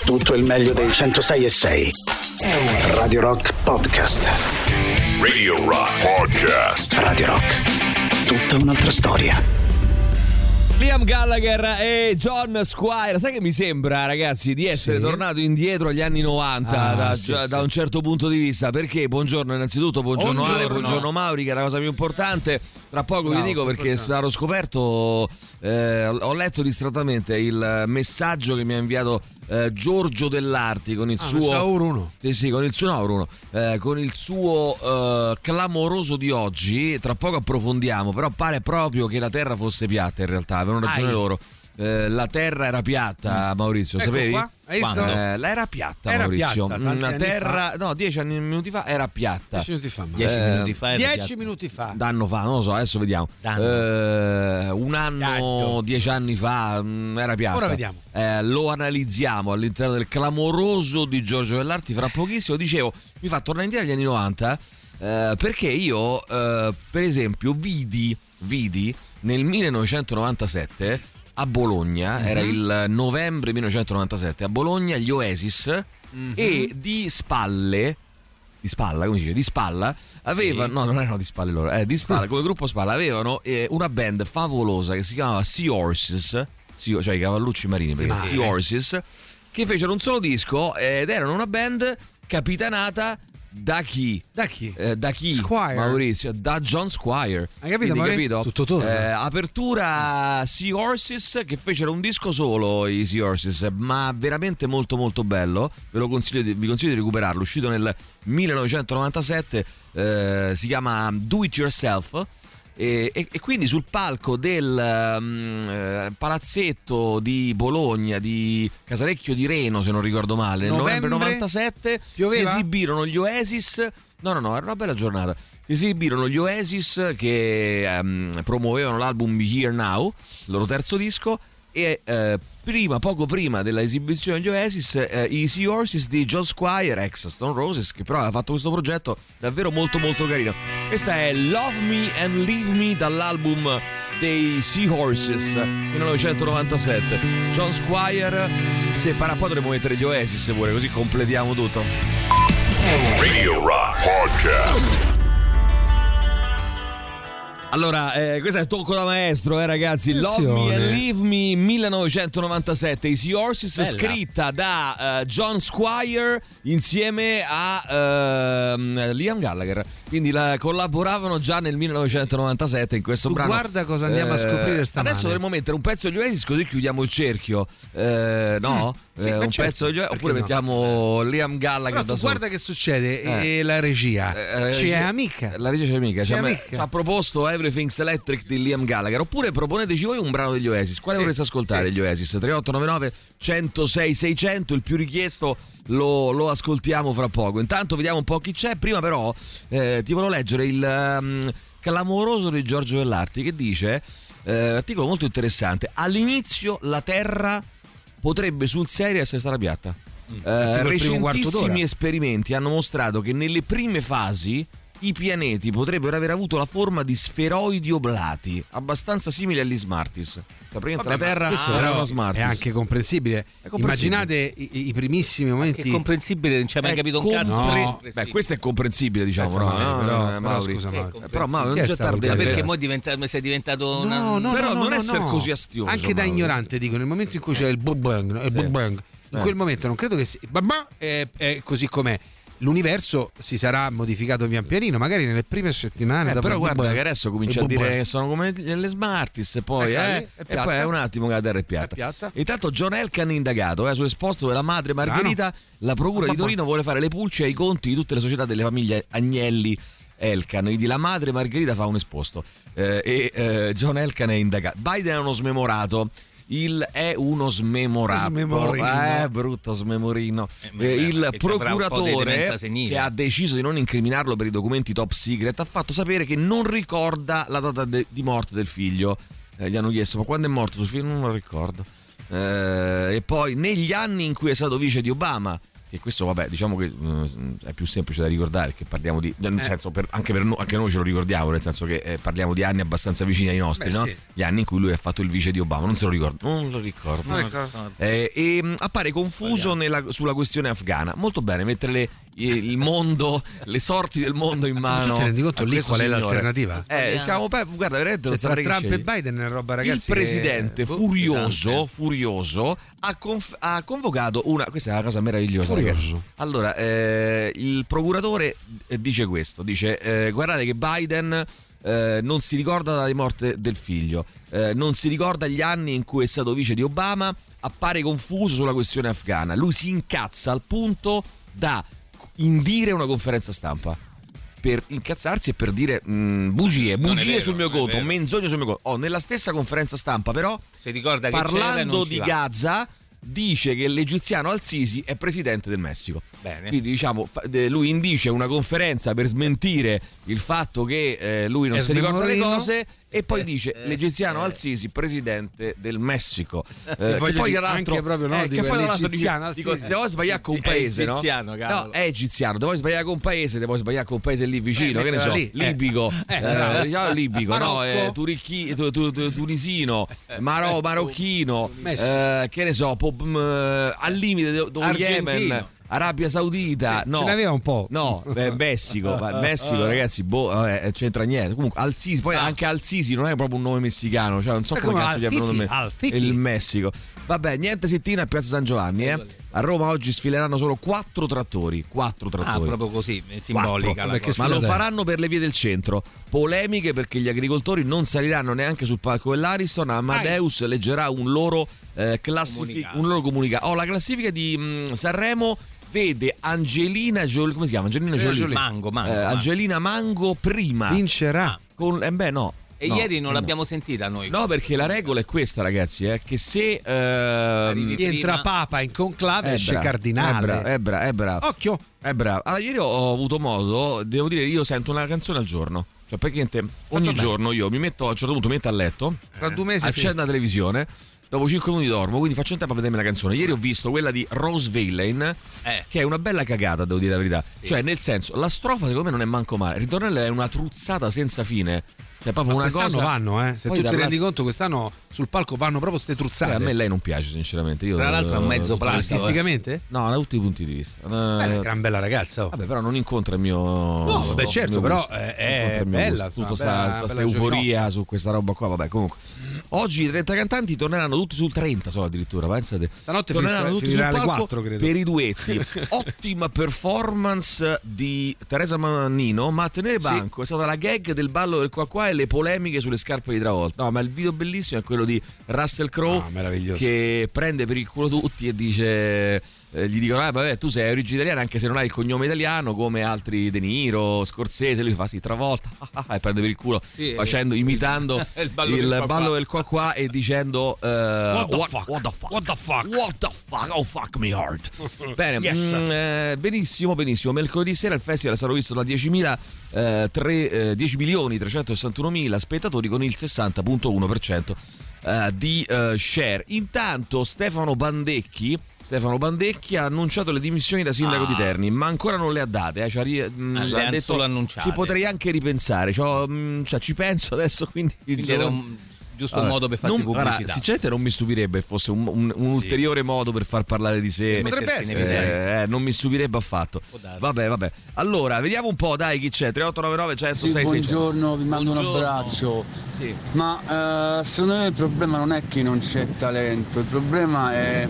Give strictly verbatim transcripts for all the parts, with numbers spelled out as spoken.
tutto il meglio dei centosei e sei. Radio Rock Podcast. Radio Rock Podcast. Radio Rock. Tutta un'altra storia. Liam Gallagher e John Squire. Sai che mi sembra, ragazzi, di essere sì. tornato indietro agli anni novanta, ah, da, sì, da sì. un certo punto di vista. Perché? Buongiorno innanzitutto, buongiorno, buongiorno. Ale, buongiorno Mauri, che è la cosa più importante. Tra poco no, vi dico perché ero scoperto, eh, ho letto distrattamente il messaggio che mi ha inviato eh, Giorgio Dell'Arti con il ah, suo Bruno. Sì, sì, con il suo no, Bruno, eh, con il suo eh, clamoroso di oggi. Tra poco approfondiamo, però pare proprio che la Terra fosse piatta in realtà, avevano ragione Ai. loro. Eh, la Terra era piatta, Maurizio, ecco sapevi? Qua. Quando? Eh, la era piatta, era Maurizio. Piatta, la Terra, fa. no, dieci anni, minuti fa era piatta. Dieci minuti fa. Dieci eh, minuti fa. Dieci piatta. minuti fa. D'anno fa, non lo so, adesso vediamo. Eh, un anno, Danno. dieci anni fa mh, era piatta. Ora vediamo. Eh, lo analizziamo all'interno del clamoroso di Giorgio Dell'Arti fra pochissimo. Dicevo, mi fa tornare indietro agli anni novanta eh, perché io, eh, per esempio, vidi, vidi nel millenovecentonovantasette a Bologna, mm-hmm. era il novembre millenovecentonovantasette, a Bologna gli Oasis mm-hmm. e di spalle, di spalla, come si dice, di spalla, avevano, sì. no non erano di spalle loro, eh, di spalla, come gruppo spalla, avevano eh, una band favolosa che si chiamava Sea Horses, sea, cioè i cavallucci marini, perché ah, Sea Horses, che fecero un solo disco ed erano una band capitanata da chi? Da chi? Eh, da chi? Squire. Maurizio, da John Squire. Hai capito? Quindi, capito? Tutto torna. Eh, apertura Sea Horses, che fecero un disco solo i Sea Horses, ma veramente molto molto bello. Ve lo consiglio di, vi consiglio di recuperarlo. Uscito nel millenovecentonovantasette, eh, si chiama Do It Yourself. E, e, e quindi sul palco del um, eh, palazzetto di Bologna, di Casalecchio di Reno, se non ricordo male, nel novembre, novembre novantasette pioveva? Si esibirono gli Oasis. No, no, no, era una bella giornata. Si esibirono gli Oasis che um, promuovevano l'album Be Here Now, il loro terzo disco. E eh, prima, poco prima della esibizione degli Oasis, eh, i Sea Horses di John Squire, ex Stone Roses, che però aveva fatto questo progetto davvero molto molto carino. Questa è Love Me and Leave Me dall'album dei Sea Horses millenovecentonovantasette. John Squire separa, poi dovremmo mettere gli Oasis pure, così completiamo tutto. Radio Rock Podcast. Allora, eh, questo è il tocco da maestro, eh ragazzi. Attenzione. Love Me and Leave Me millenovecentonovantasette, i Sea Horses, bella. Scritta da uh, John Squire insieme a uh, Liam Gallagher. Quindi la, collaboravano già nel millenovecentonovantasette in questo tu brano. Guarda cosa andiamo eh, a scoprire stamane. Adesso dovremmo mettere un pezzo degli Oasis, così chiudiamo il cerchio. Eh, no? Mm, sì, eh, un certo, pezzo degli Oasis, oppure no? Mettiamo Liam Gallagher. Però da tu solo. Guarda che succede, eh. e la regia eh, c'è regia, amica. La regia c'è amica. C'è ci, amica. Ha, ci ha proposto Everything's Electric di Liam Gallagher. Oppure proponeteci voi un brano degli Oasis. Quale sì, vorreste ascoltare sì. Gli Oasis? tre otto nove nove uno zero sei sei zero zero, il più richiesto lo, lo ascoltiamo fra poco. Intanto vediamo un po' chi c'è. Prima però eh, ti volevo leggere il um, clamoroso di Giorgio Dell'Arti, che dice eh, articolo molto interessante: all'inizio la Terra potrebbe sul serio essere stata piatta. mm. eh, recentissimi esperimenti hanno mostrato che nelle prime fasi i pianeti potrebbero aver avuto la forma di sferoidi oblati, abbastanza simili agli Smarties. Vabbè, la Terra ah, era una Smarties. È anche comprensibile. È comprensibile. Immaginate i, i primissimi momenti. È comprensibile, non ci hai mai capito un cazzo. No. Beh, questo è comprensibile, diciamo. Eh, no, no, però, no, però, scusa, Mauri. Però Mauri, non c'è tardi. Perché mo diventa, sei diventato una... no, no, però no, non no, essere no. così astioso. Anche da Mauri. ignorante, dico, nel momento in cui c'è il Big Bang, il Big Bang, in eh. quel momento non credo che sia, è, è così com'è. L'universo si sarà modificato pian pianino, magari nelle prime settimane. Eh, dopo però guarda Bubble, che adesso comincia a dire che sono come le Smarties e poi, eh, eh, è e poi è un attimo che la Terra è piatta. È piatta. Intanto John Elkann è indagato eh, sull'esposto della madre Margherita. Ah, no. La procura ah, di Torino vuole fare le pulci ai conti di tutte le società delle famiglie Agnelli Elkann. Quindi la madre Margherita fa un esposto eh, e eh, John Elkann è indagato. Biden è uno smemorato. Il è uno smemorato, smemorino. eh, brutto smemorino. Eh, eh, il che procuratore che ha deciso di non incriminarlo per i documenti top secret ha fatto sapere che non ricorda la data de- di morte del figlio. Eh, gli hanno chiesto: ma quando è morto suo figlio? Non lo ricordo. Eh, e poi negli anni in cui è stato vice di Obama che questo vabbè diciamo che uh, è più semplice da ricordare, che parliamo di nel eh. senso per, anche per no, anche noi ce lo ricordiamo, nel senso che eh, parliamo di anni abbastanza vicini ai nostri. Beh, no? Sì. Gli anni in cui lui ha fatto il vice di Obama, non se lo ricordo, non lo ricordo, non ricordo. Eh, e mh, appare confuso nella, sulla questione afghana. Molto bene, mettere le, il mondo, le sorti del mondo in mano. Tu ti rendi conto lì qual è signore. l'alternativa? Eh, siamo, guarda, veramente cioè, tra Trump e Biden è roba, ragazzi. Il presidente che... furioso, esatto. furioso ha, conf- ha convocato una. Questa è una cosa meravigliosa, ragazzi. Allora, eh, il procuratore dice questo: dice, eh, guardate che Biden eh, non si ricorda la morte del figlio, eh, non si ricorda gli anni in cui è stato vice di Obama, appare confuso sulla questione afghana. Lui si incazza al punto da indire una conferenza stampa per incazzarsi e per dire mh, bugie, bugie vero, sul mio conto, menzogne sul mio conto. Oh, nella stessa conferenza stampa però, si ricorda che parlando di va. Gaza, dice che l'egiziano Al-Sisi è presidente del Messico. Bene. Quindi diciamo lui indice una conferenza per smentire il fatto che eh, lui non è si ricorda le memorino. cose e poi dice eh, l'egiziano eh. Al-Sisi presidente del Messico. Eh, che poi tra l'altro anche proprio, no, eh, dico, che poi tra l'altro l'egiziano dico, Al-Sisi. devo sbagliare con un È paese, egiziano, no? cavolo. No, è egiziano, devo sbagliare con un paese, devo sbagliare con un paese lì vicino, Eh, che ne so, lì. libico, Eh, eh, eh, diciamo libico, no, Marocco. eh, turicchi, tu, tu, tu, tunisino, maro, marocchino, Messi. eh, che ne so, po- m- al limite dello Argentino. Yemen, Arabia Saudita, no, Ce n'aveva un po'. no, eh, Messico, ma Messico, ragazzi, boh, vabbè, c'entra niente. Comunque Al-Sisi, poi anche Al-Sisi non è proprio un nome messicano, cioè non so Ma come come cazzo gli abbiano Al-Sisi? nome Al-Sisi? il Messico. Vabbè, niente settina a Piazza San Giovanni, eh. A Roma oggi sfileranno solo quattro trattori, quattro Ah, trattori. proprio così, è simbolica la Vabbè, che cosa. Ma lo sfilata è? faranno per le vie del centro. Polemiche perché gli agricoltori non saliranno neanche sul palco dell'Ariston. Amadeus leggerà un loro eh, classific- Comunicato. un loro comunicato. Oh, la classifica di mh, Sanremo vede Angelina Jolie, come si chiama? Angelina Eh, Jolie. Jolie. Mango, mango, Eh, mango. Angelina Mango prima. Vincerà. Con, eh beh, no. E no, ieri non no. l'abbiamo sentita noi. No, perché la regola è questa, ragazzi, eh, che se ehm, Arrivi Chi entra prima. Papa in conclave è esce bra- cardinale. È bravo, è bravo, è bravo. Occhio. È bravo. Allora, ieri ho avuto modo, devo dire, io sento una canzone al giorno. Cioè, praticamente ogni bene. giorno io mi metto, a un certo punto mi metto a letto, Tra due mesi accendo la televisione, dopo cinque minuti dormo, quindi faccio in tempo a vedermi la canzone. Ieri ho visto quella di Rose Villain, Eh. che è una bella cagata, devo dire la verità. Cioè, nel senso, la strofa secondo me non è manco male. Il ritornello è una truzzata senza fine. Cioè, proprio Ma una quest'anno cosa. vanno, eh. Se Poi tu ti dalla- rendi conto, quest'anno sul palco vanno proprio ste Eh, truzzate. a me lei non piace, sinceramente. Io, Tra l'altro è un mezzo eh, plastico. Artisticamente? No, da tutti i punti di vista. È una Eh, gran bella ragazza. oh. Vabbè, però non incontra il mio. No, vabbè, il certo, mio però gusto. è- Non è incontra il mio bella, gusto. insomma, Tutta bella- sta, bella questa euforia giovinotto. su questa roba qua. Vabbè, comunque. Oggi i trenta cantanti torneranno tutti sul trenta solo addirittura. Pensate. Stanotte torneranno finisco- tutti finirà sul alle palco quattro, credo. per i duetti. Ottima performance di Teresa Mannino, ma a tenere banco è stata la gag del ballo del qua qua e le polemiche sulle scarpe di Travolta. No, ma il video bellissimo è quello di Russell Crowe, Ah, meraviglioso. che prende per il culo tutti e dice, eh, gli dicono ah, vabbè, tu sei origine italiana anche se non hai il cognome italiano come altri De Niro, Scorsese. Lui fa sì, Travolta e prende per il culo, Sì, facendo, imitando il il ballo ballo, del qua qua. del qua qua e dicendo eh, What the what, fuck? what the fuck What the fuck? What the fuck? Oh fuck me hard. Bene, Yes. mm, eh, benissimo, benissimo. Mercoledì sera il festival è stato visto da diecimila, eh, tre, eh, dieci milioni trecentosessantunomila spettatori con il sessanta virgola uno per cento eh, di eh, share. Intanto Stefano Bandecchi Stefano Bandecchi ha annunciato le dimissioni da sindaco Ah. di Terni, ma ancora non le ha date. Eh. Cioè, ri- mh, Ah, le ha han detto, solo annunciate. ci potrei anche ripensare. Cioè, mh, cioè, ci penso adesso. Quindi, Quindi era un giusto Vabbè, modo per farsi non, pubblicità. Guarda, sinceramente non mi stupirebbe fosse un, un- un ulteriore modo per far parlare di sé. Potrebbe Mettersi in essere. evidenza. Eh, eh, non mi stupirebbe affatto. Può darsi. Vabbè, vabbè. Allora, vediamo un po', dai, chi c'è? tre otto nove nove uno zero sei Sì, sei zero. buongiorno, vi mando Buongiorno. un abbraccio. Sì. Ma eh, secondo me il problema non è che non c'è talento, il problema è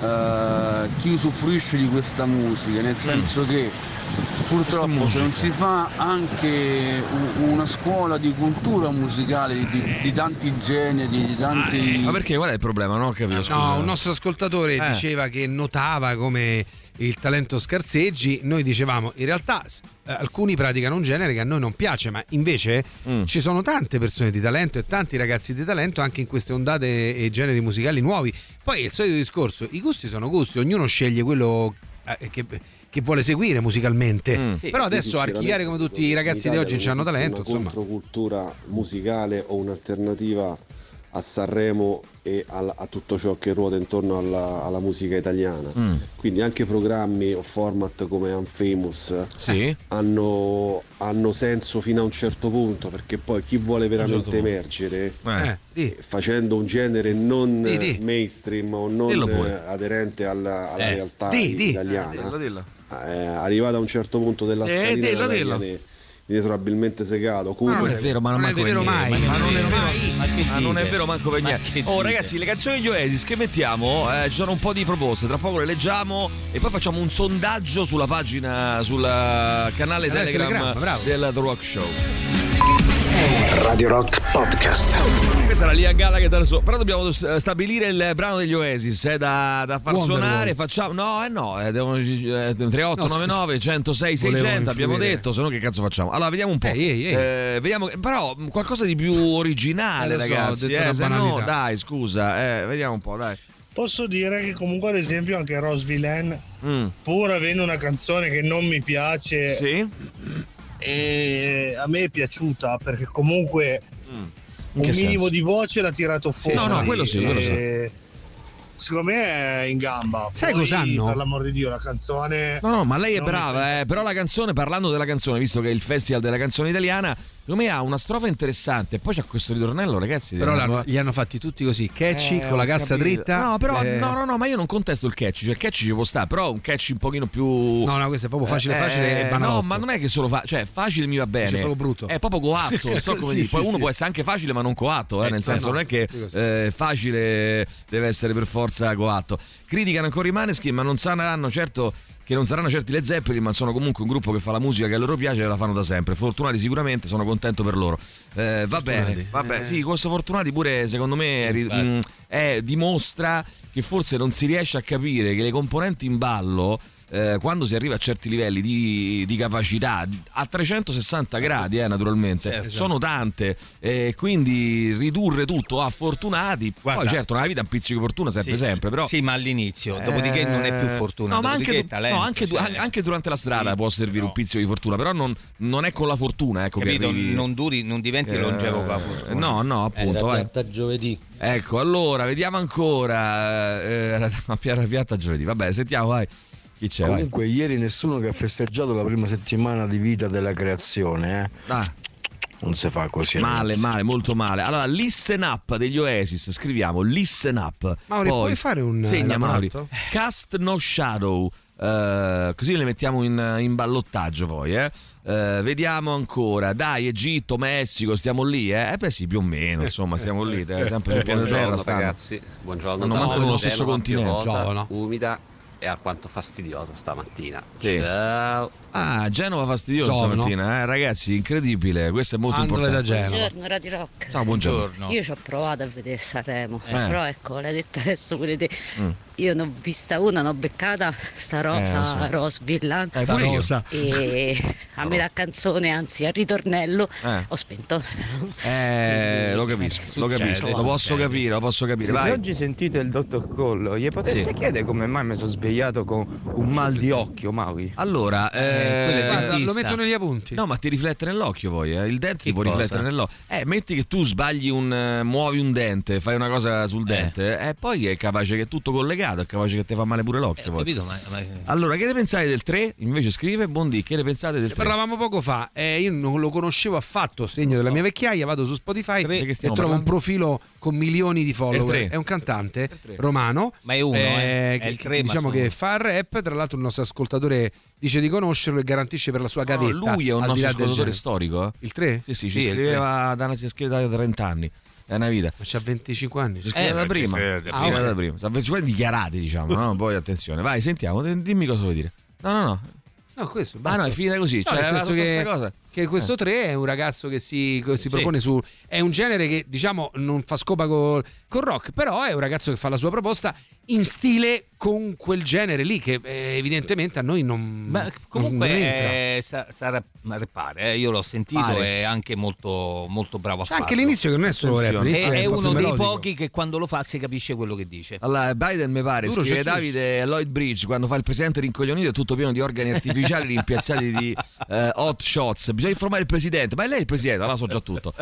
eh, chi usufruisce di questa musica, nel senso che purtroppo musica. se non si fa anche u- una scuola di cultura musicale di, di- di tanti generi, di tanti... Ma perché? Qual è il problema? Non ho capito. Scusa. No, un nostro ascoltatore Eh. diceva che notava come il talento scarseggi. Noi dicevamo in realtà s- eh, alcuni praticano un genere che a noi non piace, ma invece Mm. ci sono tante persone di talento e tanti ragazzi di talento anche in queste ondate e generi musicali nuovi. Poi il solito discorso, i gusti sono gusti, ognuno sceglie quello eh, che, che vuole seguire musicalmente. Mm. Sì. Però adesso archiviare come tutti i ragazzi di oggi non hanno talento, una insomma. controcultura musicale o un'alternativa a Sanremo e a, a tutto ciò che ruota intorno alla, alla musica italiana. Mm. Quindi anche programmi o format come Unfamous sì. hanno, hanno senso fino a un certo punto, perché poi chi vuole veramente certo emergere eh, eh, facendo un genere non di, di. mainstream o non eh, aderente alla, alla eh. realtà di, di. italiana, dillo, dillo. Eh, arrivato a un certo punto della eh, scaletta dillo, dillo. inesorabilmente segato. Ma non è vero, ma non, non è vero mai, ma non è vero mai. Ma, ma non è vero manco per niente. Oh ragazzi, le canzoni degli Oasis che mettiamo, eh, ci sono un po' di proposte, tra poco le leggiamo e poi facciamo un sondaggio sulla pagina, sul canale Telegram, Telegram del The Rock Show. Radio Rock Podcast. Questa era Liam Gallagher, però dobbiamo stabilire il brano degli Oasis eh, da, da far Wonder suonare. Wall. Facciamo no, eh no, eh, devono eh, tre otto nove nove uno zero sei sei zero zero abbiamo detto, se no che cazzo facciamo? Allora vediamo un po'. Ehi, ehi, ehi. Eh, vediamo, però qualcosa di più originale, eh, so, ragazzi. Eh, se no, dai, scusa, eh, vediamo un po', dai. Posso dire che comunque ad esempio anche Rose Villain, mm. pur avendo una canzone che non mi piace, sì. e a me è piaciuta perché comunque mm. un minimo senso? di voce l'ha tirato fuori. Sì, no, no, quello sì, quello sì. Secondo me è in gamba. Sai Poi, cos'hanno? Per l'amor di Dio, la canzone. No, no, ma lei è brava, eh, però la canzone, parlando della canzone, visto che è il festival della canzone italiana, secondo me ha una strofa interessante. E poi c'è questo ritornello, ragazzi. Però l'hanno, li hanno fatti tutti così, catchy, eh, con la cassa capito. dritta. No, però eh... no, no, no, ma io non contesto il catchy. Cioè, il catchy ci può stare, però un catchy un pochino più. No, no, questo è proprio facile, eh, facile e banale. No, ma non è che solo fa. Cioè, facile mi va bene. È proprio brutto. È proprio coatto. Non so come sì, dire. sì, Poi sì, uno sì. può essere anche facile, ma non coatto. Eh, eh, nel senso, no, non è che eh, facile deve essere per forza coatto. Criticano ancora i Maneskin, ma non saranno certo. Che non saranno certi le Zeppelin, ma sono comunque un gruppo che fa la musica che a loro piace e la fanno da sempre. Fortunati sicuramente, sono contento per loro. Eh, va Fortunati. bene, va bene. Eh. Sì, questo Fortunati pure secondo me è, mh, è, dimostra che forse non si riesce a capire che le componenti in ballo eh, quando si arriva a certi livelli di, di capacità a trecentosessanta gradi eh, naturalmente certo. sono tante eh, quindi ridurre tutto a fortunati. Guarda, poi certo nella vita un pizzico di fortuna serve sì, sempre, però sì, ma all'inizio eh, dopodiché non è più fortuna, no, ma anche, talento, no, anche, cioè, anche durante la strada sì, può servire no. un pizzico di fortuna, però non, non è con la fortuna, ecco, capito, che arrivi, non duri, non diventi eh, longevo con la fortuna. No, no, appunto. Era piatta giovedì. Ecco, allora vediamo ancora eh, era piatta giovedì. Vabbè, sentiamo, vai. Chi c'è, Comunque vai. Ieri nessuno che ha festeggiato la prima settimana di vita della creazione, eh. Ah. Non si fa così. Male, ragazzi. male, molto male. Allora, listen up degli Oasis, scriviamo listen up. Mauri, poi, puoi fare un segna Mauri. lavorato? Cast no shadow. Uh, così le mettiamo in, in ballottaggio poi, eh. Uh, vediamo ancora. Dai, Egitto, Messico, stiamo lì, eh? Eh beh sì, più o meno, insomma, stiamo lì, eh, sempre sul pianeta Terra. Buongiorno ragazzi, buongiorno. Non mancano nello stesso continente. Piovosa, umida e alquanto fastidiosa stamattina. Sì. Ciao. Ah, Genova fastidiosa Giovano. stamattina, eh, ragazzi, incredibile, questo è molto Andole da importante. Genova. Buongiorno Radio Rock. Ciao, buongiorno. Io ci ho provato a vedere Sanremo, Eh. però ecco, l'hai detto adesso pure te. Mm. Io ne ho vista una, ne ho beccata sta rosa, Eh, so. Rose Villan. Eh, pure io. Rosa. E a me la canzone, anzi al ritornello, Eh. ho spento. Eh, lo capisco, lo capisco, lo posso capire, lo posso capire. Se Vai. oggi sentite il dottor Collo, gli poteste Sì. chiedere come mai mi sono svegliato con un mal di occhio, Mauri? Allora, quello è eh, Guarda, lo dentista. metto negli appunti. no, ma ti riflette nell'occhio poi, eh. Il dente ti può cosa? riflettere nell'occhio. Eh, metti che tu sbagli un eh, muovi un dente, fai una cosa sul dente, e eh, poi è capace che è tutto collegato, è capace che ti fa male pure l'occhio. Eh, ho poi. capito, ma, ma... Allora, che ne pensate del tre? Invece scrive Bondi, che ne pensate del Ne tre? parlavamo poco fa, eh, io non lo conoscevo affatto, segno della mia vecchiaia, vado su Spotify Tre, che e stiamo trovo un parlando? profilo con milioni di follower. tre. È un cantante tre. romano, Ma è uno, eh. È che, il che tre, ma diciamo sono- che fa rap, tra l'altro il nostro ascoltatore dice di conoscerlo e garantisce per la sua No, gavetta. lui è un al di nostro là del ascoltatore genere. storico, eh? Il tre? Sì, sì, Sì, ci il scriveva da, ci scrive da trenta anni. È una vita. Ma c'ha venticinque anni. Ci scrive Eh, da ma prima. ci Ci crede, scrive ah, da ok. prima. Sono venticinque dichiarati, diciamo, no? Poi attenzione. Vai, sentiamo, dimmi cosa vuoi dire. No, no, no. No, questo Ah, basta. no, è finita così. No, Cioè, nel aveva senso tutta che, sta cosa. che questo Eh. tre è un ragazzo che si, che si Sì. propone su. È un genere che diciamo non fa scopa col, col rock, però è un ragazzo che fa la sua proposta in stile con quel genere lì che eh, evidentemente a noi non. Ma comunque non entra. eh, sa, sa rap- rappare, eh. Io l'ho sentito Pare. e è anche molto, molto bravo a C'è farlo. anche l'inizio che non è solo rap, Attenzione. l'inizio È, è proprio uno dei melodico. pochi che quando lo fa si capisce quello che dice. Allora, Biden mi pare, Duro, scrive c'è chiuso. Davide Lloyd Bridge, quando fa il presidente rincoglionito è tutto pieno di organi artificiali rimpiazzati di eh, hot shots. bisogna informare il presidente. Ma è lei il presidente? Allora so già tutto.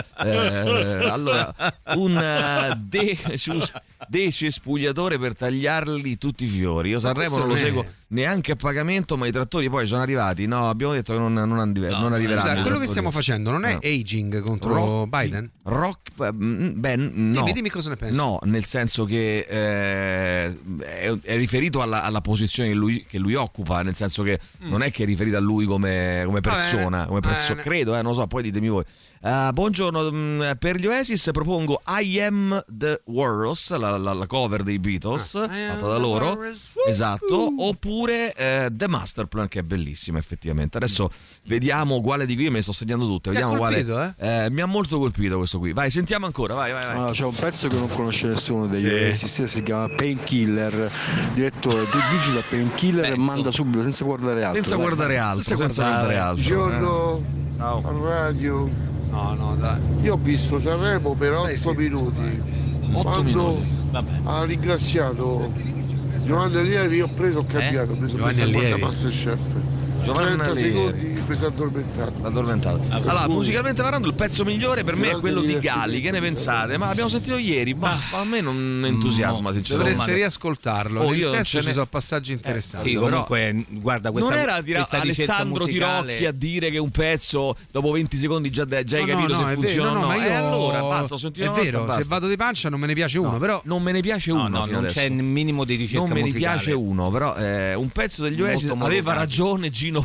Eh, allora, un uh, decis, decespugliatore per tagliarli tutti i fiori. Io Sanremo non lo seguo neanche a pagamento, ma i trattori poi sono arrivati. No, abbiamo detto che non, non, andiver- no, non arriveranno. Scusa, quello che stiamo facendo non è no. aging contro rock, Biden? Rock, beh, no. Dimmi, dimmi cosa ne pensi. No, nel senso che eh, è, è riferito alla, alla posizione che lui, che lui occupa, nel senso che mm. non è che è riferito a lui come, come persona, come perso- credo, eh, non lo so, poi ditemi voi. Uh, buongiorno, mh, per gli Oasis propongo I Am The Walrus, la, la, la cover dei Beatles, ah, fatta da loro, esatto, oppure uh, The Masterplan, che è bellissima effettivamente. Adesso vediamo quale di qui, me ne sto segnando tutte, vediamo colpito, quale. Eh? Eh, mi ha molto colpito questo qui. Vai, sentiamo ancora, vai, vai, vai. Allora, c'è un pezzo che non conosce nessuno degli sì. Oasis, si chiama Painkiller. Direttore, tu dici da Painkiller e manda subito senza guardare altro. Senza dai. guardare altro, senza, senza guardare altro. Buongiorno eh. a radio. No, no, dai. Io ho visto Sanremo per otto minuti. otto minuti. Ha ringraziato Giovanni Allievi, io ho preso, ho cambiato, ho preso il Masterchef. trenta secondi mi sono addormentato. addormentato. Allora, musicalmente parlando, il pezzo migliore per me è quello di Galli. Che ne pensate? Ma l'abbiamo sentito ieri, ma, ma a me non entusiasma, no, sinceramente. Dovreste riascoltarlo. Oh, Nel io testo ne... ci sono passaggi interessanti. Eh, sì, comunque, guarda, questa, non era tira- Alessandro musicale... Tirocchi a dire che un pezzo dopo venti secondi già, già hai no, capito no, se no, funziona o no. no, ma io... E allora basta, ho sentito è vero, volta, se vado di pancia non me ne piace uno, no, però non me ne piace uno. No, no, non adesso. c'è il minimo di ricerca non me musicale. ne piace uno, però eh, un pezzo degli Oasis aveva ragione Gino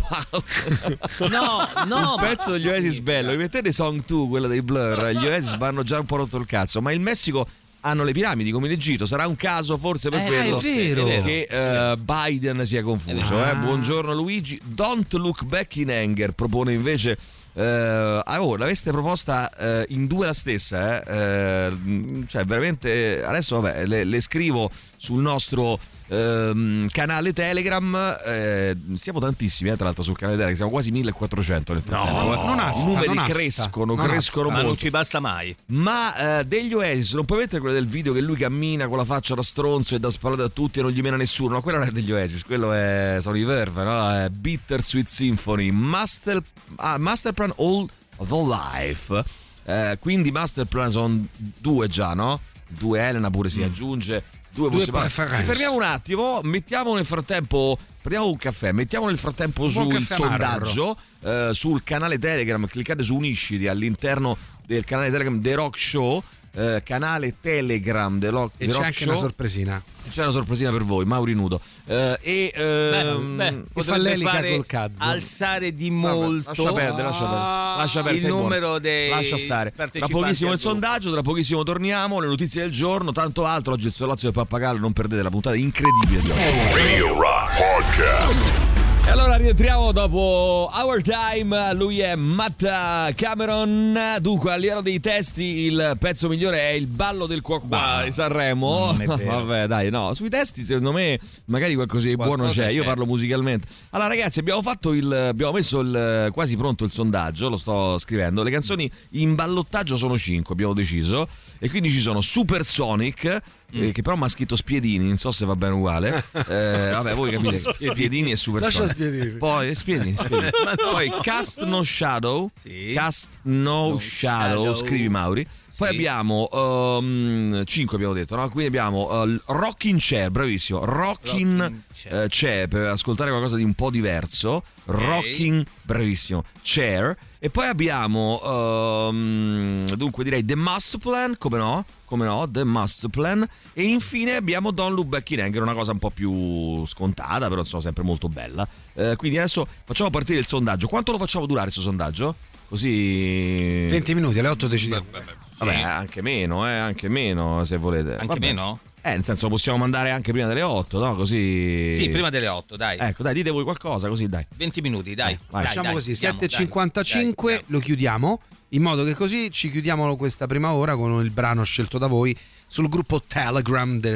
Paolo. No, no, un pezzo degli Oasis sì, bello. Mi mettete Song due, quello dei Blur. Gli Oasis vanno già un po' rotto il cazzo, ma il Messico hanno le piramidi come in Egitto. Sarà un caso forse per eh, quello è vero. che uh, Biden sia confuso. Eh. Buongiorno Luigi. Don't Look Back in Anger propone invece. Uh, ah, oh, l'aveste proposta uh, in due la stessa, eh? uh, cioè veramente adesso vabbè le, le scrivo sul nostro uh, canale Telegram, uh, siamo tantissimi eh, tra l'altro sul canale Telegram, siamo quasi millequattrocento nel frattempo. No, non asta, i numeri non crescono, non crescono ma molto. non ci basta mai. Ma uh, degli Oasis non puoi mettere quello del video che lui cammina con la faccia da stronzo e da spallate a tutti e non gli mena nessuno, no, quello non è degli Oasis, quello è, sono i Verve, no? È Bitter Sweet Symphony, Master, ah, Masterplan All The Life, eh, quindi Masterplan sono due già, no? Due Elena pure si mm. aggiunge, due, due possibili. Fermiamo un attimo, mettiamo nel frattempo, prendiamo un caffè, mettiamo nel frattempo sul sondaggio eh, sul canale Telegram, cliccate su unisciti all'interno del canale Telegram The Rock Show. Uh, canale Telegram The Rock, e The c'è Rock anche Show. una sorpresina c'è una sorpresina per voi, Mauri nudo uh, e uh, beh, beh, potrebbe fare col cazzo. alzare di molto. Vabbè, lascia perdere, lascia perdere, lascia perdere il numero dei lascia stare. Tra pochissimo il sondaggio, tra pochissimo torniamo, le notizie del giorno, tanto altro. Oggi il solazio del pappagallo, non perdete la puntata incredibile di oggi. Radio Rock Podcast. E allora rientriamo dopo Our Time. Lui è Matt Cameron. Dunque, a livello dei testi, il pezzo migliore è il ballo del qua qua di Sanremo. Vabbè, dai, no. Sui testi, secondo me, magari qualcosa di buono c'è. c'è. Io parlo musicalmente. Allora, ragazzi, abbiamo fatto il. Abbiamo messo il quasi pronto il sondaggio. Lo sto scrivendo. Le canzoni in ballottaggio sono cinque, abbiamo deciso. E quindi ci sono Supersonic. Eh, che però mi ha scritto Spiedini, non so se va bene uguale. Eh, vabbè, voi capite, Spiedini e Supersonic. Spiedini. Poi Spiedini, Spiedini. No. Poi Cast No Shadow, sì. Cast No, no shadow, shadow, scrivi Mauri. Poi sì. abbiamo um, cinque abbiamo detto, no? Quindi abbiamo uh, Rockin' Chair, bravissimo. Rockin', Rockin' Chair. Uh, Chair per ascoltare qualcosa di un po' diverso. Okay. Rockin', bravissimo. Chair. E poi abbiamo um, dunque direi The Masterplan, come no? Come no? The Masterplan. E infine abbiamo Don't Look Back in Anger, una cosa un po' più scontata, però insomma sempre molto bella. Uh, quindi adesso facciamo partire il sondaggio. Quanto lo facciamo durare questo sondaggio? Così venti minuti, alle otto decidiamo. Vabbè, anche meno, eh, anche meno se volete. Anche Vabbè. meno? Eh, nel senso lo possiamo mandare anche prima delle otto, no? Così. Sì, prima delle otto, dai. Ecco, dai, dite voi qualcosa, così dai. venti minuti, dai. Eh, dai Facciamo dai, così, andiamo, sette e cinquantacinque dai, dai. lo chiudiamo, in modo che così ci chiudiamo questa prima ora con il brano scelto da voi sul gruppo Telegram del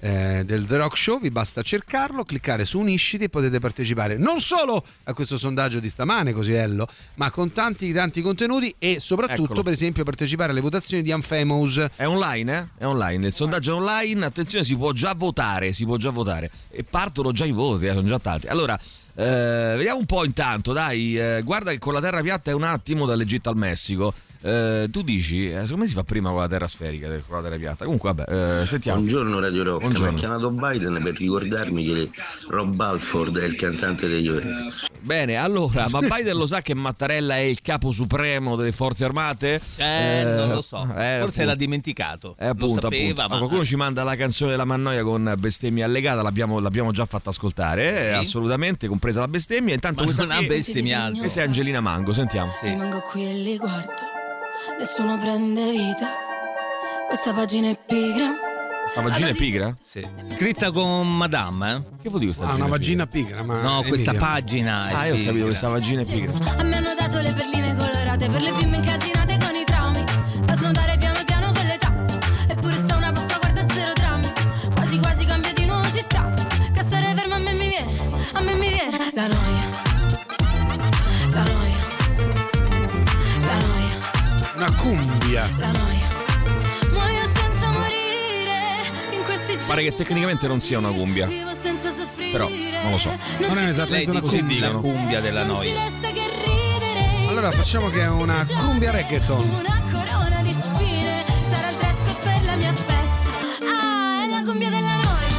eh, del The Rock Show. Vi basta cercarlo, cliccare su Unisciti e potete partecipare non solo a questo sondaggio di stamane, Cosiello, ma con tanti tanti contenuti e soprattutto Eccolo. per esempio partecipare alle votazioni di Unfamous. È online, eh? È online, il sondaggio è online, attenzione, si può già votare, si può già votare e partono già i voti, eh, sono già tanti. Allora, eh, vediamo un po' intanto, dai, eh, guarda che con la terra piatta è un attimo dall'Egitto al Messico. Eh, tu dici, eh, secondo me si fa prima con la terra sferica che con la terra piatta. Comunque vabbè, eh, sentiamo. Buongiorno Radio Rock, Buongiorno. mi ha chiamato Biden per ricordarmi che Rob Halford è il cantante degli Oasis. Bene, allora, ma Biden lo sa che Mattarella è il capo supremo delle forze armate? Eh, eh non lo so, eh, forse appunto. l'ha dimenticato. Eh, appunto, lo sapeva, appunto. ma Qualcuno ci manda la canzone della Mannoia con bestemmia allegata, l'abbiamo, l'abbiamo già fatta ascoltare, eh, sì. assolutamente, compresa la bestemmia. Intanto ma questa non ha qui, bestemmiato. questa è Angelina Mango, sentiamo. Sì. Rimango qui e li guardo, nessuno prende vita, questa pagina è pigra. La vagina è pigra? Sì. Scritta con Madame, eh? Che vuol dire questa ah, vagina? Una vagina pigra, ma no, questa Emilia. pagina è Ah, io ho capito, questa vagina è pigra. A me hanno dato le perline colorate per le bimbe incasinate con i traumi, da snodare piano piano con l'età. Eppure sta una Pasqua, guarda zero drammi, quasi quasi cambio di nuova città. Che stare fermo a me mi viene, a me mi viene la noia. La noia. La noia. Una cumbia. La noia. Muoio senza morire in questi giorni. Pare che tecnicamente non sia una cumbia, Vivo senza soffrire. però non lo so. Non è esattamente una così cumbia. dicono. La cumbia della Non ci noia. resta che ridere. Allora facciamo che è una cumbia reggaeton. Una corona di spine sarà il dress code per la mia festa. Ah, è la cumbia della noia.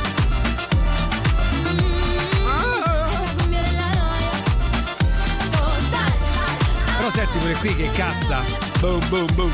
Mm, è la cumbia della noia. Totale. Però senti pure qui che cassa. Boom boom boom.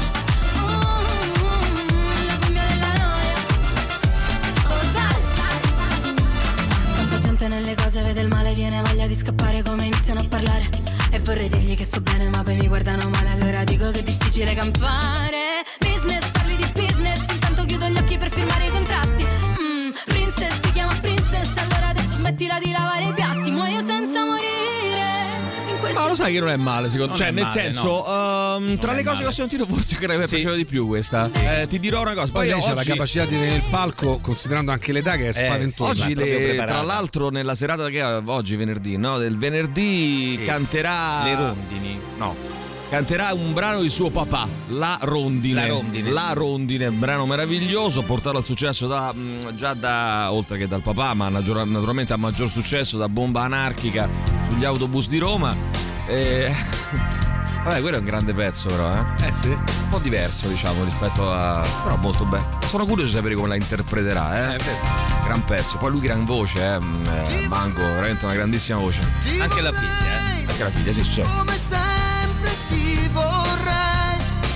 Mm, la cumbia della noia. Totale. Tanta gente nelle cose vede il male, viene voglia di scappare come iniziano a parlare. E vorrei dirgli che sto bene ma poi mi guardano male, allora dico che è difficile campare. Business, parli di business, intanto chiudo gli occhi per firmare i contratti. mm, Princess, ti chiama princess, allora adesso smettila di lavare i piatti. Muoio senza morire in questo. Ma lo sai che non è male, secondo me. Cioè, nel male, senso, um, tra le cose male. che ho sentito, forse che mi è Sì. piaciuta di più questa. Eh, ti dirò una cosa. Poi lei oggi, c'ha la capacità di tenere il palco, considerando anche l'età, che è spaventosa. Oggi, è proprio le, preparata. tra l'altro, nella serata che è oggi, venerdì, no? Del venerdì Sì. canterà. Le rondini. No. Canterà un brano di suo papà, La Rondine. La Rondine, La sì. Rondine, un brano meraviglioso, portato al successo da, mh, già da, oltre che dal papà, ma maggior- naturalmente a maggior successo da Bomba Anarchica sugli autobus di Roma. E... Vabbè, quello è un grande pezzo, però, eh? Eh sì. Un po' diverso, diciamo, rispetto a. Però molto bello. Sono curioso di sapere come la interpreterà, eh? Gran pezzo. Poi lui gran voce, eh? mm, eh, Mango, veramente una grandissima voce. Anche la figlia, eh? Anche la figlia, sì, c'è. Come sempre ti vorrei,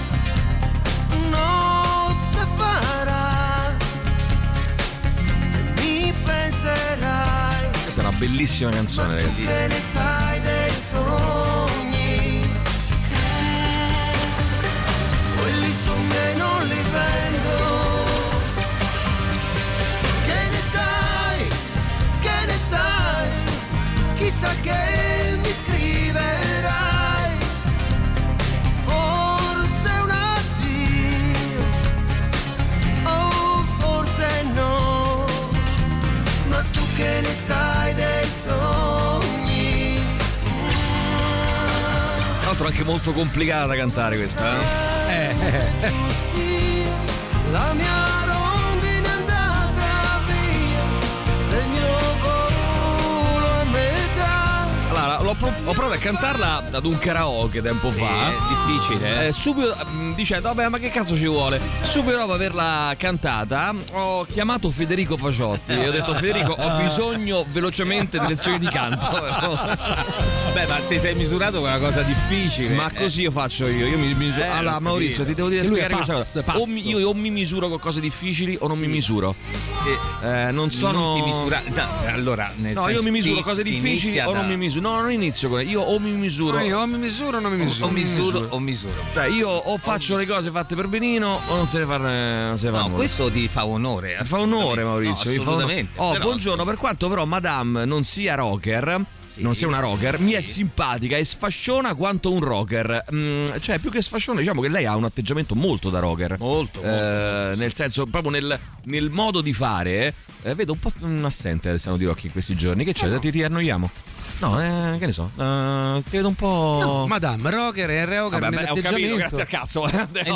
notte farà, mi penserai. Questa è una bellissima canzone, ragazzi. Che ne sai dei sogni, quelli sono miei, non li vendo. Che ne sai, che ne sai, chissà che mi scriverai, forse un addio, o forse no, ma tu che ne sai dei sogni. Tra l'altro anche molto complicata da cantare questa, eh? Tu sì, la mia rondine è andata via, se il mio volo è a metà. Allora, l'ho pro- ho provato a cantarla ad un karaoke tempo Sì, fa. è difficile, eh? Eh, subito mh, dicendo, vabbè, ma che cazzo ci vuole? Subito dopo averla cantata, ho chiamato Federico Paciotti e ho detto, Federico, ho bisogno velocemente di lezioni di canto. Beh, ma ti sei misurato con una cosa difficile. Ma così io faccio io. Io mi misuro. Eh, allora, ho Maurizio, capito. ti devo dire Che lui è spiegare questa pazzo, cosa. pazzo. O mi, io o mi misuro con cose difficili o non mi misuro. Eh, non sono. Non ti misura... No, allora, nel No, senso, io mi misuro si- cose si difficili inizia o da- non mi misuro. No, non inizio con. Io o mi misuro. No, io o mi misuro o non mi misuro. O misuro o misuro. Cioè, io o faccio le cose fatte per benino o non se ne fa, non se ne fa No, nulla. questo ti fa onore. Mi fa onore, Maurizio. No, mi fa onore. assolutamente. Oh, Però- buongiorno. Per quanto però Madame non sia rocker, sì. non sia una rocker, mi è simpatica e sfasciona quanto un rocker. Mm, cioè, più che sfasciona, diciamo che lei ha un atteggiamento molto da rocker. Molto, molto, eh, molto nel senso, proprio nel, nel modo di fare. Eh, vedo un po' un assente Alessandro Di Rocchi in questi giorni. Che c'è? No. Ti, ti annoiamo? No, eh, che ne so, uh, ti vedo un po'. No, madame, rocker e rocker. Vabbè, beh, ho capito, grazie al cazzo.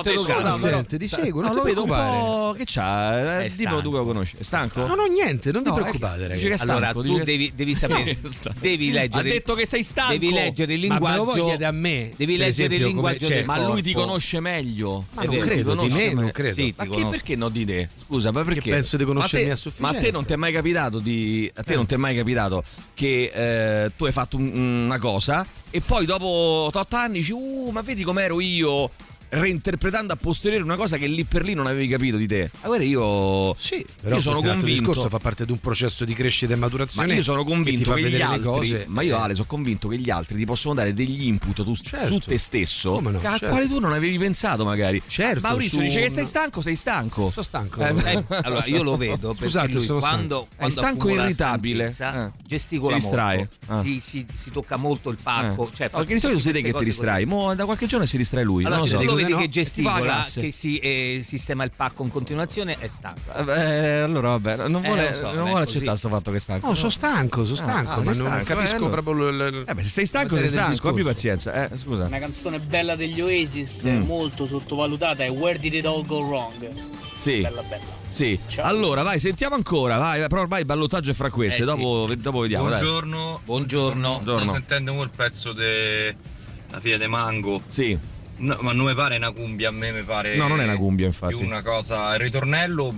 Eh, ti seguo, non no, ti lo vedo un po'. Che c'ha? Eh, Dillo tu che lo conosci. È stanco? Non ho niente, non ti no, preoccupare, ragazzi. Che è stanco, allora, tu dice... devi, devi sapere, devi leggere. Ha detto che sei stanco. Devi leggere il linguaggio. Ma me lo vuoi chiedere a me? Devi leggere il linguaggio come, del Ma corpo. lui ti conosce meglio. Ma non credo, di me non credo. Sì, ma che, perché no di te? Scusa, ma perché? Che penso di conoscermi a sufficienza. Ma a te non ti è mai capitato di a te eh. non ti è mai capitato che eh, tu hai fatto un, una cosa e poi dopo otto anni dici "Uh, ma vedi com'ero io?" reinterpretando a posteriori una cosa che lì per lì non avevi capito di te. Ma guarda, io sì, però io sono convinto. Il discorso fa parte di un processo di crescita e maturazione. Ma io sono convinto che, che gli altri, cose, ma io eh. Ale sono convinto che gli altri ti possono dare degli input tu, certo. su te stesso no, a certo. quali tu non avevi pensato magari. Certo, Maurizio dice un... che sei stanco, sei stanco. Sono stanco. Eh, eh, allora io lo vedo perché Scusate, lui sono quando, stanco. quando è stanco e irritabile, stanchezza, eh. gesticola si distrae. molto, ah. si, si, si tocca molto il pacco, eh. cioè, perché di solito siete che ti distrai, mo da qualche giorno si distrae lui. Allora, non se lo tu so. lo vedi no? che gesticola, che che si eh, sistema il pacco in continuazione, è stanco. Eh, allora vabbè, non Eh, vuole, lo so, non beh, vuole così. accettare questo fatto che è stanco. No, sono stanco, sono stanco, Ah, ah, ma sei non stanco, capisco eh, allora. proprio il, Eh beh, se sei stanco sei stanco, abbi pazienza, eh, scusa. Una canzone bella degli Oasis, Mm. molto sottovalutata, è Where Did It All Go Wrong? Sì. Bella bella. Sì. Allora, vai, sentiamo ancora, vai, però ormai il ballottaggio è fra queste, Eh, dopo, sì. dopo vediamo, Buongiorno. dai. Buongiorno. Buongiorno. Sto sentendo un pezzo della figlia de Mango. Sì. No, ma non mi pare una cumbia, a me mi pare. No, non è una cumbia, infatti. Più una cosa. Il ritornello,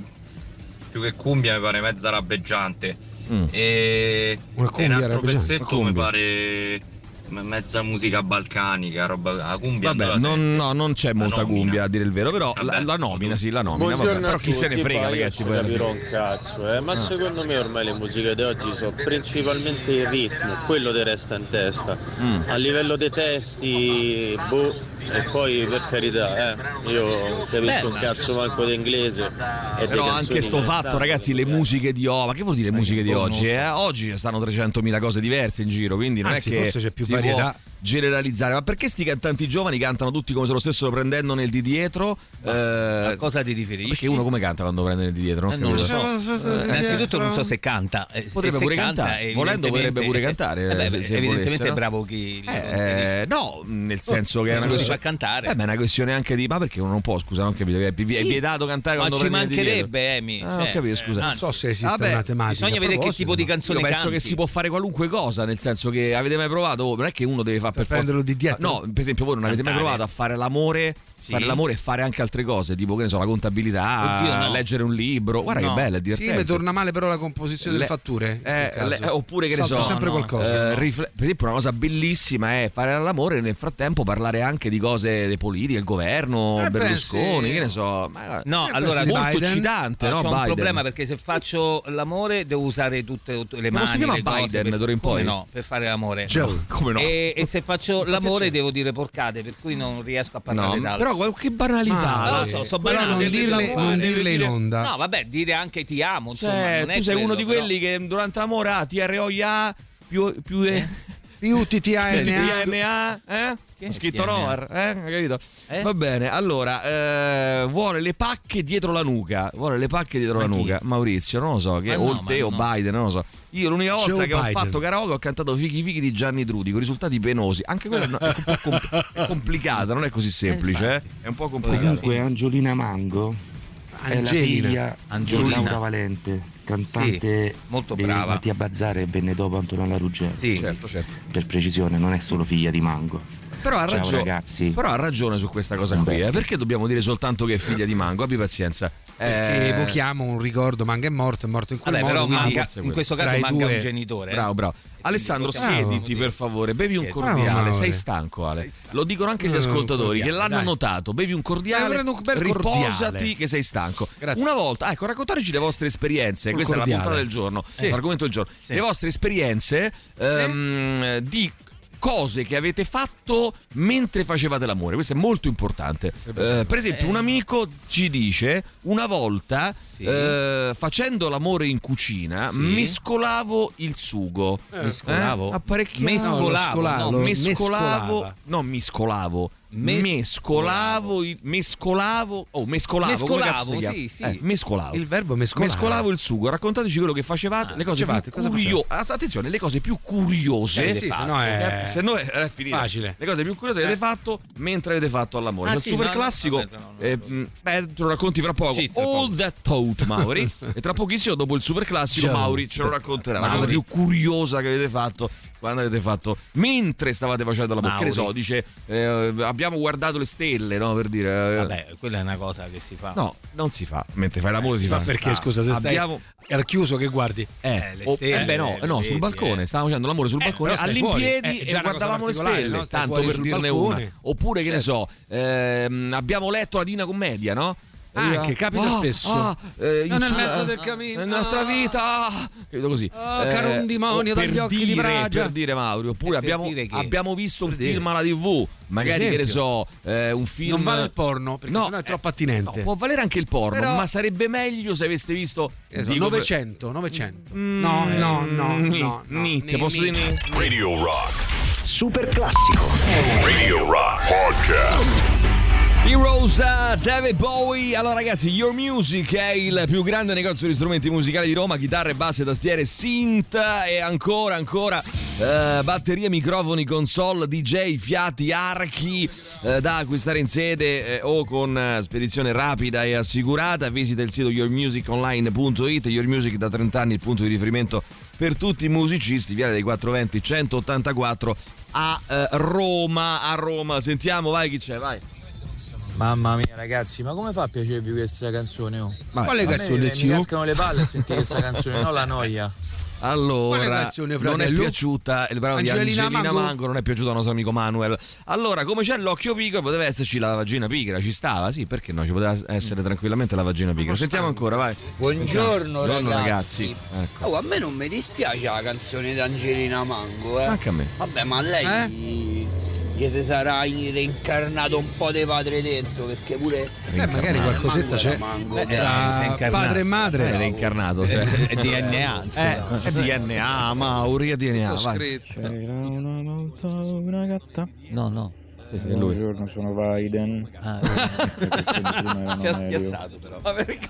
più che cumbia, mi pare mezza rabbeggiante. Mm. E. Una e cumbia un altro rabbeggiante. pezzetto Una mi cumbia. pare. mezza musica balcanica, roba. La cumbia. Vabbè, dove la non, senti? no, non c'è La molta nomina. cumbia a dire il vero, però la, Vabbè. la nomina, sì, la nomina, vabbè, Buongiorno però a chi se ne tutti, frega, poi io ragazzi, ci poi alla capirò fine. un cazzo, eh, ma Ah. secondo me ormai le musiche di oggi sono principalmente il ritmo, quello ti resta in testa. Mm. A livello dei testi, boh, e poi per carità, eh, io non capisco un cazzo manco di inglese. E Però dei anche sto canzoni fatto, ragazzi, le musiche di oggi, ma che vuol dire musiche di oggi? Eh? Oggi stanno trecentomila cose diverse in giro, quindi non Anzi, è che forse c'è più si varietà. può generalizzare. Ma perché sti cantanti giovani cantano tutti come se lo stessero prendendo nel di dietro? A Eh, cosa ti riferisci? perché uno come canta quando prende nel di dietro? Non, Eh, non lo capito. so. Eh, innanzitutto non so se canta. Eh, Potrebbe e se pure canta, cantare, volendo potrebbe pure cantare, Eh beh, se- se evidentemente volesse, è no? bravo chi lo Eh, no, nel senso Oh, che se è una non lo questione fa cantare. Eh, ma è una questione anche di ma perché uno non può, scusa, non capito, è vi- è Sì. vietato cantare Ma quando ci prende nel di dietro. mancherebbe, Emi. Ah, cioè, ho capito, scusa. eh, Non so se esiste Vabbè, una tematica. bisogna a vedere che proposito, tipo di ma- canzone Io penso canti. che si può fare qualunque cosa, nel senso che avete mai provato, oh, non è che uno deve fare per forza prenderlo di dietro? No, per esempio voi non avete mai Cantare. provato a fare l'amore, Sì. fare l'amore e fare anche altre cose, tipo che ne so, la contabilità, Oddio, no. leggere un libro. Guarda No. che bello, è Sì, divertente. mi torna male però la composizione Le- delle fatture. Eh, nel caso. le- oppure che ne Salto so, sempre no, qualcosa. Eh, no. rifle- per esempio una cosa bellissima è fare l'amore e nel frattempo parlare anche di cose di politica, il governo, Eh, beh, Berlusconi, sì. che ne so. Ma- No, Eh, allora questo di molto Biden. eccitante, Ah, no? c'ho un Biden. problema perché se faccio l'amore devo usare tutte, tutte le Ma non mani, si chiama le cose Biden per- d'ora in come poi? no, per fare l'amore. Cioè, come no? E, e se faccio l'amore piacere. devo dire porcate, per cui non riesco a parlare No, d'altro. però che banalità. Ma- No, Ale. lo so, so Però banale, non dire dirle- l'amore, non deve dirle in dire- onda. No, vabbè, dire anche ti amo, insomma, Cioè, non è tu sei quello, uno di però. quelli che durante l'amore ha T R O I A più, più eh? Più T T A N A. T N A, eh? Che Ha scritto T N A? Roar, eh? Hai capito? Eh? Va bene, allora, eh, vuole le pacche dietro la nuca. Vuole le pacche dietro Ma la chi? nuca. Maurizio, non lo so, che Ma o no, te ma o no. Biden, non lo so. Io l'unica volta Joe che ho Biden. fatto karaoke ho cantato Fighi Fighi di Gianni Trudi con risultati penosi. Anche quella è un po' compl- è complicata, non è così semplice, eh? È un po' complicata. Comunque Angiolina Mango è la Angelina. figlia Angiolina. di Laura Valente, cantante Sì, molto di brava. Mattia Bazzara e venne dopo Antonella Ruggero. Sì. Certo, certo. Per precisione, non è solo figlia di Mango. Però ha Ciao, ragione. ragazzi. Però ha ragione su questa cosa qui, eh? Perché dobbiamo dire soltanto che è figlia di Mango? Abbi pazienza. Perché Eh, evochiamo un ricordo, Manga è morto, è morto in quel Vabbè, modo. però quindi manca- forse in questo tra caso i manca due- un genitore. eh. Bravo, bravo. Alessandro, possiamo siediti dire- per favore, bevi un Siediti. cordiale. Bravo, Sei Maure. stanco, Ale. Sei stanco. Lo dicono anche gli Mm, ascoltatori cordiale, che l'hanno dai. notato. Bevi un cordiale, Dai, prendo un bel riposati cordiale. che sei stanco. Grazie. Una volta, ecco, raccontateci le vostre esperienze. Un Questa è cordiale. la puntata del giorno, Sì. l'argomento del giorno. Sì. Le vostre esperienze ehm, di cose che avete fatto mentre facevate l'amore. Questo è molto importante. Eh, per esempio, un amico ci dice: una volta Sì. eh, facendo l'amore in cucina Sì. mescolavo il sugo. Eh. Mescolavo? Eh? Apparecchiavo. Mescolavo, no, no, mescolavo. mescolava. No, mescolavo. Mes- mescolavo il mescolavo oh mescolavo come cazzo si Mescolavo, chiama? sì, sì. Eh, mescolavo Il verbo mescolare. mescolavo il sugo. Raccontateci quello che facevate, Ah, le cose facevate, più cosa curiose. Attenzione, le cose più curiose. Eh sì, se no è- Eh, se no è, è finita. Facile. Le cose più curiose che avete fatto mentre avete fatto all'amore. Ah, Il sì, super no, no, classico. vabbè, no, no, eh, mh, beh, te lo racconti fra poco. Sì, tra All poco. That Thought, Mauri. E tra pochissimo, dopo il super classico, Ciao. Mauri ce lo racconterà. La Mauri. cosa più curiosa che avete fatto quando avete fatto mentre stavate facendo l'amore. Che ne so, Mauri. dice eh, abbiamo guardato le stelle, no? Per dire. eh, Vabbè, quella è una cosa che si fa. No, non si fa. Mentre fai l'amore Eh, si si fa. fa Perché scusa, se stai Abbiamo- era chiuso che guardi. Eh, Eh, le oh, stelle, eh beh no, le no, sul vedi, balcone, eh. stavamo facendo l'amore sul Eh, balcone però stai all'impiedi fuori. Eh, è e già una guardavamo cosa le particolare, stelle, no? Stai tanto fuori per sul dirne balcone. una. Oppure che ne so, ehm, abbiamo letto la Divina Commedia, no? Anche, capita Ah, spesso. ah, eh, Non nel in- mezzo ah, del cammino. nella nostra vita, ah, capito così. Ah, caro un demonio o dagli per occhi di dire, Bragia. per dire Mauri, oppure Per abbiamo, dire che- abbiamo visto un Per dire. film alla tivù, magari che ne so, eh, un film. Non vale il porno, perché No, sennò è troppo No, attinente. può valere anche il porno, Però- ma sarebbe meglio se aveste visto Che so, dico, novecento, novecento. Mm, No, no, no, ni- no, no. ni- Ni- te posso ni- dire ni- Radio Rock. Super classico. Radio Rock Podcast. Heroes, uh, David Bowie. Allora ragazzi, Your Music è il più grande negozio di strumenti musicali di Roma, chitarre, basse, tastiere, synth e ancora, ancora uh, batterie, microfoni, console, D J, fiati, archi uh, da acquistare in sede eh, o con uh, spedizione rapida e assicurata. Visita il sito your music online punto it. Your Music da trenta anni il punto di riferimento per tutti i musicisti, Viale dei quattrocentoventi centottantaquattro a uh, Roma, a Roma. Sentiamo, vai chi c'è, vai. Mamma mia ragazzi, ma come fa a piacervi questa canzone? Oh? Quale A me canzone, mi zio? cascano le palle a sentire questa canzone, non la noia. Quale Allora, canzone, non è fratello? piaciuta il brano Angelina di Angelina Mango? Mango, non è piaciuto al nostro amico Manuel. Allora, come c'è l'occhio pigro, poteva esserci la vagina pigra, ci stava, sì, perché no? Ci poteva essere tranquillamente la vagina pigra. Sentiamo ancora, vai. Buongiorno, Buongiorno ragazzi. ragazzi. Ecco. Oh, a me non mi dispiace la canzone di Angelina Mango, eh. Anche a me. Vabbè, ma lei Eh? gli, gli si sarà in- reincarnato un po' di padre dentro, perché pure Eh, magari qualcosetta c'è. Mango, Eh, bravo. è incarnato. Padre e madre. Era incarnato, cioè. È D N A, insomma. Eh, è D N A, Mauri, è D N A, Tutto vai. scritto. C'era una volta una gatta. No, no. Sì, sì, è lui. Buongiorno, sono Biden. Ah, Ci ha spiazzato però. Ma perché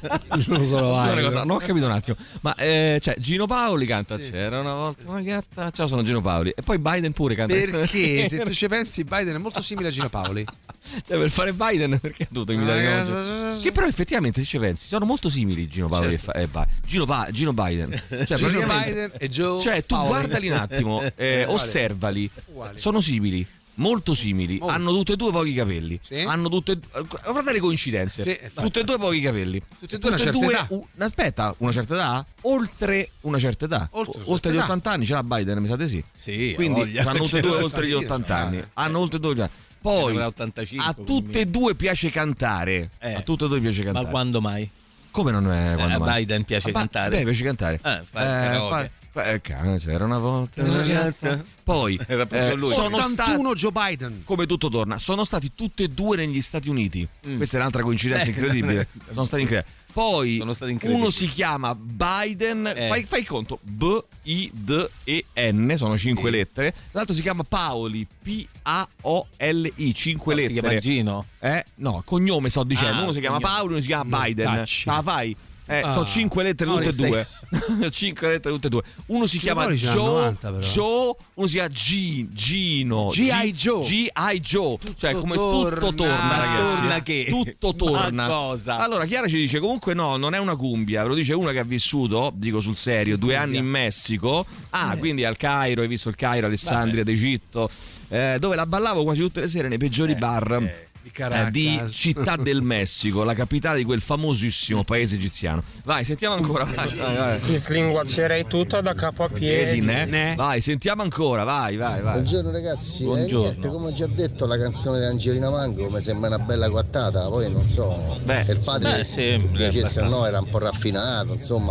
Non solo Scusa vai, una cosa, no? non ho capito un attimo. Ma eh, cioè Gino Paoli canta Sì. C'era una volta una gatta. Ciao, sono Gino Paoli. E poi Biden pure canta. Perché se tu ci pensi Biden è molto simile a Gino Paoli. Cioè, per fare Biden perché ha dovuto imitare Ah, Gino? Che però effettivamente se ci pensi sono molto simili Gino Paoli Certo. e, fa- e Bi- Gino, Pa- Gino Biden. Cioè, Gino praticamente- Biden e Joe Cioè tu Paoli. guardali un attimo, eh, osservali. Uguali. Sono simili. Molto simili, Molto. hanno tutte e due pochi capelli. Sì. Hanno tutte e due. Guardate le coincidenze. Sì, infatti. tutte e due pochi capelli. Tutte e due una certa età. u- aspetta, una certa età? Oltre una certa età. Oltre una O- oltre certa gli età. ottanta anni ce l'ha Biden, mi sa di sì. Sì, Quindi voglia. hanno tutte e due oltre gli ottantino, ottanta anni. cioè. Hanno oltre due anni. Poi Avrà ottantacinque, a tutte e quindi. due piace cantare. Eh. A tutte e due piace Ma cantare. quando mai? Come non è quando Eh, mai? Biden piace Ah, ba- cantare? Beh, piace cantare. Eh, fa il karaoke. fa- fa- eh, ca- c'era una volta una gatta. Poi Era proprio eh, lui. sono stati ottantuno Joe Biden. come tutto torna, sono stati tutti e due negli Stati Uniti. Mm. Questa è un'altra coincidenza Eh, incredibile. Sono stati incredibili. Poi Sono stati incredibili. uno si chiama Biden, Eh. fai, fai conto, B I D E N, sono cinque Sì. lettere. L'altro si chiama Paoli, P A O L I, cinque Ma si lettere. chiama Gino? Eh? No, cognome sto dicendo. Ah, uno si chiama cognome. Paolo, uno si chiama Biden. Tacci. Ah, fai. Eh, Ah. sono cinque lettere No, tutte e ne due. cinque lettere tutte e due. Uno si Gino chiama Paoli ce n'ha Joe, novanta, però. Joe, uno si chiama G, Gino. G I. Joe. G I. Joe. Cioè, come tutto torna. torna, Ma ragazzi. torna che? Tutto torna. Ma cosa? Allora, Chiara ci dice: comunque, no, non è una cumbia. Ve lo dice una che ha vissuto, dico sul serio, due anni in Messico. Ah, quindi al Cairo, hai visto il Cairo, Alessandria d'Egitto, eh, dove la ballavo quasi tutte le sere nei peggiori bar. Di Eh, Caracas. di Città del Messico, la capitale di quel famosissimo paese egiziano. Vai, sentiamo ancora. Vai, vai, vai. Ti slinguazzerei tutto da capo a piedi. Piedi, né? Vai, sentiamo ancora. Vai, vai, vai. Buongiorno ragazzi, Buongiorno. Eh, niente, come ho già detto la canzone di Angelina Mango mi sembra una bella guattata, poi non so, Beh, il padre beh, sì, piacesse o abbastanza. no era un po' raffinato, insomma,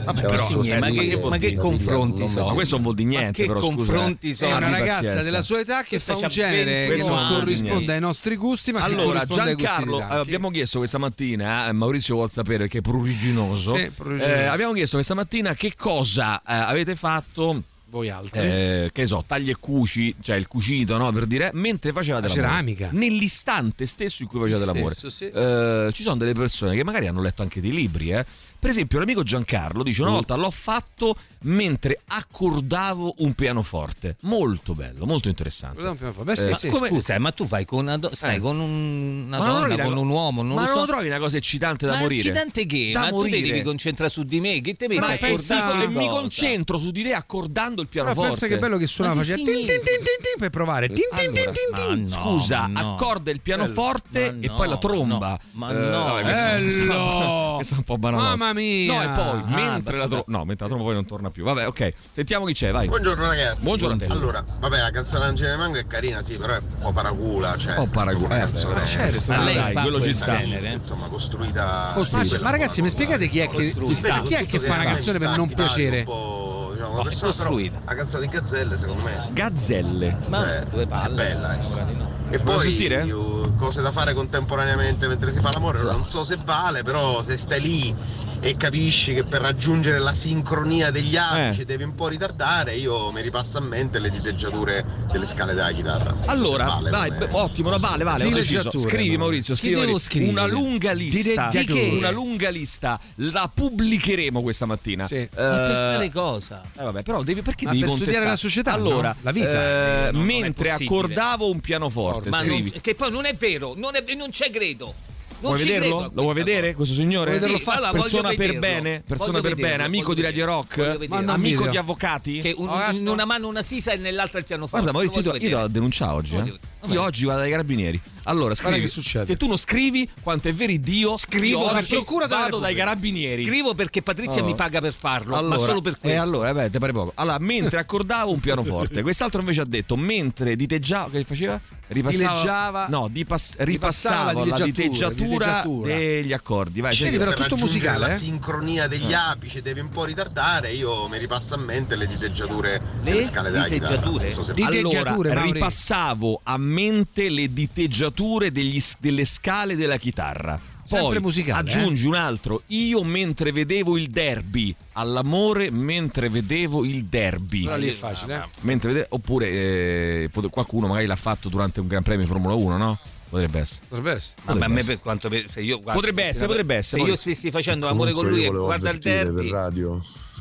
Vabbè, Cioè, però, sì, ma, che, ma che confronti sono? Ma questo non vuol dire niente, che però confronti scusa, sono? È una ragazza pazienza. della sua età che Questa fa un c'ha genere che venti non anni. corrisponde ai nostri gusti, ma allora che corrisponde ai gusti Giancarlo di tanti. abbiamo chiesto questa mattina, eh, Maurizio vuol sapere che è pruriginoso, Sì, pruriginoso. Eh, abbiamo chiesto questa mattina che cosa eh, avete fatto voi altri, eh, che so, tagli e cuci, cioè il cucito, no, per dire, mentre facevate La l'amore, ceramica. nell'istante stesso in cui facevate l'amore. Stesso, sì. Eh, ci sono delle persone che magari hanno letto anche dei libri, eh. Per esempio l'amico Giancarlo dice una Mm. volta l'ho fatto mentre accordavo un pianoforte, molto bello, molto interessante. Beh, sì, Eh, sì, Come, scusa. scusa, ma tu fai con una do- stai Eh. con un- una Ma non donna, trovi con una- un uomo, non ma lo non so. lo trovi una cosa eccitante da ma morire? accidente che? Da ma morire. tu ti devi concentrare su di me, che te metti Ma a pensi accordare che una mi cosa? concentro su di te accordando il Però pianoforte? pensa che bello che suona, Ma che faceva tin, tin, tin, tin, tin, per provare. Tin, tin, tin, tin, Ma tin. no, Scusa, ma no. accorda il pianoforte Ma e no, poi la tromba. no, ma Eh, no. vabbè, questa- questa- Bello. questa è un po' banale. Mamma mia. No, e poi Ah, mentre la tromba, no, mentre la tromba poi non torna più. Vabbè, ok. Sentiamo chi c'è, vai. Buongiorno ragazzi. Buongiorno a te. Allora, vabbè, la canzone Angela Mango è carina, sì, però è un po' paracula, cioè. Oh, paracula. Una Eh, canzone, beh, certo, eh, a lei dai, fa quello quel ci sta. genere. Insomma, costruita. Costruita. Ma, ma ragazzi, mi spiegate chi è che, Costruita. chi è che fa una canzone per non piacere? Un po', diciamo, una No, è persona, però, costruita. la canzone di Gazzelle, secondo me, Gazzelle. Ma eh, due palle. è bella, eh. E Vuoi poi sentire? io, cose da fare contemporaneamente mentre si fa l'amore, non so se vale, però se stai lì e capisci che per raggiungere la sincronia degli apici Eh. devi un po' ritardare, io mi ripasso a mente le diteggiature delle scale della chitarra. Non so se Allora, vale vai, come- beh, ottimo, no, vale, vale, ho deciso. Dileggiature, Scrivi no. Maurizio, Chi scrivi devo Maurizio. scrivere? Una lunga lista. Di che? Una lunga lista. La pubblicheremo questa mattina. Sì. Eh, Ma per fare cosa? eh, vabbè, però devi, perché Ma devi per contestare? studiare la società, Allora, no? La vita. eh, No, non è mentre possibile. accordavo un pianoforte, Ma non, scrivi. che poi non è vero, non, è, non c'è credo. Non Vuoi ci vederlo? credo a Lo vuoi questa vedere cosa. questo signore? Vuoi vederlo fatto? Allora, persona voglio per vederlo. bene, persona Voglio per vederlo, bene, amico voglio di Radio vederlo, Rock, voglio vederlo. amico video. di avvocati. Che un- in una mano una sisa e nell'altra il pianoforte. Guarda Maurizio, io Lo ti voglio io ti vedere. denunciare oggi. Voglio Eh. vedere. Io oggi vado dai carabinieri. Allora scrivi. che succede? Se tu non scrivi, quanto è vero Dio, Scrivo io alla oggi procura della vado dai Repubblica. carabinieri. Scrivo perché Patrizia Oh. mi paga per farlo, Allora, ma solo per E questo. allora, beh, te pare poco. Allora, mentre accordavo un pianoforte, quest'altro invece ha detto mentre diteggiava, che faceva? Ripassava, Dileggiava- no, di pass- ripassava ripassava la la dileggiatura, diteggiatura diteggiatura. degli accordi. Vai, Vedi, senti. però per tutto raggiungere musicale, la eh? sincronia degli Eh. apici devi un po' ritardare, io mi ripasso a mente le diteggiature Le delle scale della chitarra. diseggiature? Non so se Di- Allora, diteggiature, Mauri. ripassavo a mente le diteggiature degli- delle scale della chitarra. Sempre Poi musicale, aggiungi un altro. Io mentre vedevo il derby, all'amore mentre vedevo il derby. Allora lì è facile, eh? Mentre vede- oppure eh, pot- qualcuno magari l'ha fatto durante un Gran Premio di Formula uno, no? Potrebbe essere. Potrebbe essere. Ma a Potrebbe me essere. per quanto per- se io, guarda, Potrebbe se- essere, potrebbe essere, Se io poi- stessi facendo amore con Comunque lui io e volevo guarda il avvertire derby. per radio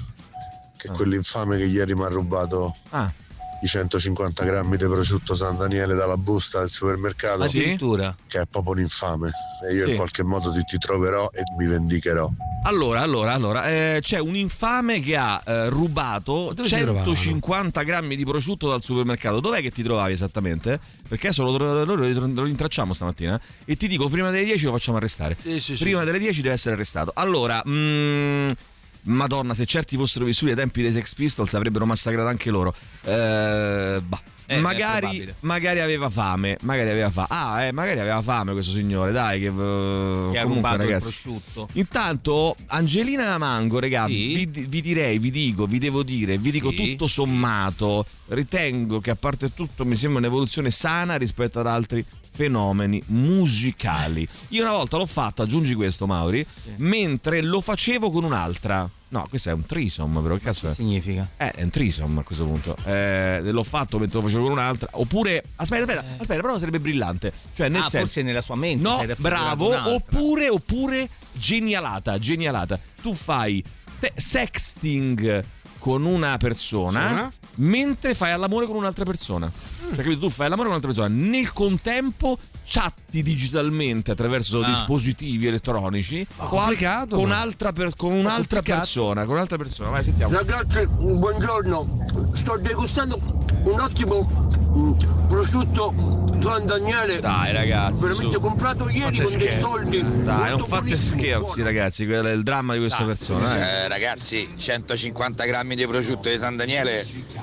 che Ah. quell'infame che ieri mi ha rubato Ah, i centocinquanta grammi di prosciutto San Daniele dalla busta del supermercato, sì? Addirittura. che è proprio un infame, e io Sì. in qualche modo ti, ti troverò e mi vendicherò. Allora, allora, allora, eh, c'è un infame che ha eh, rubato Dove si trovavano? centocinquanta grammi di prosciutto dal supermercato. Dov'è che ti trovavi esattamente? Perché adesso lo, lo, lo, lo- lo rintracciamo stamattina eh? E ti dico, prima delle dieci lo facciamo arrestare. Sì, sì, sì, prima sì. delle dieci deve essere arrestato. Allora, mm, Madonna, se certi fossero vissuti ai tempi dei Sex Pistols avrebbero massacrato anche loro. Eh, bah. Eh, è magari, probabile. magari aveva fame, magari aveva fame. Ah, eh, magari aveva fame questo signore, dai, che, eh, Che ha comunque, rubato il ragazzi. prosciutto. Intanto Angelina Mango, regà, Sì. vi, vi direi, vi dico, vi devo dire, vi dico Sì. tutto sommato, ritengo che a parte tutto mi sembra un'evoluzione sana rispetto ad altri fenomeni musicali. Io una volta l'ho fatto, aggiungi questo Mauri, mentre lo facevo con un'altra. No, questo è un threesome, però che cazzo Che è? significa? Eh, è un threesome a questo punto. Eh, l'ho fatto mentre lo facevo con un'altra. Oppure, aspetta, aspetta, aspetta, però sarebbe brillante. Cioè, nel Ah, senso, forse nella sua mente no, si era raffigurato bravo, un'altra. oppure, oppure genialata, genialata. Tu fai te- sexting con una persona Persona. mentre fai all'amore con un'altra persona. Cioè, capito? Tu fai all'amore con un'altra persona, nel contempo chatti digitalmente attraverso Ah. dispositivi elettronici Ma con, complicato, con, ma- altra per- con un'altra complicato. persona, con un'altra persona. Vai, sentiamo. Ragazzi, buongiorno. Sto degustando un ottimo mm, prosciutto San Daniele. Dai ragazzi, veramente su. comprato ieri Fate con dei scherzi. soldi. Dai, molto non fate buonissimo, scherzi, buono. ragazzi. Quello è il dramma di questa persona. Eh. Eh, ragazzi, centocinquanta grammi di prosciutto di San Daniele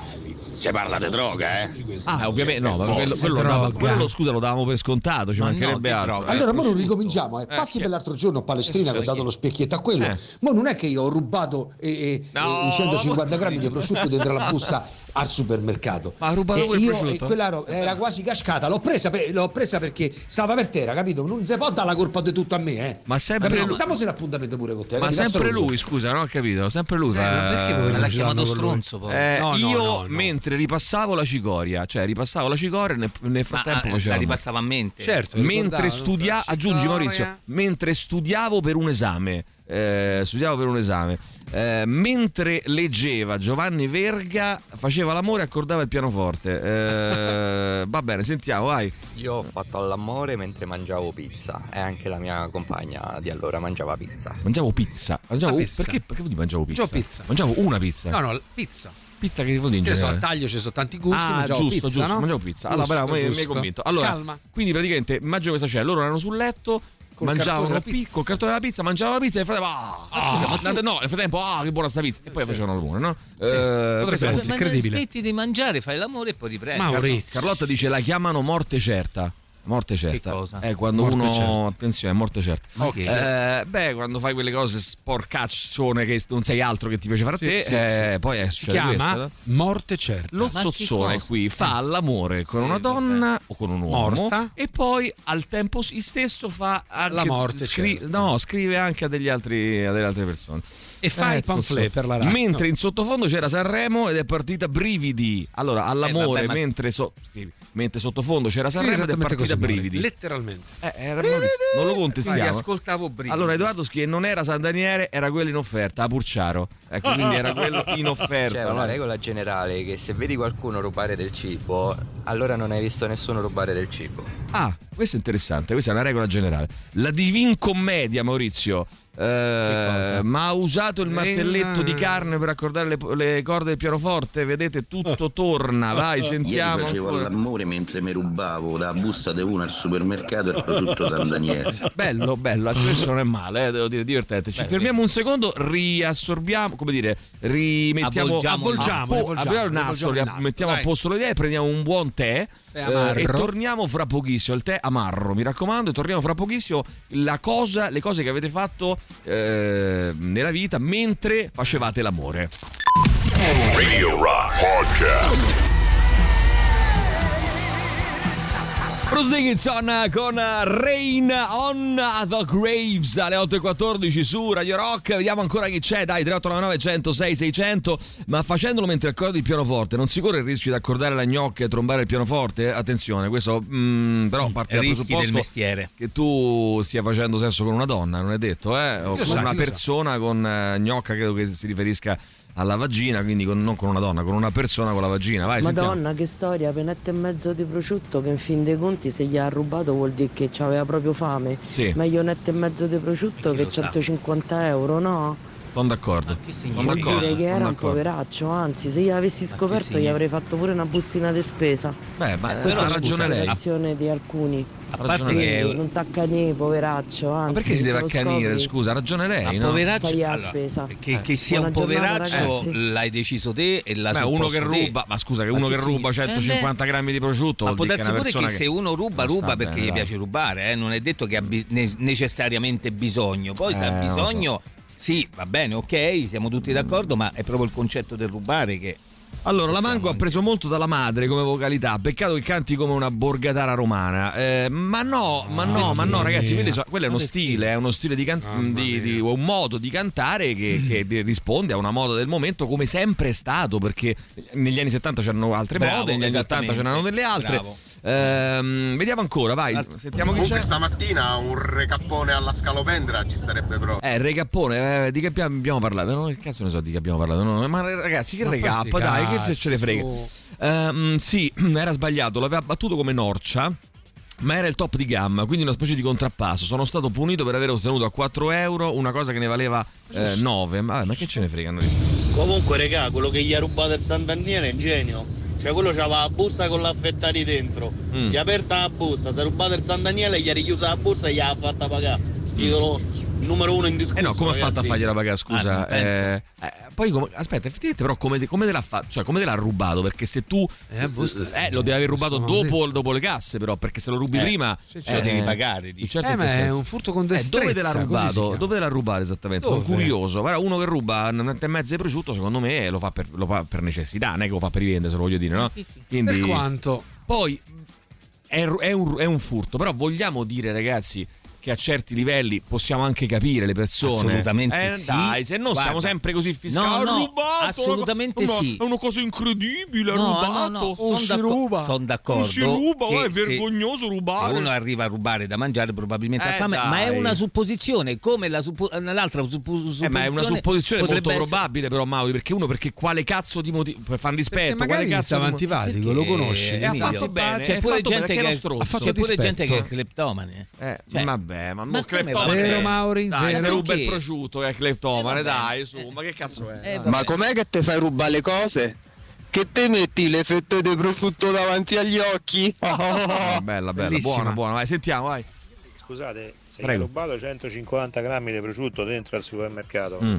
si parla di droga, eh? Ah, ovviamente no, ma quello, quello, droga. no, quello scusa lo davamo per scontato, ci Ma mancherebbe no, altro. droga. eh. Allora, ma non ricominciamo, eh. Passi per l'altro giorno a Palestrina che ho dato lo specchietto a quello. Eh. Ma non è che io ho rubato e, e- No. e i centocinquanta grammi di prosciutto dentro la busta al supermercato. Ma ha rubato E pure il io, prosciutto? e quella ro- era quasi cascata. L'ho presa, per- l'ho presa perché stava per terra, capito? Non si può dare la colpa di tutto a me, eh. Ma sempre Capito? lui- Dammosi un appuntamento pure con te. Ma capito? sempre Stronzo. lui, scusa, non ho capito, sempre lui Sì, fa... ma perché voi Ma l'ha non chiamato girando con lui? stronzo poi. Eh, No, no, io no, no. mentre ripassavo la cicoria, cioè ripassavo la cicoria e nel, nel Ma frattempo ah, facevo la l'amore. ripassava a mente. Certo, mentre ricordavo, studiavo, tutta aggiungi cicoria. Maurizio, mentre studiavo per un esame, eh, studiavo per un esame, eh, mentre leggeva Giovanni Verga, faceva l'amore e accordava il pianoforte. Eh, va bene, sentiamo, vai. Io ho fatto l'amore mentre mangiavo pizza e anche la mia compagna di allora mangiava pizza. Mangiavo pizza. Mangiavo, La pizza. Perché, perché vuol dire mangiavo pizza? Mangiavo pizza. Mangiavo una pizza. No, no, pizza. Pizza che vuol dire in Che so, a generale? taglio ci sono tanti gusti, Ah, mangiavo giusto, pizza, giusto, no? mangiavo pizza. Allora, Giusto, bravo, mi- mi hai giusto. convinto. Allora, Calma. quindi praticamente immagino questa scena. Loro erano sul letto, Col mangiavano cartone la della pi- pizza. col cartone della pizza, mangiavano la pizza e nel frattempo, ah, Ah, scusa, ma ma no, nel frattempo, ah, che buona sta pizza. E poi facevano l'amore, no? Eh, potrebbe questo è essere. Ma incredibile. smetti di mangiare, fai l'amore e poi riprendi. Maurizio. Carlotta dice la chiamano morte certa. Morte certa. Che cosa? Eh, quando Morte uno certa. attenzione, morte certa. Ma che? Eh, beh, quando fai quelle cose sporcaccione che non sei altro che ti piace fare a Sì, te, sì, eh, sì. poi è Si succede questo, chiama no? morte certa. Lo Ma che zozzone cosa? qui fa l'amore con Sì, una donna o con un uomo Morta. e poi al tempo stesso fa anche La morte scri- certa. no, scrive anche a degli altri a delle altre persone. E fa Eh, il pamphlet so- per la radio. Mentre in sottofondo c'era Sanremo ed è partita Brividi. Allora, all'amore, Eh, vabbè, ma- mentre, so- scrivi, mentre sottofondo c'era Sì, Sanremo ed è esattamente partita così, Brividi. letteralmente. Eh, era proprio- non lo Vai, contestiamo. ascoltavo Brividi. Allora Edoardo scrive non era San Daniele, era quello in offerta, a Purciaro. Ecco, quindi era quello in offerta. C'è una vai. regola generale che se vedi qualcuno rubare del cibo, allora non hai visto nessuno rubare del cibo. Ah, questo è interessante, questa è una regola generale. La Divin Commedia, Maurizio. Eh, ma ha usato il martelletto di carne per accordare le, le corde del pianoforte. Vedete, tutto torna. Vai, Ieri sentiamo. facevo ancora. l'amore mentre mi rubavo da busta di uno al supermercato il prosciutto San Daniele. Bello, bello, questo non è male, eh, devo dire, divertente. Ci Beh, fermiamo un secondo, riassorbiamo, come dire, rimettiamo Avvolgiamo il avvolgiamo, nastro, avvolgiamo il avvolgiamo nastro, il ri- nastro, mettiamo dai. a posto le idee, prendiamo un buon tè. Tè eh, amarro. e torniamo fra pochissimo. Il tè amarro, mi raccomando, e torniamo fra pochissimo. La cosa, le cose che avete fatto eh, nella vita mentre facevate l'amore. Radio Rock Podcast. Bruce Dickinson con Rain on the Graves alle otto e quattordici su Radio Rock. Vediamo ancora chi c'è, dai, tre otto nove nove uno zero sei sei zero zero. Ma facendolo mentre accordi il pianoforte non si corre il rischio di accordare la gnocca e trombare il pianoforte? Attenzione, questo mm, però parte dal Rischi del presupposto mestiere. che tu stia facendo sesso con una donna, non è detto, eh? O Lo con sa, una chi lo sa. persona con eh, gnocca, credo che si riferisca alla vagina, quindi con- non con una donna, con una persona con la vagina. Vai, sentiamo. Madonna, che storia, penetta e mezzo di prosciutto che in fin dei conti se gli ha rubato vuol dire che aveva proprio fame. Sì. Meglio netto e mezzo di prosciutto Chi che lo sa? centocinquanta euro, no? Sono d'accordo. Che Sono Vuol d'accordo. dire che sono era un d'accordo. poveraccio, anzi se gli avessi scoperto gli significa? avrei fatto pure una bustina di spesa. Beh, ma Questa ha è la ragione lei. reazione di alcuni. A ragione parte lei. che Quindi non t'accanì, poveraccio, anzi. Ma perché si deve se lo accanire? scopri, Scusa, ha ragione lei, Ma no? poveraccio, Taglia la allora, spesa. che, che sia Buona un giornata, poveraccio ragazzi. l'hai deciso te e l'ha Beh, supposto uno che te. ruba, ma scusa, che Ma uno chi che si- ruba Eh, centocinquanta beh, grammi di prosciutto ma vuol può dire che è darsi una pure che persona se uno ruba, non sta ruba perché bene, gli dai. piace rubare, eh? Non è detto che ha bi- ne- necessariamente bisogno. Poi se Eh, ha non lo bisogno, sì, va bene, ok, siamo tutti d'accordo, ma è proprio il concetto del rubare che... Allora, la Mango ha preso molto dalla madre come vocalità. Peccato che canti come una borgatara romana. Eh, ma no, ma no, ma no, ragazzi, quello, so- quello è uno stile, è uno stile di, can- di, di un modo di cantare che, che risponde a una moda del momento, come sempre è stato, perché negli anni settanta c'erano altre Bravo, mode, negli anni ottanta esattamente. c'erano delle altre. Bravo. Ehm, vediamo ancora, vai, sentiamo chi Comunque c'è. stamattina un recappone alla scalopendra ci starebbe proprio. Eh, recappone, eh, di che abbiamo, abbiamo parlato? No, che cazzo ne so di che abbiamo parlato? No, ma ragazzi, che Ma recap, questi dai, che cazzi, ce ne frega. su. Ehm, sì, era sbagliato, l'aveva battuto come Norcia. Ma era il top di gamma, quindi una specie di contrappasso. Sono stato punito per aver ottenuto a quattro euro una cosa che ne valeva eh, nove. Ma, vabbè, ma che ce ne fregano di sta- Comunque, regà, quello che gli ha rubato il San Daniele è un genio. Cioè, quello c'aveva la busta con l'affettati dentro. Mm. Gli ha aperta la busta, si è rubato il San Daniele, gli ha richiusa la busta e gli ha fatta pagare. Titolo numero uno in discussione. Eh no, come ha fatto a fargliela pagare, scusa? Ah, eh, eh, poi come, aspetta, effettivamente però come, come te l'ha fatto? Cioè come te l'ha rubato? Perché se tu eh, eh, lo devi aver rubato dopo, dopo le casse, però, perché se lo rubi eh, prima sì, cioè, eh, devi pagare. Di certo eh, ma è un furto con destrezza. Eh, dove te l'ha rubato? Dove te l'ha rubato esattamente? Dove? Sono curioso. Guarda, uno che ruba un e mezzo di prosciutto, secondo me lo fa per, lo fa per necessità, non è che lo fa per rivendere, se lo voglio dire, no? Quindi, per quanto? Poi è, è, un, è un furto, però vogliamo dire, ragazzi, che a certi livelli possiamo anche capire le persone. Assolutamente eh, sì. Dai, se no Guarda, siamo sempre così fiscali. No, no, rubato, assolutamente una, sì. È una cosa incredibile, no, rubato. No, no, oh, sono si d'accordo, ruba. Son d'accordo. Non si ruba, che è vergognoso rubare. Uno arriva a rubare da mangiare, probabilmente eh, ha fame, dai. ma è una supposizione, come la suppo- l'altra supposizione. Eh, ma è una supposizione molto essere... probabile, però, Mauri, perché uno, perché quale cazzo di motivo, per far dispetto, perché magari quale cazzo stava di antipatico, lo conosci, e ha fatto bene, c'è pure gente che c'è pure gente che è cleptomane. Eh, cioè, vabbè, ma, ma mo cleptomane. Vero, Mauri, dai, vero. se ruba il prosciutto che è cleptomane, eh, dai, su, ma che cazzo è? Eh, ma com'è che te fai rubare le cose? Che te metti le fette di prosciutto davanti agli occhi? Oh, oh, oh. Bella, bella, buona, buona, vai, sentiamo, vai. Scusate, se Prego. hai rubato centocinquanta grammi di prosciutto dentro al supermercato, Mm.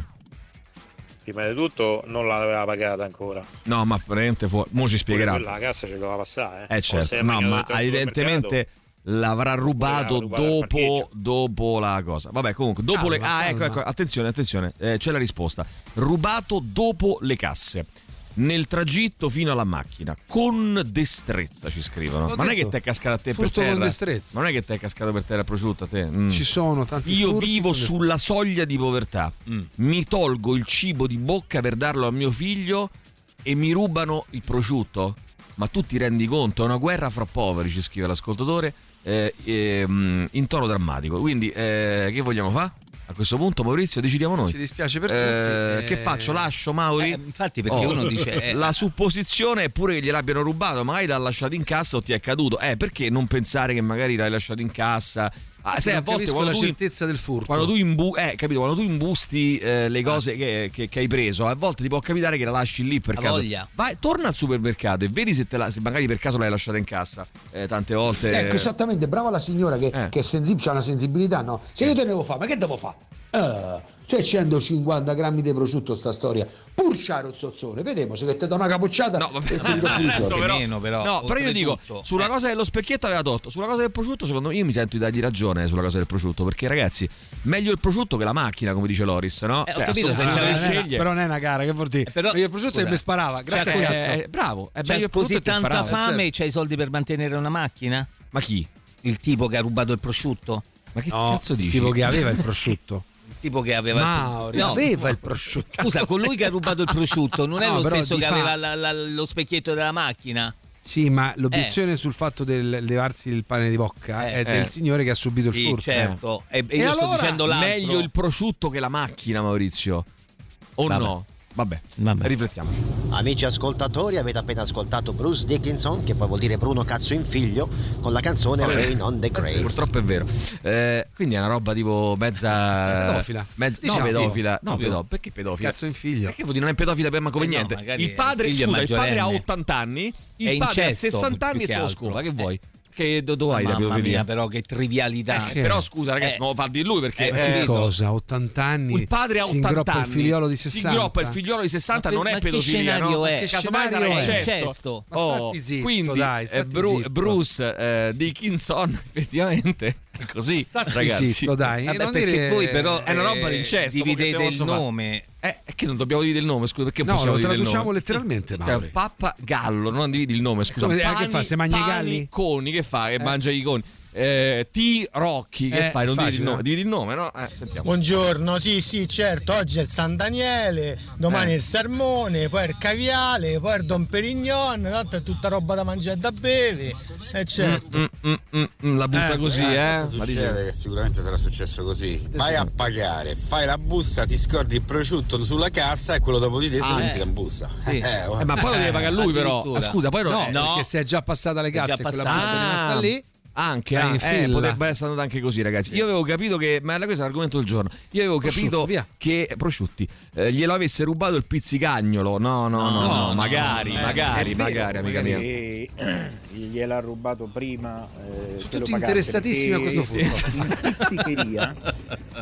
prima di tutto non l'aveva pagata ancora. No, ma veramente fu- mo ci spiegherà. Quella la cassa ci doveva passare, eh. Eh certo, no, ma evidentemente l'avrà rubato, rubato dopo, dopo la cosa. Vabbè, comunque, dopo calma, le ah, ecco, ecco, attenzione, attenzione, eh, c'è la risposta. Rubato dopo le casse. Nel tragitto fino alla macchina con destrezza, ci scrivono. L'ho ma non è detto, che ti è cascato a te per furto terra? con destrezza. Ma non è che ti è cascato per terra il prosciutto a te? Mm. Ci sono tanti Io furti vivo con sulla soglia di povertà. Mm. Mi tolgo il cibo di bocca per darlo a mio figlio e mi rubano il prosciutto? Ma tu ti rendi conto? È una guerra fra poveri, ci scrive l'ascoltatore, eh, eh, in tono drammatico. Quindi, eh, che vogliamo fare? A questo punto, Maurizio, decidiamo noi. Ci dispiace per eh, tutti. Che faccio? Lascio Mauri? Eh, infatti, perché oh, uno dice eh, la supposizione è pure che gliel'abbiano rubato, magari l'ha lasciato in cassa o ti è caduto. Eh, perché non pensare che magari l'hai lasciato in cassa? Ah, sai, a volte quando la tu, certezza del furto. Quando tu, imbu- eh, capito, quando tu imbusti eh, le cose che, che, che hai preso, a volte ti può capitare che la lasci lì per la caso. Voglia. Vai, torna al supermercato e vedi se, te la, se magari per caso l'hai lasciata in cassa. Eh, tante volte. Ecco, esattamente, brava la signora che, eh. che è sensibile, c'ha una sensibilità, no? Se io te ne devo fare, ma che devo fare? Uh, c'è centocinquanta grammi di prosciutto sta storia, pur c'ha il zozzone, vediamo se che ti do una capocciata. No, vabbè, e ti do adesso però, meno, però, no, però io dico tutto, sulla eh. cosa dello specchietto aveva tolto, sulla cosa del prosciutto secondo me io mi sento di dargli ragione sulla cosa del prosciutto, perché ragazzi meglio il prosciutto che la macchina, come dice Loris, no? Eh, ho capito, se c'è sceglie. Però non è una gara, che vuol dire? Però, il prosciutto scusa, che mi sparava, grazie cioè, a cazzo. Eh, bravo, è c'è meglio il prosciutto così che ti tanta sparava, fame, certo. c'hai i soldi per mantenere una macchina? Ma chi? Il tipo che ha rubato il prosciutto? Ma che no, cazzo dici? Il tipo che aveva il prosciutto. Tipo che aveva Mauri, il... no, aveva il prosciutto. Scusa, colui che ha rubato il prosciutto non è no, lo stesso che fa... aveva la, la, lo specchietto della macchina? Sì, ma l'obiezione eh. sul fatto del levarsi il pane di bocca eh, è del eh. signore che ha subito il sì, furto. certo. Eh. E, e io e sto allora, dicendo l'altro. Meglio il prosciutto che la macchina, Maurizio. O Vabbè. no? Vabbè, Vabbè. riflettiamoci. Amici ascoltatori, avete appena ascoltato Bruce Dickinson, che poi vuol dire Bruno cazzo in figlio, con la canzone Vabbè. Rain on the Grave. Purtroppo è vero. Eh, quindi è una roba tipo mezza pedofila. Mezza, Diciamo. no, pedofila. No, No, pedofila. Perché pedofila? Cazzo in figlio. Perché vuol dire non è pedofila per manco per Eh no, niente. magari Il padre, il figlio scusa, è il padre ha maggiorenne. ottanta anni, il È padre ha incesto, sessanta anni più e se che lo altro. scopa. Che Eh. vuoi? Che do- dove hai da Mamma pedofilia? mia, però che trivialità. Eh, però scusa ragazzi, Eh. ma lo fa di lui perché Eh, eh, Che cosa? ottanta anni? il padre ha si ottanta ingroppa anni, il figliolo di sessanta. si ingroppa il figliolo di sessanta, Ma non che- è ma che pedofilia, scenario no? è? Che scenario sarà è? incesto. Incesto. Ma Oh, stati zitto, quindi dai, eh, stati Bru- zitto. Bruce eh, Dickinson effettivamente è così, Stati ragazzi. zitto, dai. Vabbè, non perché dire- voi però È una roba eh, d'incesto, mo che dividete te il posso fare? nome. Eh, è che non dobbiamo dividere il nome, scusa, perché No, possiamo lo dividere il traduciamo nome? letteralmente, Cioè, Mauri. Pappa Gallo, non dividi il nome, scusa. Come- eh, Pani, che fa, se mangia i pani, galli? coni, che fa? Che mangia i coni. Eh, T. Rocchi, che Eh, fai? Non dividi il facile, nome, eh. dividi il nome, no? Eh, sentiamo. Buongiorno, sì sì certo, oggi è il San Daniele, domani Eh. il sermone, poi il caviale, poi il Don Perignon, tanto è tutta roba da mangiare e da bere, e certo. Mm, mm, mm, mm, la butta Eh, così, eh, eh? cosa Ma succede? dice- Che sicuramente sarà successo così. Vai a pagare, fai la busta, ti scordi il prosciutto sulla cassa e quello dopo di te si Ah, unifica eh. in busta. Sì. Eh, Eh, ma poi lo deve pagare lui, però. addirittura. Ah, scusa, poi No, no, perché se è già passata le È già casse e quella passata. busta è rimasta Ah. lì. Anche, Vai in ah, eh, fila. potrebbe essere andata anche così, ragazzi. Io avevo capito che, ma questo è l'argomento del giorno. Io avevo Prosciutto, capito via. che prosciutti eh, glielo avesse rubato il pizzicagnolo. No, no, no, no, No, no, magari, no, magari, è magari, amica mia. E gliel'ha rubato prima. Eh, Sono che lo tutti pagasse, interessatissimi a questo perché furto. in pizzicheria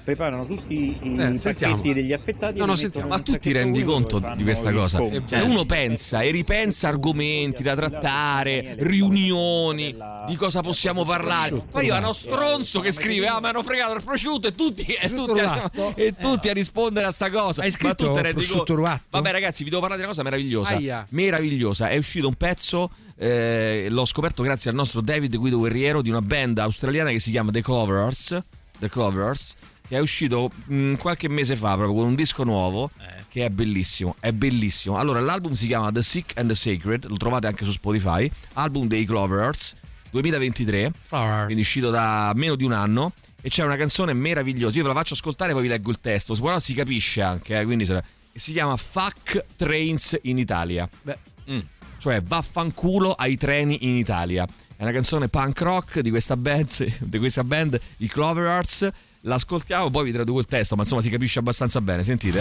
preparano tutti i Eh, sentiamo. pacchetti degli affettati. No, e no, li sentiamo. mettono Ma in tu un ti rendi sacchetto conto unico di e questa fanno il cosa? conto. Cioè, uno pensa e ripensa argomenti da trattare, riunioni, di cosa possiamo parlare. Poi arriva uno stronzo che scrive: ah, mi hanno fregato il prosciutto, e tutti, e tutti, a, e tutti a rispondere a sta cosa. Hai scritto Ma tu te rendi prosciutto conto? ruatto? Vabbè, ragazzi, vi devo parlare di una cosa meravigliosa. Aia. Meravigliosa. È uscito un pezzo. Eh, l'ho scoperto grazie al nostro David Guido Guerriero, di una band australiana che si chiama The Cloverers. The Cloverers, che è uscito mh, qualche mese fa proprio con un disco nuovo eh. che è bellissimo, è bellissimo. Allora, l'album si chiama The Sick and the Sacred, lo trovate anche su Spotify, album dei Cloverers duemilaventitré, quindi uscito da meno di un anno, e c'è una canzone meravigliosa. Io ve la faccio ascoltare, poi vi leggo il testo, se però si capisce anche, eh, quindi se... e si chiama Fuck Trains in Italia. Beh, mm. cioè vaffanculo ai treni in Italia. È una canzone punk rock di questa band, di questa band, i Cloverers. L'ascoltiamo, poi vi traduco il testo, ma insomma si capisce abbastanza bene. Sentite.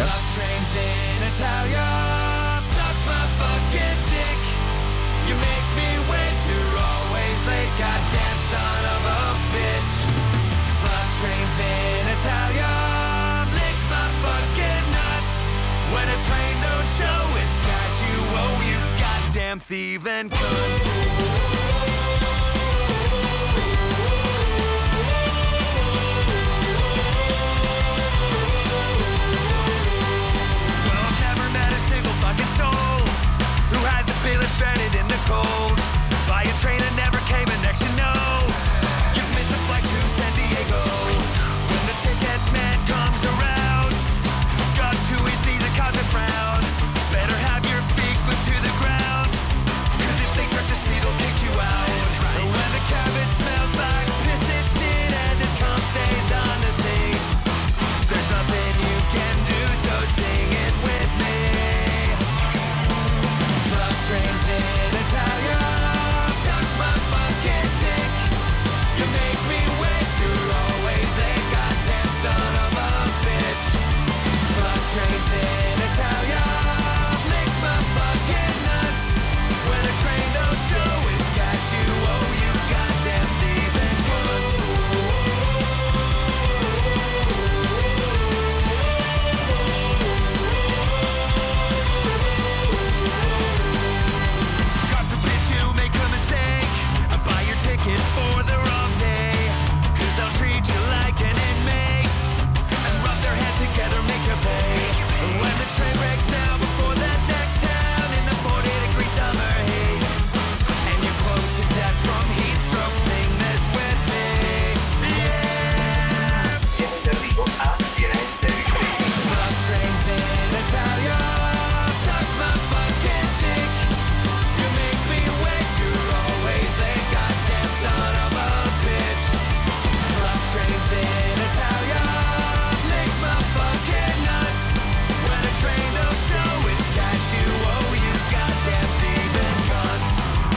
Thieving cunt. Stranded in the cold. By a train that never came, and next you know you've missed a flight to San Diego. When the ticket man comes around, got too easy to cause a frown. Better have your feet glued to the ground, cause if they drink the seat, they'll kick you out. When the cabin smells like piss and shit, and this cum stays on the seat, there's nothing you can do, so sing it with me. Fuck trains in Italia, suck my fucking dick. You make me wait, you're always the goddamn son of a bitch. Fuck trains in Italia, make my fucking nuts. When a train don't show its cash, you owe you goddamn thieving cunts. God forbid you make a mistake and buy your ticket for the wrong day, cause they'll treat you like an inmate and rub their hands together, make you pay. And when the train breaks down before the next town in the forty degree summer heat, and you're close to death from heat stroke, sing this with me. Yeah. Fuck trains in Italia, suck my fucking dick. You make me wait, you're always the goddamn son of a bitch. Fuck trains in Italia, make my fucking nuts. When a train don't show its cash, you owe you goddamn thieving cunts.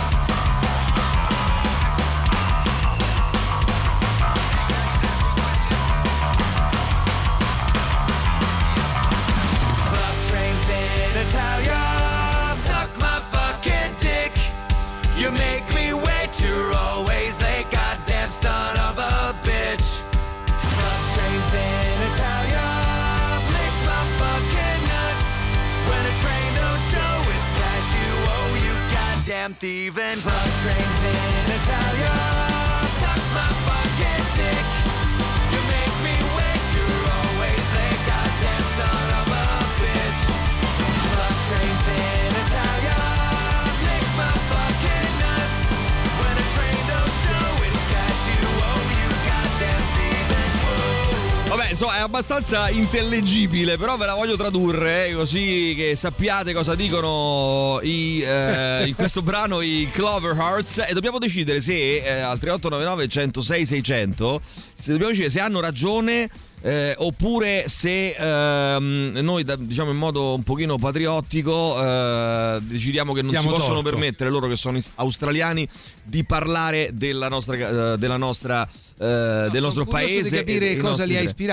Fuck trains in Italia, suck my fucking dick. You make me wait, you're always the goddamn son of a bitch. Fuck trains in Italia, make my fucking nuts. When a train don't show its cash, you owe you goddamn thieving. Fuck trains in Italia, suck my fucking dick. You make me wait, you're always the goddamn son of a bitch. Fuck trains in Italia, make my fucking nuts. When a train don't show its cash, you owe you goddamn thieving cunts. Vabbè, so, è abbastanza intellegibile, però ve la voglio tradurre, eh, così che sappiate cosa dicono i, eh, in questo brano i Cloverhearts, e dobbiamo decidere se eh, al tre otto nove nove centosei seicento, se dobbiamo decidere se hanno ragione, eh, oppure se ehm, noi, da, diciamo in modo un pochino patriottico, eh, decidiamo che non Diamo si possono torto. permettere, loro che sono is- australiani, di parlare della nostra, eh, della nostra eh, del nostro Sono curioso paese di capire e dei cosa nostri li ha tre. ispirati, se un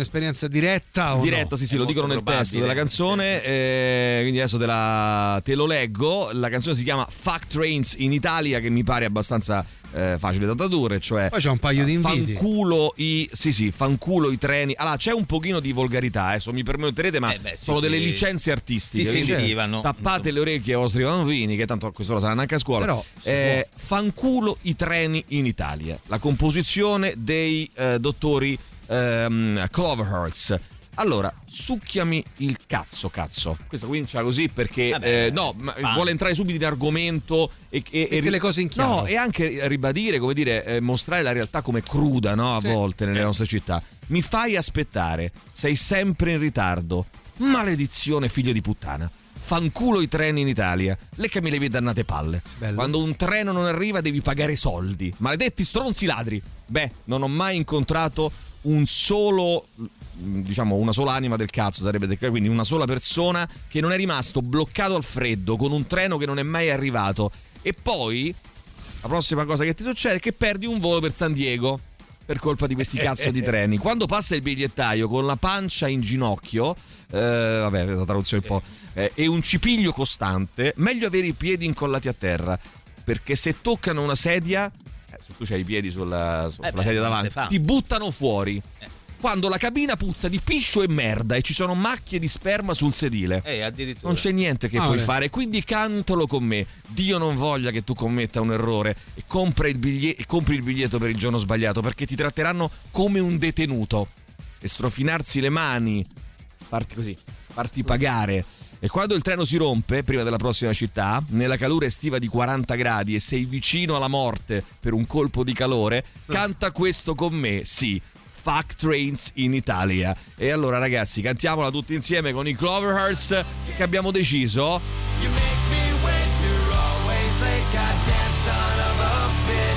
esperienza diretta o diretta, no? sì, sì, È lo dicono nel probabile, testo della canzone, eh, quindi adesso te, la, te lo leggo. La canzone si chiama Fuck Trains in Italia, che mi pare abbastanza eh, facile da tradurre, cioè poi c'è un paio di inviti. Fanculo i sì sì, fanculo i treni. Allora c'è un pochino di volgarità, adesso mi permetterete, ma eh beh, sì, sono sì. delle licenze artistiche. Sì, quindi sentivano, tappate insomma. le orecchie ai vostri bambini, che tanto questo lo saranno anche a scuola. Però, eh, fanculo i treni in Italia. La composizione dei eh, dottori ehm, Cloverhearts. Allora, succhiami il cazzo, cazzo. Questo comincia così perché Vabbè, eh, no, ma fan. vuole entrare subito in argomento e, e, Mette e le cose in chiaro. No, e anche ribadire, come dire, eh, mostrare la realtà come cruda, no, a Sì. volte nelle nostre città. Mi fai aspettare, sei sempre in ritardo. Maledizione, figlio di puttana. Fanculo i treni in Italia. Leccami le mie dannate palle. Bello. Quando un treno non arriva devi pagare soldi. Maledetti stronzi ladri. Beh, non ho mai incontrato un solo, diciamo una sola anima del cazzo sarebbe detto, quindi una sola persona che non è rimasto bloccato al freddo con un treno che non è mai arrivato. E poi la prossima cosa che ti succede è che perdi un volo per San Diego per colpa di questi cazzo di treni. Quando passa il bigliettaio con la pancia in ginocchio, eh, vabbè, la traduzione un po', eh, e un cipiglio costante, meglio avere i piedi incollati a terra, perché se toccano una sedia, eh, se tu c'hai i piedi sulla, sulla Eh beh, sedia non davanti, si fa. ti buttano fuori. Quando la cabina puzza di piscio e merda e ci sono macchie di sperma sul sedile. Eh, addirittura. Non c'è niente che Ah, puoi vabbè. fare, quindi cantalo con me. Dio non voglia che tu commetta un errore e compri il biglietto, e compri il biglietto per il giorno sbagliato, perché ti tratteranno come un detenuto. E strofinarsi le mani, farti così, farti pagare. E quando il treno si rompe, prima della prossima città, nella calura estiva di quaranta gradi e sei vicino alla morte per un colpo di calore, canta questo con me, sì. Fuck Trains in Italia. E allora ragazzi, cantiamola tutti insieme con i Cloverhearts, che abbiamo deciso. You make me wait, you're always late, goddamn son of a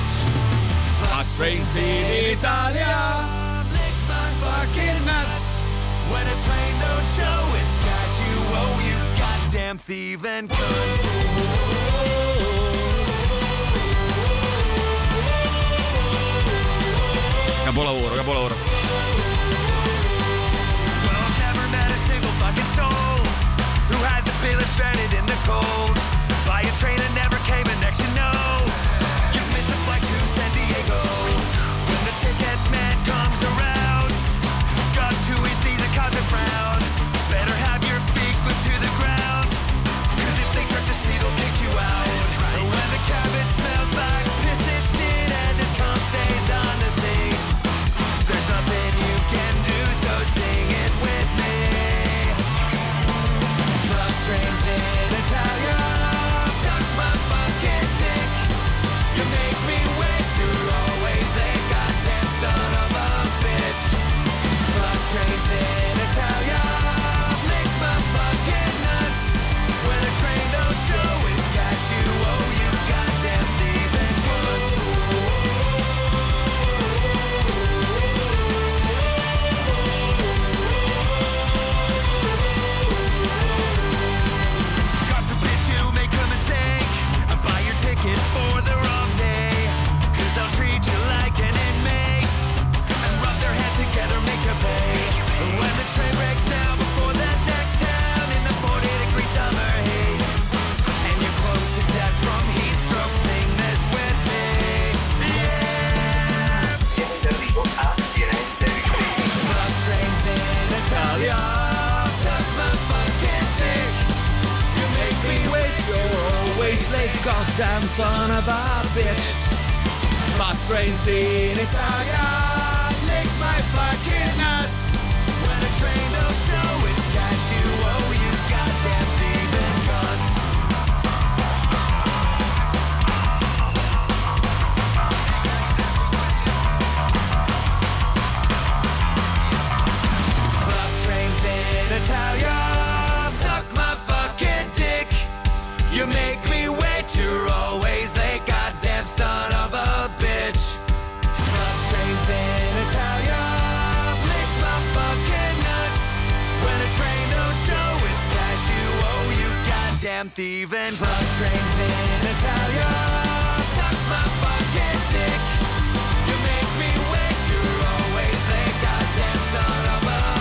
bitch. Fuck Trains in Italia, lick my fucking nuts. When a train don't show its cash you owe, you goddamn thieving cunts. Capolavoro, capolavoro. Well, I've never met a single fucking soul who hasn't been stranded in the cold by a train that never came, and next you know you've missed a flight to San Diego. When the ticket man comes around, got to his knees and cause a frown. Better have your feet glued to the ground, cause if they drip the seat, they'll kick you out. When the cabin smells like piss and shit and this cum stays on the seat, there's nothing you can do, so sing it with me. Fuck trains in Italia, suck my fucking dick. You make me wait, you're always late, goddamn son of a bitch. Fuck trains in Italia, lick my fucking nuts. When a train don't show its cash you owe, you goddamn thieving cunts. God forbid you make a mistake and buy your ticket for the wrong day, cause they'll treat you like an inmate and rub their hands together, make you pay. And when the train breaks down before that next town in the forty degree summer heat, and you're close to death from heat stroke, sing this with me. Yeah. Fuck trains in Italia, suck my fucking dick. You make me wait, you're always late, goddamn son of a bitch. Fuck trains in Italia, lick my fucking nuts. When a train don't show its cash you owe, you goddamn thieving cunts. Fuck trains in Italia, suck my fucking dick. You make me wait, you're always late, goddamn son of a bitch. Fuck trains in Italia, lick my fucking nuts. When a train don't show its cash you owe, you goddamn thieving. Fuck trains in Italia, suck my fucking dick. You make me wait, you're always late, goddamn son of a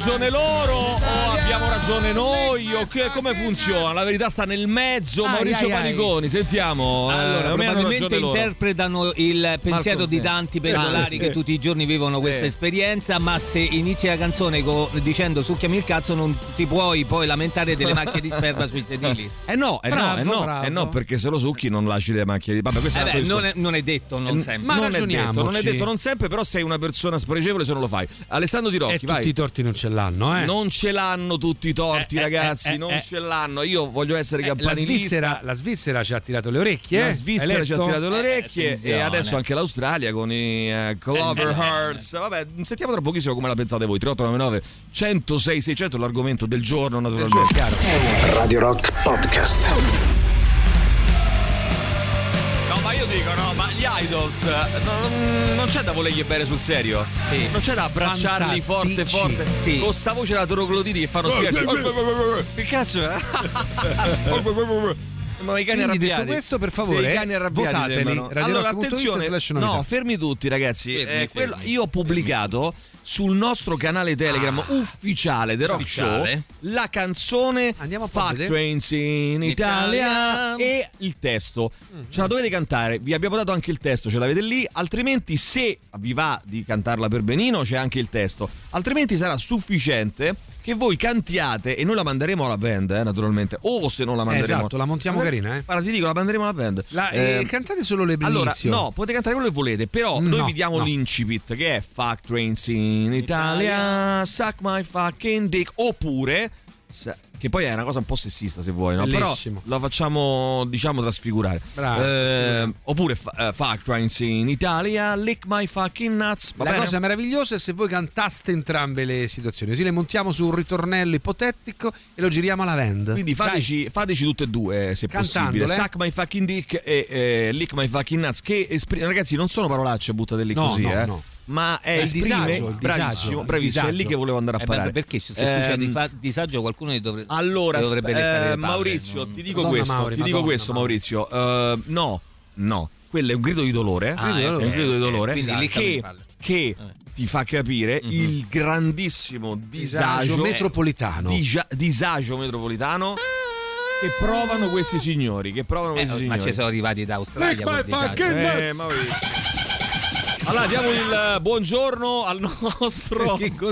ragione loro o abbiamo ragione noi o che, come funziona? La verità sta nel mezzo. Ai, Maurizio ai, ai. Paniconi, sentiamo. Allora, eh, probabilmente interpretano il pensiero Marco, di eh. tanti pendolari Ah, che eh. tutti i giorni vivono questa Eh. esperienza, ma se inizi la canzone co- dicendo succhiami il cazzo non ti puoi poi lamentare delle macchie di sperma sui sedili. Eh no, eh Bravo, no, eh no, bravo. eh no, perché se lo succhi non lasci le macchie di. Vabbè, questo Eh è un altro beh, non, discorso. è, non è detto, non Eh, sempre. Ma non è, detto, non è ragioniamoci. detto, non sempre, però sei una persona spregevole se non lo fai. Alessandro Di Rocchi, E vai. tutti i torti non ce l'hanno, eh? Non ce l'hanno tutti i torti, Eh, eh, ragazzi, eh, eh, non eh. ce l'hanno. Io voglio essere Eh, la campanilista. Svizzera, la Svizzera ci ha tirato le orecchie. La eh? Svizzera Hai ci ha letto? tirato le orecchie Eh, e attenzione. adesso anche l'Australia con i eh, Clover Hearts. Vabbè, sentiamo tra pochissimo come la pensate voi. tre otto nove nove uno zero sei sei zero zero, l'argomento del giorno, naturalmente. Chiaro. Radio Rock Podcast. No, ma io dico, no, ma gli Idols eh, non, non c'è da volergli bene sul serio. Sì. Non c'è da abbracciarli forte Fantastici. forte. Sì. Con sta voce da trogloditi che fanno scherzi. Che cazzo è? Ma i cani Quindi, detto arrabbiati. questo, per favore, I cani arrabbiati votateli. sembrano. radio Allora, rock punto it attenzione, slash novità. no, fermi tutti, ragazzi. Fermi, Eh, quello- fermi. io ho pubblicato sul nostro canale Telegram ufficiale The Rock Ufficiale. Show la canzone Andiamo a far Fuck vedere. Trains in Italia Italia. e il testo. Ce la dovete cantare, vi abbiamo dato anche il testo, ce l'avete lì, altrimenti se vi va di cantarla per benino c'è anche il testo, altrimenti sarà sufficiente che voi cantiate e noi la manderemo alla band, eh, naturalmente, o se non la manderemo. Esatto, la montiamo carina, eh. Guarda, ti dico, la manderemo alla band. La- Eh, eh, cantate solo le allora, l'inizio. no, potete cantare quello che volete, però No, noi vi diamo no. l'incipit che è Fuck Trains in Italia, Suck my fucking dick, oppure se- che poi è una cosa un po' sessista se vuoi, no? Però Bellissimo. la facciamo, diciamo, trasfigurare. Bravo, Eh, oppure fa- eh, Fuck Trains in Italia, Lick my fucking nuts. Va La bene? cosa meravigliosa è se voi cantaste entrambe le situazioni, così le montiamo su un ritornello ipotetico e lo giriamo alla band. Quindi fateci, fateci tutte e due, se Cantandole. possibile. Suck my fucking dick e eh, Lick my fucking nuts. Che esprim- ragazzi, non sono parolacce buttate lì No, così, no, eh. no. Ma è È il esprime, disagio, il bravissimo, disagio, il bravissimo, è lì disagio. che volevo andare a Eh, ma parare. perché se tu c'è di Ehm, fa- disagio qualcuno gli dovrebbe, Allora, dovrebbe eh, leccare le palle, Maurizio, non- ti dico Madonna questo, Mauri, ti dico Madonna questo, Mauri. Maurizio. eh, no, no, quello è un grido di dolore, Ah, è un eh, grido di eh, dolore quindi che, leccami le palle. che ti fa capire Mhm. il grandissimo disagio, Disagio metropolitano. digia- disagio metropolitano che provano questi signori, che provano Eh, questi ma signori. ci sono arrivati da Australia quel disagio. Eh, Maurizio. Allora diamo il buongiorno al nostro Che cos'è?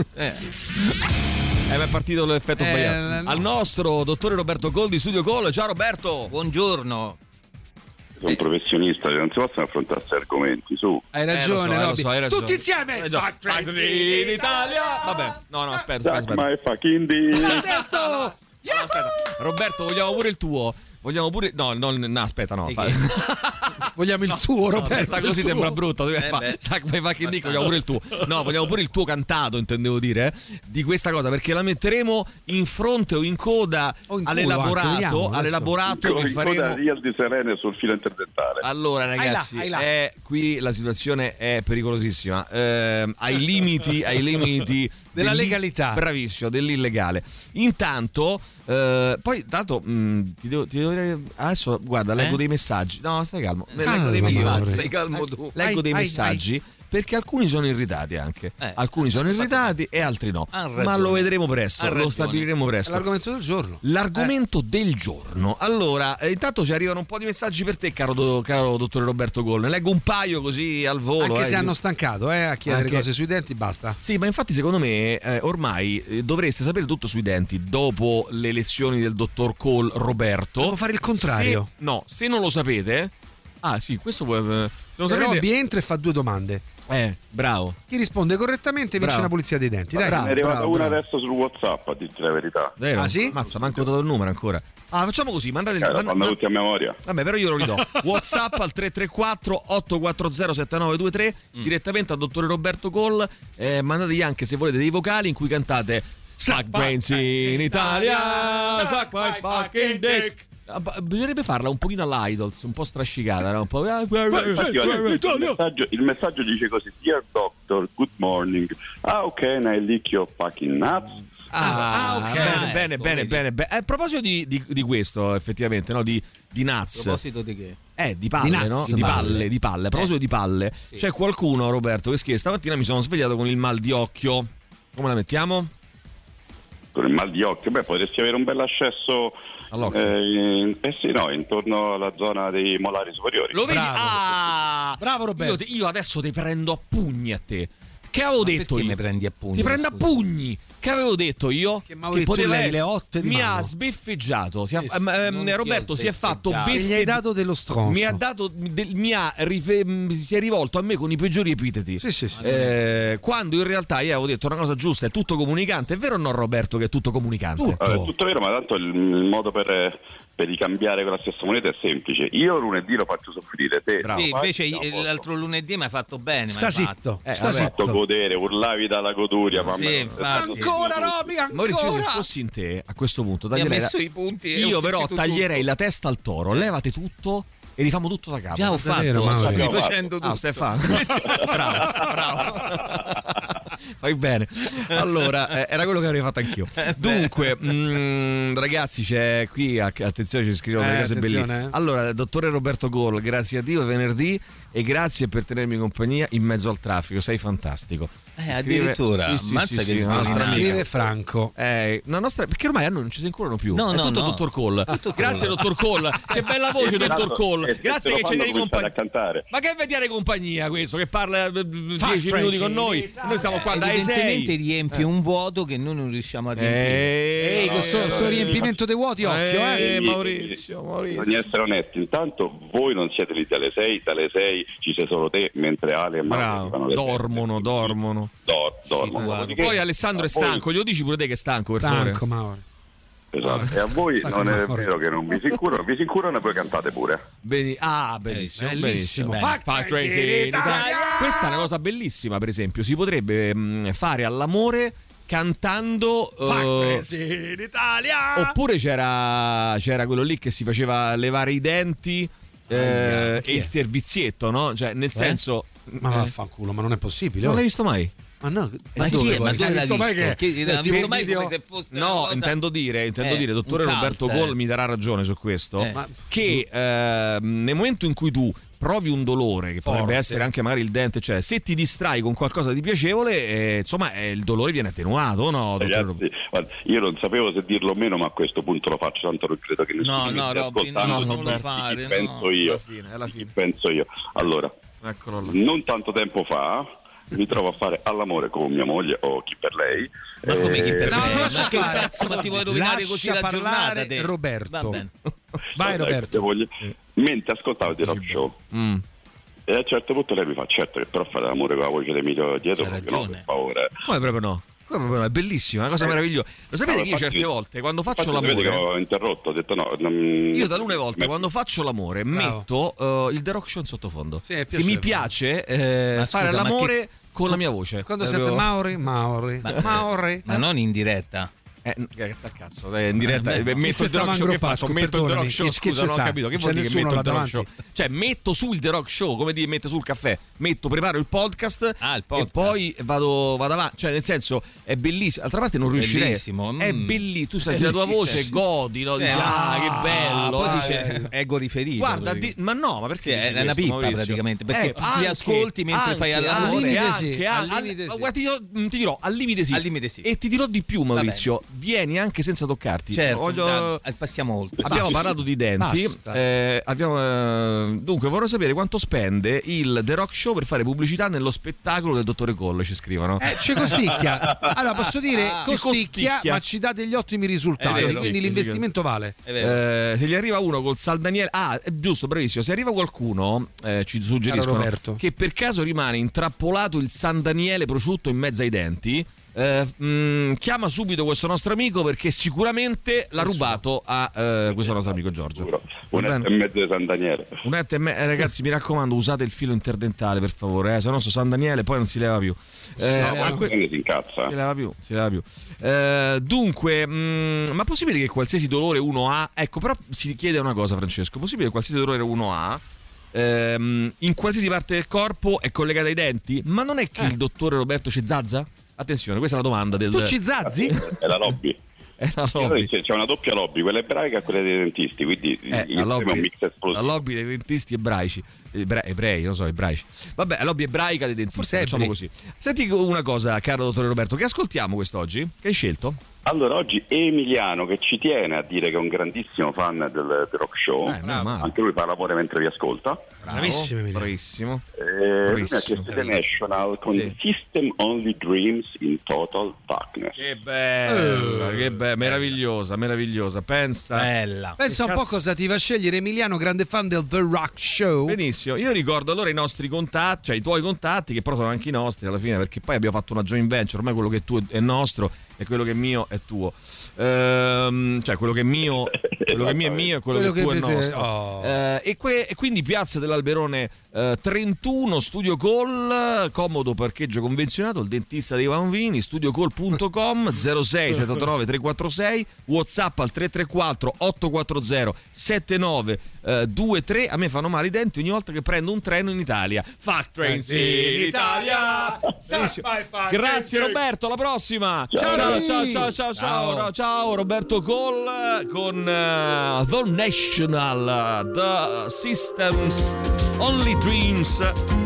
Eh, ma è partito l'effetto Eh, sbagliato. no. Al nostro dottore Roberto Col di Studio Call. Ciao Roberto. Buongiorno. Sono un professionista, non si possono affrontare questi argomenti, su. Hai Eh, lo ragione, so, eh, lo Robby. so, hai ragione. Tutti insieme. Eh, già. Fuck Trains in Italia. Vabbè, no, no, aspetta, aspetta, Suck aspetta. my fucking dick. Detto! No, aspetta. Roberto, vogliamo pure il tuo? Vogliamo pure. No, no, no aspetta, no. Fa... Vogliamo il tuo, Roberto. Sta così il tuo. sembra brutto. Eh, Fa, beh. Sac my fucking dick, vogliamo pure il tuo. No, vogliamo pure il tuo cantato, intendevo dire, eh, di questa cosa, perché la metteremo in fronte o in coda O in culo all'elaborato, anche, vediamo adesso. all'elaborato che In coda faremo. Real di Serene sul filo interdentale. Allora ragazzi, Hai là, hai là. è- qui la situazione è pericolosissima, Ehm, ai limiti, ai limiti Della dell'i- legalità. Bravissimo, dell'illegale. Intanto, eh, poi dato mh, ti devo, ti devo dire, adesso guarda, leggo Eh? dei messaggi. No, stai calmo. Calma, leggo dei messaggi. Mauri. Stai calmo tu. Leggo Ai, dei ai, messaggi. Perché alcuni sono irritati anche, Eh. alcuni sono irritati e altri no. Ha Ma ragione. lo vedremo presto, Ha lo ragione. stabiliremo È presto. l'argomento del giorno. L'argomento del giorno. Allora, eh, intanto ci arrivano un po' di messaggi per te, caro, do- caro dottore Roberto Gol. Ne leggo un paio così al volo. Anche eh, se di- hanno stancato eh, a chiedere Anche- cose sui denti, basta. Sì, ma infatti secondo me eh, ormai eh, dovreste sapere tutto sui denti dopo le lezioni del dottor Cole Roberto. Devo fare il contrario. Se- no, se non lo sapete... Ah sì, questo può... eh, se non Robby sapete... entra e fa due domande. Eh, bravo. Chi risponde correttamente vince Bravo. una pulizia dei denti. Dai. Bravo. Ne è arrivata bravo, una bravo. adesso sul WhatsApp, a dirti la verità. Vero? Ah, sì? Mazza, manco dato il numero ancora. Ah, facciamo così, mandate il Eh, la manda- fanno tutti a memoria. Vabbè, però io lo ridò. WhatsApp al tre tre quattro otto quattro zero sette nove due tre Mm. direttamente al dottore Roberto Cole. Eh, mandategli anche se volete dei vocali in cui cantate Suck brains in Italia, suck my fucking dick. Ah, b- Bisognerebbe farla un pochino all'Idols, un po' strascicata, no? Un po'. Infatti, guarda, il, messaggio, il messaggio dice così: Dear Doctor, good morning. Ah, ok, I lick your fucking nuts. Ah, Ah, ok. bene, Ah, bene, ecco, bene, vedi. bene, bene. Eh, a proposito di, di- di questo, effettivamente, no? Di, di A nuts. proposito di che? Eh, di palle, Di nuts, no? di Di palle. palle, di palle. A proposito Eh. di palle, Sì. c'è qualcuno, Roberto, che scrive: stamattina mi sono svegliato con il mal di occhio. Come la mettiamo? con il mal di occhio, beh, potresti avere un bel accesso eh, in, eh sì, no, intorno alla zona dei molari superiori. Lo vedi? Bravo. Ah, Bravo Roberto. Io, ti- io adesso ti prendo a pugni a te. Che avevo Ma detto perché io? mi prendi a pugni? Ti prendo a pugni. Che avevo detto io? Che Maurizio poteva levi le essere- otte di mi mano. ha sbeffeggiato. Si ha- Sì, ehm, ehm, non ti ho Roberto si è fatto sbeffeggiato. Se gli hai dato dello stronzo. Mi ha dato del- mi ha rife- si è rivolto a me con i peggiori epiteti. Sì, sì, sì. Eh, quando in realtà io avevo detto una cosa giusta, è tutto comunicante. È vero o no, Roberto, che è tutto comunicante? Tutto. Allora, è tutto vero, ma tanto il, il modo per, per ricambiare con la stessa moneta è semplice. Io lunedì lo faccio soffrire, te Bravo. Sì, lo fai, invece siamo a i- posto. l'altro lunedì mi hai fatto bene. Sta m'hai fatto. zitto. Eh, Sta vabbè. fatto zitto. godere, urlavi dalla goduria, mamma Sì, mia. infatti. Ancora Roby, ancora. Maurizio, se fossi in te a questo punto Mi ha taglierei messo la- i punti e ho io però sentito taglierei tutto. la testa al toro, levate tutto e rifamo tutto da capo. Già ho Davvero, fatto, Mauro? sto rifacendo tutto. Ah, Stefano. bravo, bravo. Fai bene. Allora, eh, era quello che avrei fatto anch'io. Dunque, mh, ragazzi, c'è qui, a- attenzione, ci scrivono Eh, delle cose attenzione, bellissime. eh. Allora, dottore Roberto Gol, grazie a Dio, è venerdì e grazie per tenermi compagnia in mezzo al traffico, sei fantastico. Eh, Scrive- addirittura, Sì, sì, ammazza sì, che sì, una nostra scrive amica. Scrive Franco. Eh, una nostra, perché ormai a noi non ci si incurano più. No, è no, tutto no. dottor Cole. Tutto Grazie, Cole. dottor Cole. Che bella voce, dottor Cole. E- e Grazie se che lo ci fanno tieni cominciare compagnia. a cantare. Ma che vediare compagnia questo? Che parla eh, dieci Tracy, minuti con noi. Noi stiamo qua dai Evidentemente sei. riempie un vuoto che noi non riusciamo a riempire. Eh, Ehi, questo eh, sto riempimento dei vuoti, occhio, eh. eh, Quindi, Maurizio, Maurizio. Bisogna essere onesti, intanto voi non siete lì dalle sei, dalle sei ci sei solo te, mentre Ale e Mauro fanno Bravo, le dormono, sette. dormono. Dor- dormono. guarda. Dopodiché, Poi Alessandro è a voi- stanco, glielo dici pure te che è stanco, per favore. Franco, Mauro. Esatto. E a voi Sta non con è Mauro. vero che non vi si incurano, vi si incurano e voi cantate pure. Beni- ah, benissimo, Eh, bellissimo. bellissimo. Fact Fact Tracy Tracy in in Italia. Italia. Questa è una cosa bellissima, per esempio. Si potrebbe mh, fare all'amore cantando. eh, in Italia. oppure c'era, c'era quello lì che si faceva levare i denti eh, Aia, chi e il è? servizietto, no? Cioè, nel senso. Ma eh, vaffanculo, ma non è possibile. non oh. l'hai visto mai? Ma no, Ma dove chi è? poi? Ma dove Hai l'ha visto mai visto? che- Chi- l'ha eh, visto ti- mai video- come se fosse una No, cosa- intendo dire, intendo Eh, dire, dottore un Roberto cult, Gol eh. mi darà ragione su questo, Eh. Ma- che eh, nel momento in cui tu provi un dolore, che potrebbe Forte. essere anche magari il dente, cioè se ti distrai con qualcosa di piacevole, eh, insomma eh, il dolore viene attenuato, no? dottore Roberto? Ragazzi, guarda, io non sapevo se dirlo o meno, ma a questo punto lo faccio, tanto non credo che nessuno No, mi no, stia Robby, ascoltando. no, Chi non lo pensi- fare, chi penso no. io. Alla fine, alla fine. Chi penso io. Allora, Eccolo là. non tanto tempo fa mi trovo a fare all'amore con mia moglie o chi per lei. Ma come chi per Eh, No, me? lascia Ma che fare. cazzo, ma ti vuoi rovinare Lascia così la parlare giornata? te? Roberto. Va bene. Vai ecco, Roberto. mia moglie. Mentre ascoltavo il rock show Mm. e a un certo punto lei mi fa: certo che però fare l'amore con la voce del mio dietro, C'ha proprio no, ragione. per favore. Come proprio no? Come proprio no? È bellissima, è una cosa Eh. meravigliosa. Lo sapete No, che io infatti- certe volte quando faccio Infatti, sapete che l'amore, ho interrotto, ho detto no. non- io talune volte me- quando faccio l'amore Bravo. metto eh, il The Rock Show in sottofondo. Sì, è che mi piacevole. piace eh, Ma fare scusa, ma l'amore con la mia voce. Quando Proprio- sente Mauri, Mauri, Mauri. Ma non in diretta. Eh, ragazzi, al cazzo, eh, in diretta Eh, eh, beh, metto se il The Rock stava Show, che in faccio? Pasco, Metto il The Rock perdonami, Show, che- che scusa, ci non ho sta? capito, che C'è vuol dire che nessuno metto il là The Rock Show? davanti. Cioè, metto sul The Rock Show, come dire, metto sul caffè, metto, preparo il podcast, Ah, il e podcast. poi vado, vado avanti, cioè nel senso è bellissimo, d'altra parte non riuscirei. Bellissimo, mm. È bellissimo, tu senti la tua voce e godi, no? Dici, Eh, ah, che bello. Poi ah, dice eh. ego riferito. Guarda, di- ma no, ma perché Sì, dici è una questo, pippa Maurizio? praticamente, perché Ecco, ti anche- ascolti mentre anche, fai anche, all'amore. anche, Al anche, limite sì, al- al limite ma sì. guarda, ti dirò, ti dirò, al limite sì. Al limite sì. E ti dirò di più, Maurizio, vieni anche senza toccarti. Certo, Voglio- dai, passiamo oltre. Abbiamo Basta. parlato di denti. Basta. eh, abbiamo, eh, dunque, vorrei sapere quanto spende il The Rock Show per fare pubblicità nello spettacolo del dottore Colle. Ci scrivono. Eh, ci costicchia. Allora posso dire Ah, costicchia, costicchia. ma ci dà degli ottimi risultati, È vero. quindi Sì, l'investimento vale. È vero. Eh, se gli arriva uno col Sal Daniele, ah, è giusto, bravissimo. Se arriva qualcuno, eh, ci Caro suggeriscono Roberto. che per caso rimane intrappolato il San Daniele prosciutto in mezzo ai denti. eh, mh, chiama subito questo nostro amico perché sicuramente l'ha rubato a eh, questo nostro amico Giorgio. Giuro. Va Un bene? etto e mezzo di San Daniele. Un etto e me- eh, ragazzi, mi raccomando, usate il filo interdentale per favore, eh, se no sto San Daniele poi non si leva più. Eh, No, a ma que- quindi si incazza. si leva più, si leva più. Eh, dunque, mh, ma è possibile che qualsiasi dolore uno ha? Ecco, però si chiede una cosa, Francesco: è possibile che qualsiasi dolore uno ha? ehm, in qualsiasi parte del corpo è collegata ai denti? Ma non è che il dottore Roberto Cezazza? Attenzione, questa è la domanda del. Tu ci zazzi? È la lobby. È la Allora, lobby. C'è c'è una doppia lobby, quella ebraica e quella dei dentisti, quindi Eh, insieme la, è un lobby, mix la esplosivo. lobby dei dentisti ebraici, Ebre- ebrei, non so, ebraici. Vabbè, la lobby ebraica dei dentisti, Forse facciamo ebrei. così. Senti una cosa, caro dottore Roberto, che ascoltiamo quest'oggi? Che hai scelto? Allora, oggi Emiliano, che ci tiene a dire che è un grandissimo fan del, del rock show, eh, anche lui fa l'amore mentre vi ascolta. Bravissimo, Emiliano. Bravissimo. Eh, lui mi ha chiesto The National con Sì. System Only Dreams in Total Darkness. Che bella, che bella, meravigliosa, meravigliosa. Pensa, Bella. Pensa un Che po' cazzo- cosa ti fa scegliere Emiliano, grande fan del The Rock Show. Benissimo, io ricordo allora i nostri contatti, cioè i tuoi contatti, che però sono anche i nostri alla fine, perché poi abbiamo fatto una joint venture, ormai quello che è tuo è nostro e quello che è mio è tuo. Ehm, cioè quello che è mio, quello che è mio è mio e quello, Quello che è tuo che è avete- nostro. oh. Eh, e, que- e quindi Piazza dell'Alberone eh, trentuno, Studio Call, comodo parcheggio convenzionato, il dentista dei bambini, studiocall punto com, zero sei sette otto nove tre quattro sei, WhatsApp al tre tre quattro otto quattro zero sette nove due tre. A me fanno male i denti ogni volta che prendo un treno in Italia. Fuck trains in Italia. Benissimo. Grazie Roberto, alla prossima. Ciao ciao ciao ciao ciao ciao, ciao, ciao Roberto Cole con eh, The National, The Systems Only Dreams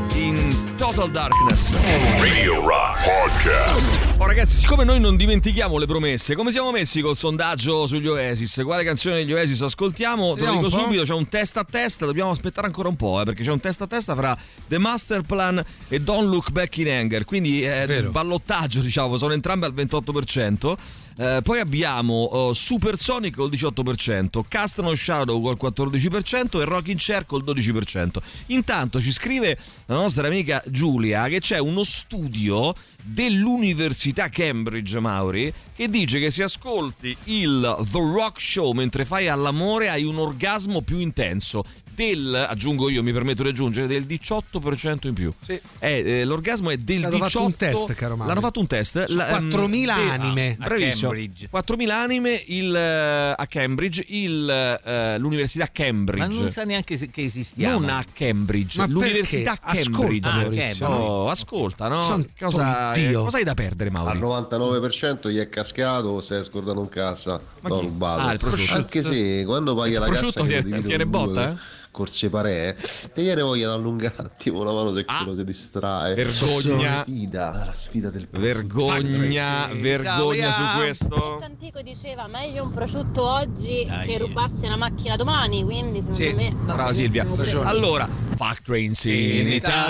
in Total Darkness. Radio Rock Podcast. Oh ragazzi, siccome noi non dimentichiamo le promesse, come siamo messi col sondaggio sugli Oasis? Quale canzone degli Oasis ascoltiamo? Te lo Vediamo dico un po'. subito, c'è un testa a testa, dobbiamo aspettare ancora un po', eh, perché c'è un testa a testa fra The Master Plan e Don't Look Back in Anger, quindi è Vero. il ballottaggio, diciamo, sono entrambe al ventotto per cento. Eh, poi abbiamo uh, Supersonic col diciotto per cento, Cast No Shadow col quattordici per cento e Rockin' Chair col dodici per cento. Intanto ci scrive la nostra amica Giulia che c'è uno studio dell'Università Cambridge, Mauri, che dice che se ascolti il The Rock Show mentre fai all'amore hai un orgasmo più intenso del, aggiungo io, mi permetto di aggiungere, del diciotto per cento in più. Sì. Eh, eh, l'orgasmo è del L'hanno diciotto. fatto un test, caro Mauri. L'hanno fatto un test. Su La- ehm, quattromila del- anime. ah, bravissimo. Cambridge. quattromila anime il, eh, a Cambridge, il, eh, l'Università Cambridge. Ma non sa neanche se- che esistiamo. Non a Cambridge, Ma l'Università perché? Cambridge. Ascolta, Maurizio. Oh, ascolta, no? Santo Cosa, eh, Dio. cosa hai da perdere, Mauri? Al novantanove per cento gli è cascato, si è scordato in cassa, Ma l'ho chi? rubato. Ah, il prosciutto. Anche se quando paghi Il la cassa prosciutto che tiene- lo divide tiene con due, botta, eh? Corse parè, ti viene voglia di allungare un attimo la mano se Ah. quello si distrae. Vergogna. La sfida, la sfida del Vergogna, Sì, vergogna su Italia. questo. Antico diceva meglio un prosciutto oggi Dai. che rubarsi una macchina domani, quindi secondo Sì, me va Brava Silvia. benissimo così. Allora, fuck trains in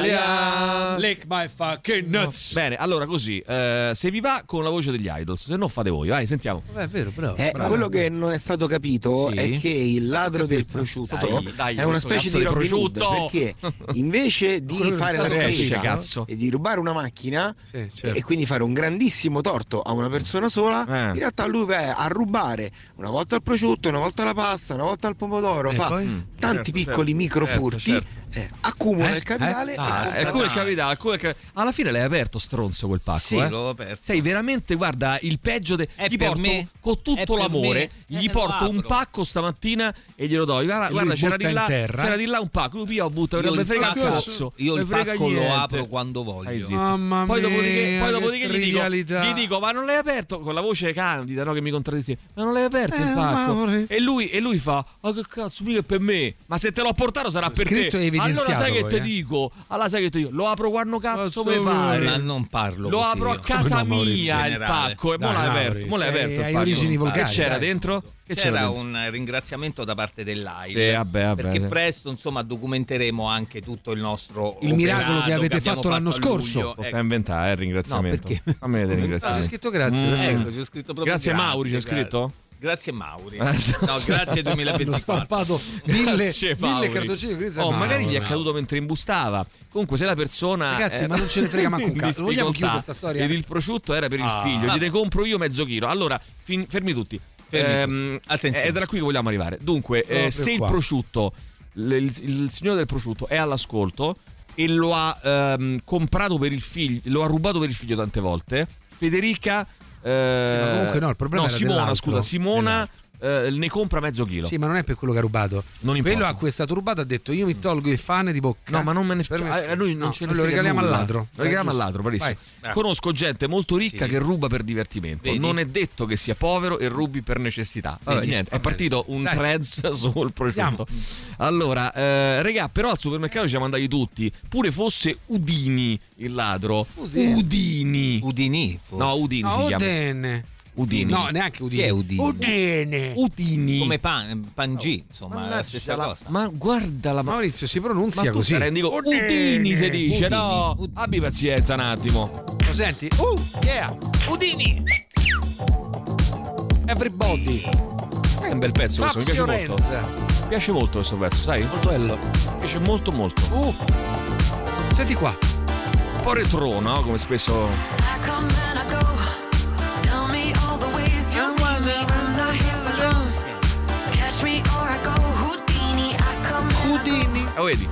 Italia. Lick my fucking nuts. Bene, allora così, eh, se vi va con la voce degli Idols, se no fate voi, vai, sentiamo. Vabbè, è vero, bravo. Eh, bravo. quello che non è stato capito Sì. è che il ladro del capito. prosciutto Dai, dai, è una questo specie cazzo di di Robin Hood, prosciutto. perché invece di Quello fare la che sta esce, spesa cazzo. e di rubare una macchina Sì, certo. e quindi fare un grandissimo torto a una persona sola, Eh. in realtà lui va a rubare una volta il prosciutto, una volta la pasta, una volta il pomodoro, E fa poi? Mm, tanti certo, piccoli certo, micro certo, furti, certo. eh, accumula Eh? il capitale Eh? e Ah, compra- è come il dai. capitale, come il capitale. Alla fine l'hai aperto stronzo quel pacco, Sì, eh? l'ho aperto. Sei veramente, guarda, il peggio de... È gli per porto me. con È tutto per l'amore, me. gli Eh, porto lo un apro. pacco stamattina e glielo do. Guarda, Lui guarda c'era butta di in là, terra. c'era di là un pacco, lui pia butta, Io non mi il frega pacco- cazzo. io me il frega pacco lo niente. apro quando voglio. Stai zitto. Mamma Poi mia, dopodiché, poi che dopodiché gli, dico, trivialità. gli dico, ma non l'hai aperto? Con la voce candida, no, che mi contraddistingue. Ma non l'hai aperto Eh, il pacco? Mauri. E lui, e lui fa, ma che cazzo, mica è per me. Ma se te l'ho portato sarà per te. Scritto e evidenziato Allora sai che poi, te eh. dico? Allora sai che te dico? Lo apro quando cazzo Cazzo mi pare. Ma non parlo Lo così apro a io. casa No, Maurizio, mia il generale. pacco e mo Dai, l'hai Mauri, aperto, mo l'hai sei- aperto il hai pacco. origini Che volgari, c'era dai. dentro? Che c'era C'era dentro? un ringraziamento da parte del live. Sì, vabbè, vabbè, perché sì. presto, insomma, documenteremo anche tutto il nostro Il miracolo operato che avete abbiamo fatto l'anno a scorso. luglio. Lo Ecco. stai a inventare eh, il ringraziamento. No, perché? Fammi vedere il Ah, c'è ringraziamento. scritto grazie. Mm. Ecco, c'è scritto proprio Grazie Mauri, c'è grazie. scritto? Grazie Mauri. Eh, No, grazie Hanno duemilaventiquattro. stampato mille, Grazie, mille Mauri. cartoncini. grazie a Oh, magari Mauri. gli è caduto mentre imbustava. Comunque, se la persona. Ragazzi, eh, ma non ce ne frega manco un in cazzo. Lo vogliamo difficoltà chiudere sta storia? Ed il prosciutto era per il Ah. figlio. Vabbè. Gliene compro io mezzo chilo. Allora, fin- fermi tutti. Fermi Ehm, tutti. Attenzione. È da qui che vogliamo arrivare. Dunque, eh, Proprio se il qua. prosciutto, l- il, il signore del prosciutto è all'ascolto e lo ha ehm, comprato per il figlio, lo ha rubato per il figlio tante volte, Federica. eh, Sì, ma comunque no, il problema no, era Simona, dell'altro. scusa, Simona Dell'altro. eh, ne compra mezzo chilo. Sì, ma non è per quello che ha rubato. Non Quello importa. a cui è stato rubato ha detto io mi tolgo il fane di bocca. No, ma non me ne Per me- frega. A noi non no, ce ne lo frega regaliamo nulla. all'altro. Lo regaliamo Eh, giusto. all'altro, bravissimo. Vai. Conosco gente molto ricca Sì. che ruba per divertimento. Vedi? Non è detto che sia povero e rubi per necessità. Vabbè, Vedi? niente, è partito un Dai. threads sul prosciutto. Allora, eh, regà, però al supermercato ci siamo andati tutti. Pure fosse Udini il ladro. Udini. Udini. Udini. forse. No, Udini si No, chiama. Oden. Udini. No, neanche Udini. Chi è Udini? Udini. Udini. Come pan, Pangì, insomma, è la stessa la, cosa. Ma guarda la Maurizio si pronunzia ma così. Dico, Udini si dice, Udini. no? Udini. Abbi pazienza un attimo. Lo senti? Uh, yeah. Udini. Everybody. È un bel pezzo questo, mi piace molto. Mi piace molto questo pezzo, sai? Molto bello. Mi piace molto molto. Uh. Senti qua. Un po' retro, no? Come spesso. Udini. Ah, vedi?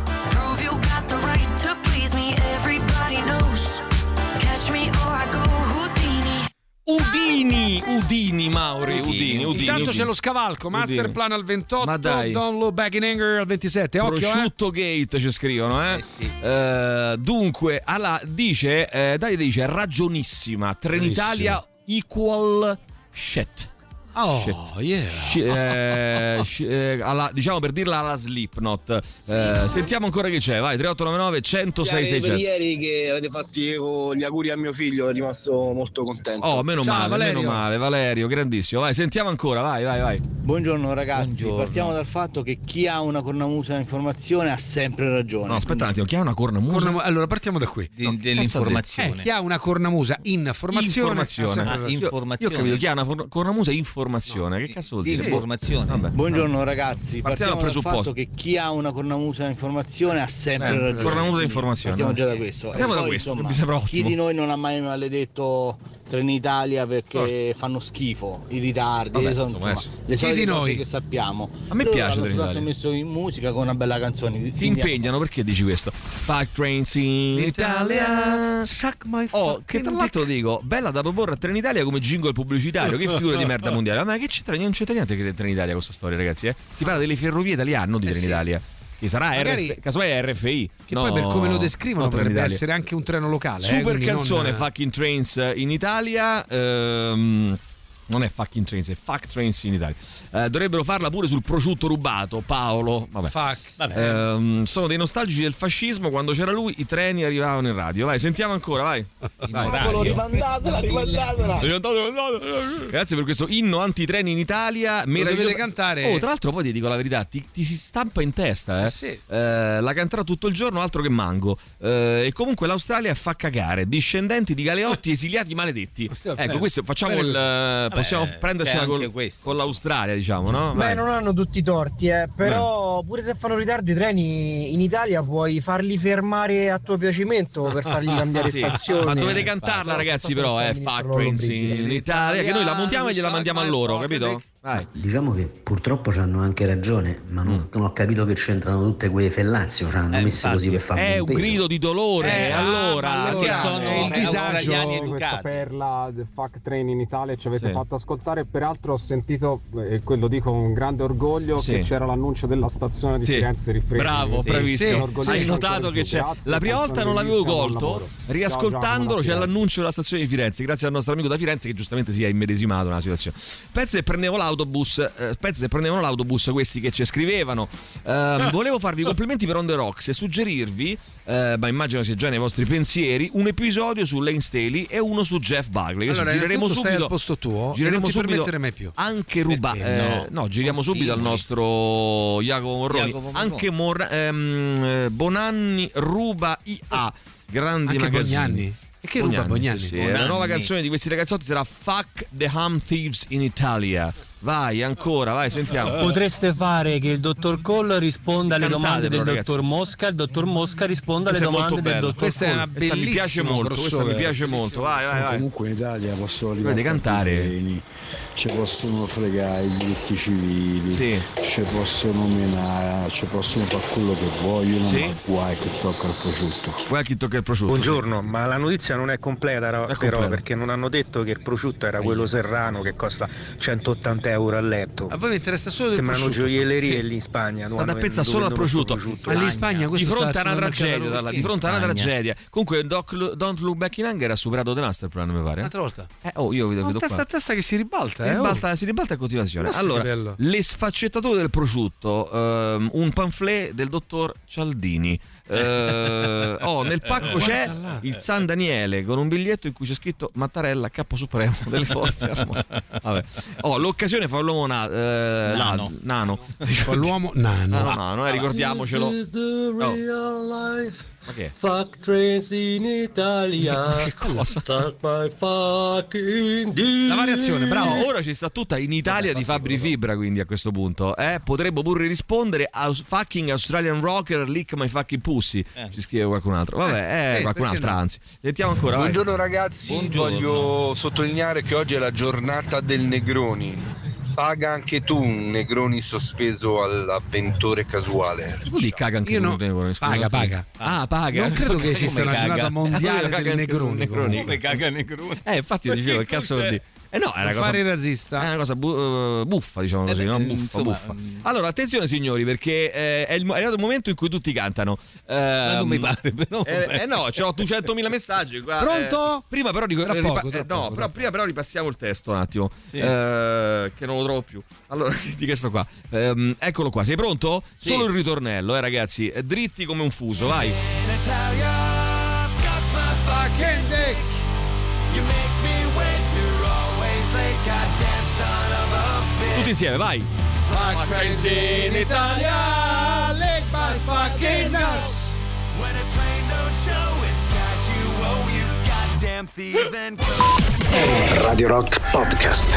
Udini, Udini, Mauri, Udini, Udini. Intanto Udini. c'è lo scavalco, Masterplan al ventotto, Ma dai. Don't Look Back in Anger al ventisette. Occhio, Prosciutto Gate ci scrivono, eh? Eh sì. Eh, dunque, alla, dice, eh, Davide dice ragionissima, Trenitalia equal shit. Oh, Shit. yeah. Sci- eh, sci- eh, alla, diciamo per dirla alla Slipknot. Eh, sentiamo ancora che c'è, vai. tre otto nove nove uno zero sei sei per zero. ieri che avete fatto gli auguri a mio figlio, è rimasto molto contento. Oh, meno Ciao, male, Valerio. meno male, Valerio, grandissimo. Vai, sentiamo ancora, vai, vai, vai. Buongiorno ragazzi, Buongiorno. partiamo dal fatto che chi ha una cornamusa in informazione ha sempre ragione. No, aspetta un attimo, chi ha una cornamusa? Cornamu- allora partiamo da qui. Di- No, dell'informazione. Eh, chi ha una cornamusa in formazione, Informazione. ha sempre Ah, ragione. Io- informazione. Io ho capito, chi ha una for- cornamusa informazione. Che cazzo vuol Di dire? informazione. Vabbè. Buongiorno ragazzi, Partiamo partiamo, dal dal presupposto. fatto che chi ha una cornamusa in informazione ha sempre Eh, ragione. cornamusa in Quindi informazione, Partiamo no? già da questo. Partiamo E da poi, questo, insomma, mi sembra chi ottimo. di noi non ha mai maledetto Trenitalia perché Forse. fanno schifo, i ritardi, Vabbè, le, so- insomma, insomma, adesso. le Chi solite di cose noi? che sappiamo. A me Loro piace l'hanno Trenitalia. soltanto messo in musica con una bella canzone. Si Quindi- impegnano, perché dici questo? Fuck trains in Italia. Suck my Oh, che tra l'altro dico, bella da proporre a Trenitalia come jingle pubblicitario. Che figura di merda mondiale. Ma che c'entra? Non c'entra niente che Trenitalia con questa storia, ragazzi. Eh? Si parla delle ferrovie italiane, non di Eh sì. Trenitalia. Che sarà Magari- R F, casomai è R F I. Che No, poi per come lo descrivono no, potrebbe Trenitalia. essere anche un treno locale. eh, Super quindi canzone, non- Fucking Trains in Italia. ehm, non è Fucking Trains, è Fuck Trains in Italia. Eh, dovrebbero farla pure sul prosciutto rubato, Paolo. Vabbè. Fuck. Ehm, sono dei nostalgici del fascismo. Quando c'era lui, i treni arrivavano in radio. Vai, sentiamo ancora, vai. Paolo, rimandatela, rimandatela. Grazie per questo inno antitreni in Italia. Meraviglioso. dovete cantare. Oh, tra l'altro, poi ti dico la verità: ti, ti si stampa in testa. Eh. Eh sì. Eh, la canterà tutto il giorno, altro che mango. Eh, e comunque l'Australia fa cagare. Discendenti di Galeotti esiliati maledetti. Ecco, questo facciamo Bene il. così. Possiamo Vabbè, prendercela c'è col- anche questo, con l'Australia, diciamo, no? Beh, Vai. non hanno tutti i torti, eh, però pure se fanno ritardo i treni in Italia puoi farli fermare a tuo piacimento per fargli cambiare Sì, stazione. ma dovete cantarla, ragazzi, però, eh, Fuck Trains in Italia, che noi la montiamo e gliela mandiamo a loro, capito? Vai. Diciamo che purtroppo hanno anche ragione, ma non, non ho capito che c'entrano tutte quelle fellazio, cioè hanno Eh, messo così per fare È un un peso. grido di dolore, Eh, allora, ah, ma allora, che sono è il disagio. australiani Questa educati. perla del Fuck Train in Italia ci avete Sì. fatto ascoltare. Peraltro ho sentito, e quello dico con grande orgoglio, Sì. che c'era l'annuncio della stazione di Sì. Firenze Rifredi. Bravo, Sì, bravissimo. sono orgoglioso Hai ancora notato di che più. c'è. Grazie, La prima volta canzone non l'avevo bellissima, buon colto. lavoro. Riascoltandolo Ciao, c'è Giacomo, l'annuncio della stazione di Firenze. Grazie al nostro amico da Firenze che giustamente si è immedesimato nella situazione. Penso che prendevo l'autobus. Eh, penso che prendevano l'autobus questi che ci scrivevano. Eh, volevo farvi i complimenti per On The Rocks e suggerirvi, eh, ma immagino sia già nei vostri pensieri, un episodio su Lane Staley e uno su Jeff Buckley. Adesso Allora, gireremo innanzitutto stai subito. al posto tuo e gireremo non ti subito permettere mai più. anche ruba. Perché eh, no? no, giriamo Non subito al stimoli. nostro Jacopo Morroni. Jacopo Morroni. Anche Mor- ehm, eh, Bonanni ruba I A. Grandi Anche magazzini. Bognanni. E che ruba Bognanni? Sì, sì. Bonanni. La nuova canzone di questi ragazzotti sarà Fuck the Ham Thieves in Italia. Vai ancora, vai, sentiamo. Potreste fare che il dottor Cole risponda alle Cantate domande del però, ragazzi. dottor Mosca, il dottor Mosca risponda alle Questa è molto domande del bella. dottor Questa è Cole. una Questa mi piace bellissimo molto, questa mi crossover. piace molto. Vai, vai, vai. Comunque in Italia possono Dovete arrivare cantare. tanti treni, ci possono fregare i diritti civili, Sì. ci possono menare, ci possono fare quello che vogliono, Sì. ma guai che tocca il prosciutto. Guarda chi tocca il prosciutto. Buongiorno, ma la notizia non è completa, però, completa. perché non hanno detto che il prosciutto era quello serrano che costa centottanta cinquanta euro a letto. A voi mi interessa solo del Sembrano prosciutto. gioiellerie Sì. lì in Spagna. Vado a pensare solo al prosciutto. Ma lì in Spagna di questo fronte a sta una sul tragedia, mercato- dalla- di in fronte a una Spagna. tragedia. Comunque Doc- Don't Look Back in Anger ha superato The Master Plan, mi pare. Un'altra volta. Eh, oh, io vedo, Oh, vedo testa qua. a testa che si ribalta, Si eh, ribalta, si ribalta a continuazione. Ma sì, Allora, bello. le sfaccettature del prosciutto, ehm, un pamphlet del dottor Cialdini. Eh, oh, nel pacco c'è il San Daniele con un biglietto in cui c'è scritto Mattarella, capo supremo delle forze armate. Vabbè. Oh, l'occasione fa l'uomo na- eh, Nano. la- nano. Fa l'uomo nano. No, no, no, eh, ricordiamocelo. This is the real life. Ma che è? Fuck trains in Italia. Che cosa? Suck my fucking dick. La variazione, bravo. No, ora ci sta tutta in Italia di Fabri Fibra, quindi a questo punto eh? Potremmo pure rispondere a fucking Australian rocker lick my fucking pussy. Ci scrive qualcun altro. Vabbè, eh, sì, qualcun perché altro, no? anzi. Sentiamo ancora. vai. Buongiorno ragazzi, Buongiorno. voglio sottolineare che oggi è la giornata del Negroni. Paga anche tu un Negroni sospeso all'avventore casuale. Che vuol dire caga anche Io tu, no- Negroni? Scusa. paga, paga. Ah, paga. Non credo che Come esista una caga? giornata mondiale Caga del anche Negroni. un Negroni. Come caga Negroni? Eh, infatti io dicevo, che cazzo vuol dire? Eh no, è una Non cosa, fare il razzista. è una cosa bu- eh, buffa, diciamo così, Eh, no? beh, Buffa, insomma, buffa. Allora, attenzione signori, perché eh, è, il, è arrivato il momento in cui tutti cantano. Ma non mi Ehm, pare, però. Eh, eh no, c'ho ottocentomila messaggi qua. Pronto? Eh, prima però dico, Tra eh, poco, ripa- tra eh, poco, no, tra però poco. prima però ripassiamo il testo un attimo. Sì. Eh, che non lo trovo più. Allora, di che sto qua? Ehm, eccolo qua, sei pronto? Sì. Solo il ritornello, eh ragazzi, eh, dritti come un fuso, vai. In Italia, suck my fucking dick. You make me wait, you're always late, goddamn son of a bitch. Tutti insieme, vai. Fuck trains in Italia, lick my fucking nuts. When a train don't show its cash you owe, you goddamn thief and Radio Rock Podcast.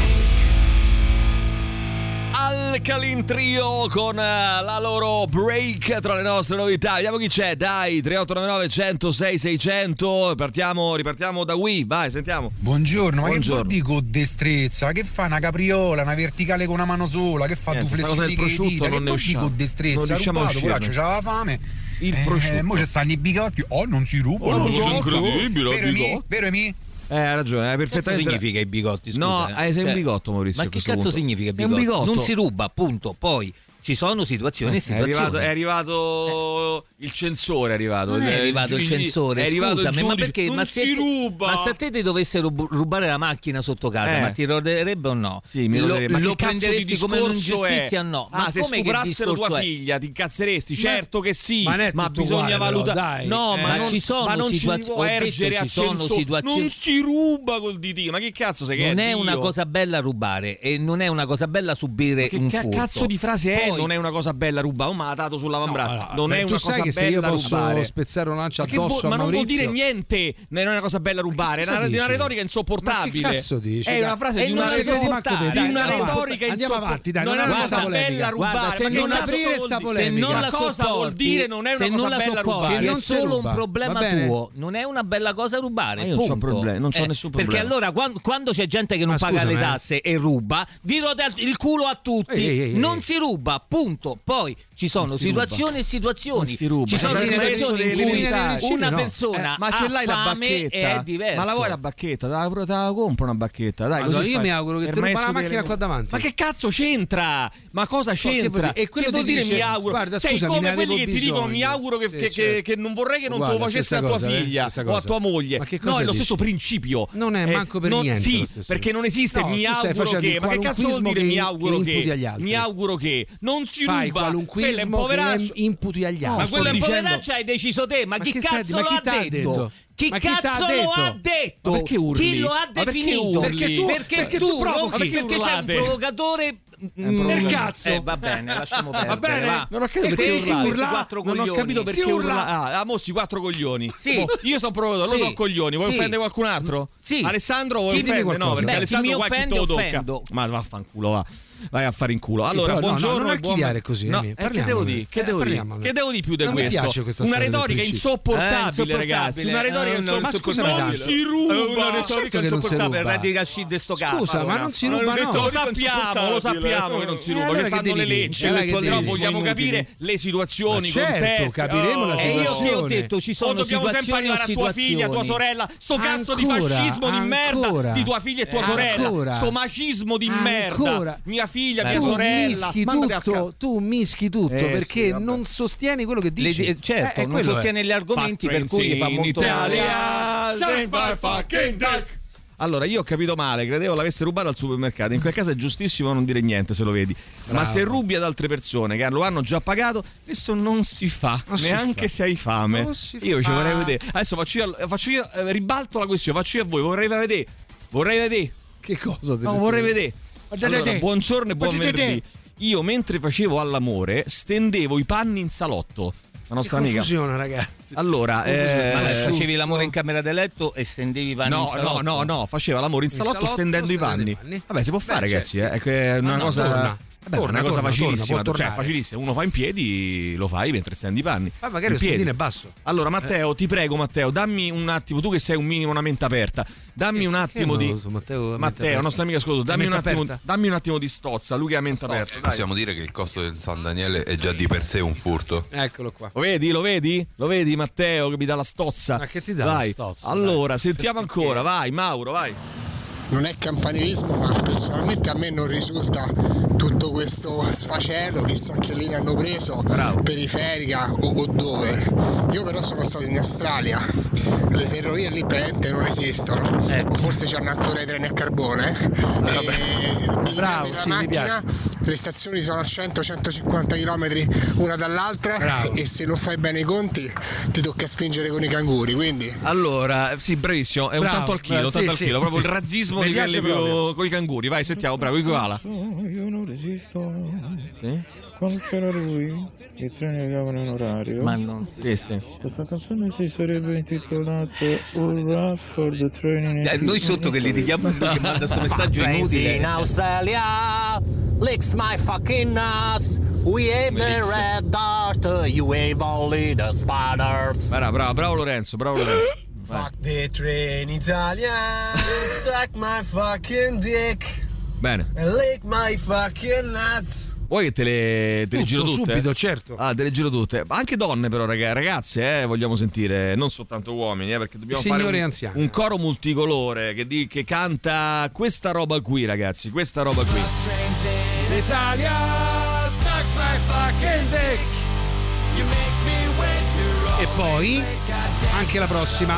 Alkaline Trio con eh, la loro break tra le nostre novità. Vediamo chi c'è, dai, tre otto nove nove uno zero sei sei zero zero. Partiamo, ripartiamo da Wii, vai, sentiamo. Buongiorno, ma Buongiorno. che vuol dire con destrezza? Che fa una capriola, una verticale con una mano sola? Che fa Niente, due sta cosa del flessioni che prosciutto dita? Che non ne vuol dire usciamo. con destrezza? Non riusciamo a rubato, uscirne. poraccio, c'aveva fame. Il Eh, prosciutto. mo ci stanno i bigotti. Oh, non si rubano. Oh, non non si so, rubano. incredibile, Vero, bigotti. Emi? Vero, Emi? Eh, hai ragione, hai Che cazzo perfettamente. significa i bigotti? Scusa, No, eh? eh, sei un Cioè, bigotto, Maurizio. Ma a che questo cazzo punto. significa Sei un bigotto? bigotto. Non si ruba, punto. Poi ci sono situazioni e È situazioni. arrivato, è arrivato il censore, è arrivato. Non è Eh, arrivato il giudice- censore, è arrivato il scusami, ma giudice. perché? Non ma si se, ruba. ma se a te ti dovessero bu- rubare la macchina sotto casa, Eh. ma ti roderebbe o no? Sì, mi lo, roderebbe. Ma lo che cazzo di prenderesti come discorso un'ingiustizia? è? No. Ah, Ma se come che stuprassero tua discorso è? figlia, ti incazzeresti? Ma- Certo che sì, Ma non è ma tutto bisogna uguale, però, valutare. dai. No, Eh. ma, Ma non, ci sono ma non situazio- ci può ho detto ergere ci a sono censore. situazioni- Non si ruba col ditino. Ma che cazzo sei che Non è è Dio? una cosa bella rubare e non è una cosa bella subire Che un ca- furto. cazzo di frase è? Poi- Non è una cosa bella rubare. Oh, ma ha dato sull'avambraccio. No, non beh, è tu una sai cosa che se bella io posso rubare. spezzare una lancia Ma, che addosso vuol- a ma non vuol Maurizio, dire niente, non è una cosa bella rubare, è cosa una, di una dici? retorica insopportabile. Ma che cazzo dici? È una frase E di non una, ci retorica- credi manco te, di dai, una andiamo retorica andiamo avanti, dai, non non è una è cosa una polemica. bella rubare. Guarda, se ma che non cazzo aprire vuol sta dire? polemica. Se non Ma la cosa sopporti, vuol dire non è se una non cosa la bella sopporti, rubare? Che è non si solo ruba, un problema va bene? tuo, non è una bella cosa rubare. Ma io non c'ho punto. problemi, non c'ho Eh, nessun perché problema. allora quando, quando c'è gente che non Ma paga scusami, le eh. tasse e ruba, vi rode il culo a tutti. Ehi, ehi, ehi, non ehi. si ruba, punto. Poi ci sono Non si situazioni ruba. e situazioni. Non si ruba. Ci sono Eh, ma situazioni sono in cui elementari. una No. persona Eh, ma ce ha l'hai la fame bacchetta? e è diverso. Ma la vuoi la bacchetta? Te la, te la compro una bacchetta, dai. Allora, così io fai. mi auguro che Per ti ruba me la è macchina superiore. qua davanti. Ma che cazzo c'entra? Ma cosa che vuol c'entra? dire? E quello che vuol ti dire dice, mi auguro? guarda, Sei scusami, come ne quelli avevo che ti dicono bisogno. mi auguro che, Sì, che, certo. che, che non vorrei che non te Uguale, lo facesse stessa a tua cosa, eh, figlia stessa o a cosa. tua moglie. Ma che No, cosa è lo dici? stesso principio. Non è Eh, manco per non- niente Sì, lo stesso. perché non esiste No, mi tu stai auguro facendo che. il Ma che cazzo vuol qualunquismo dire che- mi che auguro imputi che? agli altri. Mi auguro che non si Fai ruba. Quello è un qualunquismo poveraccio. che imputi agli No, Ma altri. quello è un sto dicendo- poveraccio hai deciso te, ma, Ma chi che stai- cazzo ma lo chi ha t'ha detto? detto? Chi Ma chi t'ha cazzo lo detto? ha detto? Ma perché urli? Chi lo ha Ma perché definito? urli? Perché tu- perché perché tu, tu provochi? non- perché sei un urlate? provocatore. provocatore. Per cazzo. Eh, va bene, lasciamo perdere. bene? va. Non ho capito E perché questi urlate. questi quattro Non ho coglioni. capito perché Si urla. urla. Ah, ah, mo sti quattro coglioni. Sì. Mo, io sono provocatore, Sì. lo so coglioni. Vuoi Sì. offendere qualcun altro? Sì. Alessandro vuoi Chi- offendere? No, qualcosa. perché Beh, chi Alessandro mi qualche offende, te lo tocca. offendo. Ma vaffanculo va. vai a fare in culo. Sì, Allora, però, buongiorno. no, non archiviare buon... così. No, eh, eh, che devo dire? Che eh, devo dire? Che devo dire più di non questo? Mi piace questa una storia del retorica principio. insopportabile, Eh, insopportabile. ragazzi. Una retorica Eh, insopportabile. ma scusa, non ragazzi. si ruba. Una retorica Certo che non si insopportabile, ruba. retorica scinde sto cazzo. Scusa, ma non si ruba, no. Lo sappiamo, lo sappiamo che non si Eh, ruba, allora che che stanno le devi leggi, dire? Allora che però devi vogliamo dire? capire le situazioni, i Ma certo, contesti. capiremo la E io situazione. ti ho detto ci O sono dobbiamo sempre situazioni o arrivare a tua figlia, a tua situazioni. sorella, sto cazzo di Ancora, fascismo di merda ancora. di tua figlia e tua sorella, Ancora. sto macismo di Ancora. merda, mia figlia, mia tu sorella, mischi mandate a tutto, ca- tu mischi tutto Eh, perché sì, vabbè. non sostieni quello che Le- dici. eh, certo, Eh, non quello è. sostiene gli argomenti per cui gli fa in molto Italia. Suck my fucking dick. Allora, io ho capito male, credevo l'avesse rubato al supermercato. In quel caso è giustissimo non dire niente se lo vedi. Bravo. Ma se rubi ad altre persone che lo hanno già pagato, questo non si fa, Non si neanche fa. se hai fame. Non si Io ci fa. vorrei vedere. Adesso faccio io, faccio io eh, ribalto la questione, faccio io a voi, vorrei vedere. Vorrei vedere. Che cosa? No, vorrei vedere. Allora, buongiorno e buon venerdì. Io mentre facevo all'amore stendevo i panni in salotto. La nostra che amica. confusione, ragazzi. Allora, eh, Ma facevi l'amore in camera da letto e stendevi i panni in No, salotto? no, no, no, faceva l'amore in In salotto, salotto stendendo i stendendo panni. i panni. Vabbè, si può Beh, fare, ragazzi, certo, eh, è che è una no, cosa torna. Vabbè, Torna, è una cosa torna, facilissima, torna, può cioè tornare. facilissima. Uno fa in piedi, lo fai mentre stendi i panni. Ma magari in lo piedi. stendino è basso. Allora, Matteo, ti prego, Matteo, dammi un attimo, tu che sei un minimo una mente aperta, dammi un attimo che di non lo so, Matteo, mente Matteo, aperta. nostro amico, ascolta, dammi un Mente attimo, aperta. dammi un attimo di stozza, lui che ha mente aperta. dai. Possiamo dire che il costo del San Daniele è già di per sé un furto. Eccolo qua. Lo vedi, lo vedi? Lo vedi, Matteo, che mi dà la stozza? Ma che ti dà Vai. la stozza? Allora, sentiamo ancora, vai, Mauro, vai. Non è campanilismo, ma personalmente a me non risulta tutto questo sfacelo, chissà che linea hanno preso, Bravo. periferica o, o dove. Io però sono stato in Australia, le ferrovie lì praticamente non esistono, o forse c'hanno ancora i treni a carbone. E devi Bravo, prendere sì, la mi macchina, le stazioni sono a cento centocinquanta chilometri una dall'altra. Bravo. E se non fai bene i conti ti tocca spingere con i canguri, quindi... Allora, sì, bravissimo, è un Bravo, tanto al chilo, bravo, tanto sì, al sì, chilo, proprio sì. il razzismo Mi di piace quelli proprio. con i canguri. Vai, sentiamo, bravo, i koala. Io non resisto. Sì? Quando c'era lui, i treni arrivavano in orario. Ma non Sì, sì. Questa canzone si sarebbe intitolata Hurrah for the Training. Eh, noi sotto che litighiamo lui che manda questo messaggio inutile. In Australia, licks my fucking nuts. We aim the red dart, you aim only the spiders. Bravo, bravo, bravo Lorenzo, bravo Lorenzo. Vai. Fuck the train Italia, suck my fucking dick Bene. and lick my fucking nuts. Vuoi che te le, te le Tutto, giro tutte? subito, certo. Ah, te le giro tutte. Ma anche donne però, raga- ragazze, eh, vogliamo sentire, non soltanto uomini, eh, perché dobbiamo Signori fare un, anziani. un coro multicolore che, di, che canta questa roba qui, ragazzi, questa roba qui. In Italia, suck my fucking dick. You make me way too E poi anche la prossima.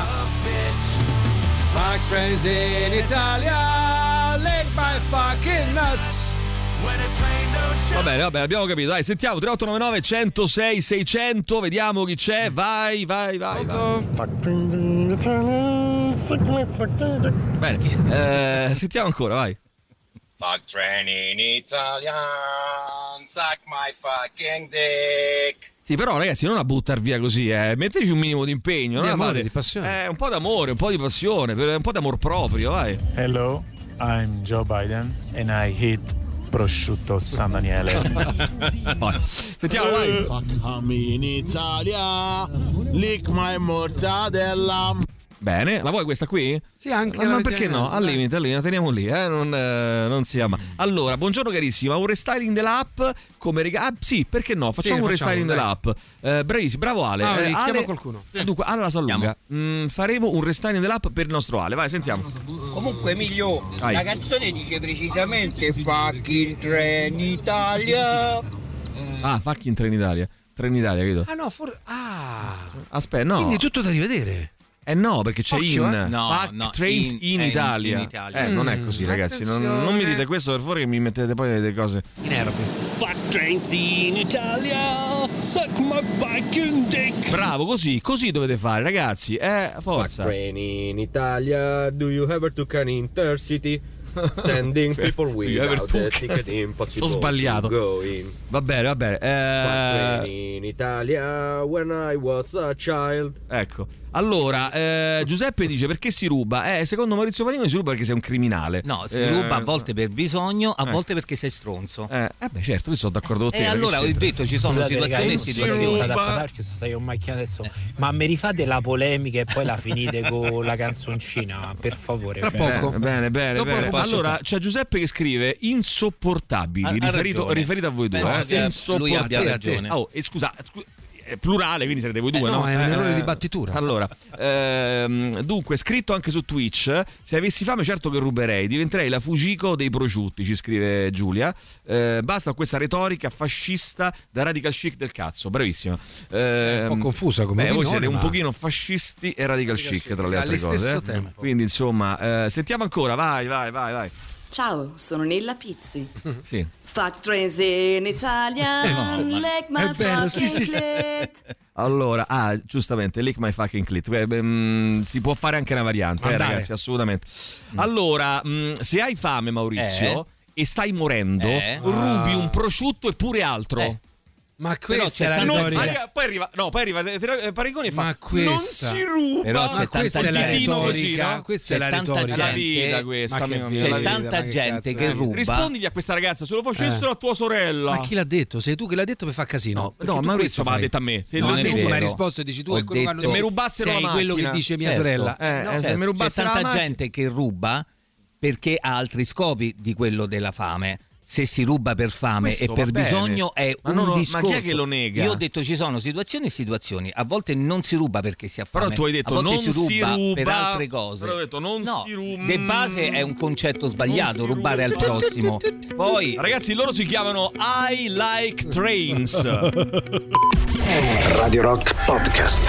Fuck trains in Italia, lick my fucking nuts. Va bene, va bene, abbiamo capito. Dai, sentiamo tre otto nove nove uno zero sei sei zero zero, vediamo chi c'è. Vai, vai, vai. vai. Fuck trains in Italia, suck my fucking dick. Bene, eh, sentiamo ancora, vai. Fuck train in Italian, suck my fucking dick. Sì, però ragazzi, non a buttar via così, eh. Metteteci un minimo di impegno, Di no? amore, Fate- di passione. Eh, un po' d'amore, un po' di passione, per- un po' d'amor proprio, vai. Hello, I'm Joe Biden and I hate prosciutto San Daniele. Vai. Sentiamo, vai. Fuck me in Italia, lick my mortadella. Bene, la vuoi questa qui? Sì, anche Ma, la ma perché mettiamo, no? Al dai. limite, al limite, la teniamo lì, eh? non, eh, non si ama. Allora, buongiorno carissima, un restyling dell'app come riga- ah, sì, perché no? Facciamo Sì, un facciamo, restyling dai. dell'app. Eh, bravissimo, bravo Ale. Ah, Eh, chiama Ale qualcuno. Dunque, Ale la Salunga. Mm, faremo un restyling dell'app per il nostro Ale. Vai, sentiamo. Comunque Emilio, Vai. la canzone dice precisamente fucking train Italia. Ah, fucking Trenitalia. Trenitalia, credo. Ah no, for... ah. Aspetta, no. Quindi è tutto da rivedere. Eh no, perché c'è Occhio, in eh. No, Fuck no, Trains in- in, è in- Italia. in Italia. Eh, non è Mm, così, ragazzi. Non, attenzione. non mi dite questo per favore che mi mettete poi delle cose. I nervi. Fuck trains in Italia, suck my fucking dick. Bravo, così, così dovete fare, ragazzi. Eh, forza. Train in Italia, do you ever took an intercity? Standing people You ever without the took- ticket impossible Sto sbagliato. to go in. Va bene, va bene. Fuck train Eh, in Italia when I was a child. ecco. Allora, eh, Giuseppe dice perché si ruba? Eh, secondo Maurizio Paniconi si ruba perché sei un criminale. No, si eh, ruba a volte per bisogno, a eh. volte perché sei stronzo. Eh, eh beh, certo, io sono d'accordo con te. E allora ho detto ci sono Scusate, situazioni e ragazzi, situazioni. state a parlare perché stai in macchina adesso. Ma mi rifate la polemica e poi la finite con la canzoncina, per favore. Tra cioè. poco. Eh, bene, bene, Dopo bene. posso Allora, fare. c'è Giuseppe che scrive insopportabili, Ha- ha riferito, ragione. riferito a voi due. Penso Eh? che lui abbia ragione. Oh, e scusa, scu- è plurale, quindi sarete voi due, Eh, no? no, è un errore di battitura. Allora, ehm, dunque, scritto anche su Twitch, se avessi fame certo che ruberei, diventerei la Fujiko dei prosciutti, ci scrive Giulia. Eh, basta con questa retorica fascista da radical chic del cazzo, bravissima. Eh, un po' confusa come beh, voi opinione, siete un ma- pochino fascisti e radical chic tra le Allo altre cose. stesso eh. tempo. Quindi, insomma, eh, sentiamo ancora, vai, vai, vai, vai. Ciao, sono Nella Pizzi. Sì. Fuck trains in Italian, like my È bello, sì, fucking sì. clit. Allora, ah, giustamente, lick my fucking clit. Beh, beh, mm, si può fare anche una variante, eh, Mandare. ragazzi, assolutamente. Allora, mm, se hai fame, Maurizio, e stai morendo, Eh. rubi un prosciutto e pure altro. Eh. Ma Però questa c'è è la tanto- retorica. Arriva- poi arriva, no, poi arriva eh, Parigoni e fa: Ma questa- non si ruba. Però c'è Ma questa tanta è la gente, così, retorica, no? questa è C'è la tanta retorica. La gente- vita questa, Ma che mio vita, C'è la vita, tanta ma che gente cazzo, che eh. ruba. Rispondigli a questa ragazza, se lo facessero Eh. a tua sorella. Ma chi l'ha detto? Sei tu che l'ha detto per far casino? No, Perché no, tu Maurizio questo me l'ha fai. detto a me. Se No, non è tu mi hai vero. risposto e dici tu Ho è quello che detto- hanno Se mi rubassero sei la quello che macchina. dice mia Certo. sorella. Eh, No, eh, se Certo, mi c'è rubasse la tanta macchina- gente che ruba perché ha altri scopi di quello della fame. Se si ruba per fame Questo e per va bene. bisogno è Ma un non lo- ma chi è discorso. che lo nega? Io ho detto ci sono situazioni e situazioni. A volte non si ruba perché si ha fame. Però tu hai detto a volte non si ruba, si ruba per altre cose. Però ho detto non no, si ruba. de base è un concetto sbagliato, Non si rubare ruba. al prossimo. Poi Ragazzi, loro si chiamano I Like Trains. Radio Rock Podcast.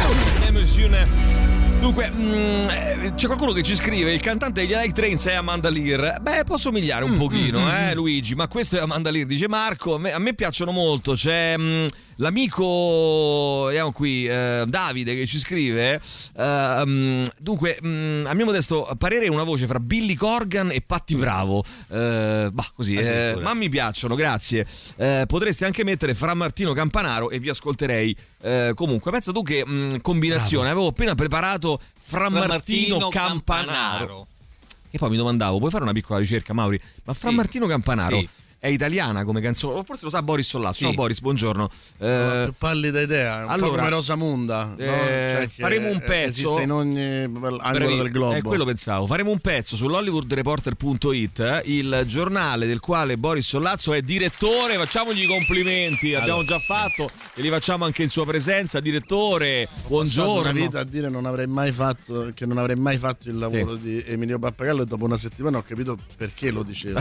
Dunque, mm, eh, c'è qualcuno che ci scrive: il cantante degli I Like Trains è Amanda Lear. Beh, può somigliare un pochino, eh, Luigi, ma questo è Amanda Lear. Dice Marco, a me, a me piacciono molto. C'è mm, l'amico, vediamo qui, eh, Davide che ci scrive. eh, mm, dunque, mm, a mio modesto parere, una voce fra Billy Corgan e Patti Bravo. Eh, bah, così, eh, ma mi piacciono, grazie. Eh, potreste anche mettere Fra Martino Campanaro e vi ascolterei. Eh, comunque, pensa tu che mh, combinazione. Avevo appena preparato Fra, Fra Martino, Martino Campanaro. Campanaro. E poi mi domandavo, puoi fare una piccola ricerca, Mauri? Ma Fra Sì. Martino Campanaro Sì. è italiana come canzone? O forse lo sa Boris Sollazzo. Sì. No, Boris, buongiorno. Eh, più pallida idea, un allora, po' come Rosamunda, no? eh, Cioè che faremo un pezzo. esiste in ogni angolo Bravi- del globo. È quello pensavo. Faremo un pezzo sull'hollywood reporter punto it, eh, il giornale del quale Boris Sollazzo è direttore. Facciamogli i complimenti. Abbiamo già fatto e li facciamo anche in sua presenza. Direttore, Ho passato buongiorno. una vita a dire non avrei mai fatto che non avrei mai fatto il lavoro di Emilio Pappagallo, e dopo una settimana ho capito perché lo dicevo.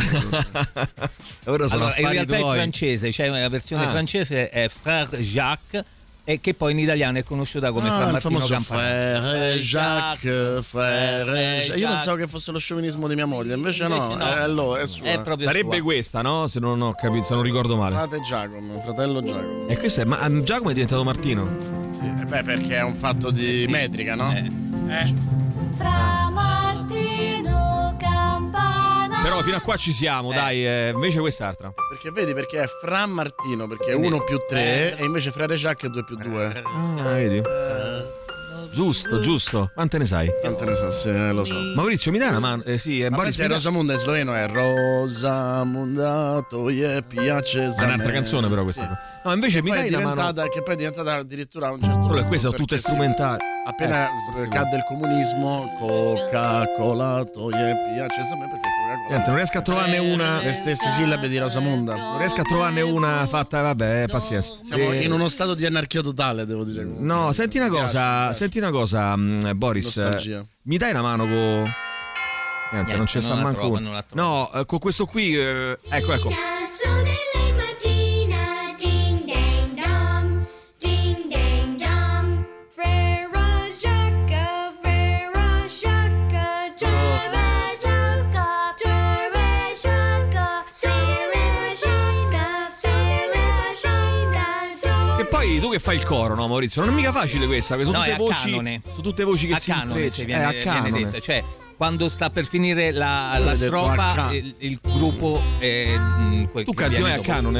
Ora sono allora, in affari realtà tuoi. è francese, cioè la versione Ah. francese è Frère Jacques e che poi in italiano è conosciuta come Ah, Fra il Martino famoso Campanaro. Frère Jacques, Frère Jacques. Io Jacques. pensavo che fosse lo sciovinismo di mia moglie, invece, no, Invece no. È, lo- è sua. È proprio Sarebbe sua. questa, no? Se non ho capito, se non ricordo male. Frate Giacomo, fratello Giacomo. E questo è. Ma um, Giacomo è diventato Martino? Sì, e beh, perché è un fatto di metrica, no? Eh. Fra Martino Campanaro. Però fino a qua ci siamo, dai. eh, invece quest'altra. Perché vedi, perché è Fra Martino, perché è Quindi- uno più tre, eh. e invece Frère Jacques è due più due. Ah, vedi? Giusto, giusto. Quante ne sai? Quante ne so, sì, eh, lo so. Maurizio, mi dai una mano? Eh, sì, è Ma Boris. pensi è mi dai- Rosamunda in sloveno è Rosamunda toje piace. Ma è un'altra canzone, però questa. No, invece Che mi poi, dai è una mano. diventata, che poi è diventata addirittura a un certo punto. Quello è questo, tutte perché sì, strumentali. appena Eh, cadde il comunismo, Coca-Cola toje piace a me, perché Coca-Cola. Niente, non riesco a trovarne una. Le stesse sillabe di Rosamunda. Non riesco a trovarne una fatta, vabbè, pazienza. Siamo Eh, in uno stato di anarchia totale, devo dire. No, senti una Mi piace, cosa, mi piace. senti una cosa, mh, Boris. Nostalgia. eh, Mi dai una mano con. Niente, Niente, non c'è sta non la manco. trovo, una. non la trovo. No, eh, con questo qui. eh, ecco, ecco. Sono le mattina, ding dang dong, ding dang dong. Frère Jacques, Frère Jacques, Giove Jacques, Giove Jacques, Frère Jacques, Frère Jacques. E poi tu che fai il coro, no, Maurizio? Non è mica facile questa, sono No, tutte è a voci. canone. Sono tutte voci che A si canone intrecciano. se viene, Eh, a viene canone. detto, cioè quando sta per finire la, Io la l'ho detto a strofa ca- il, il gruppo è mm, quel Tu che canti viene mai a dopo. canone?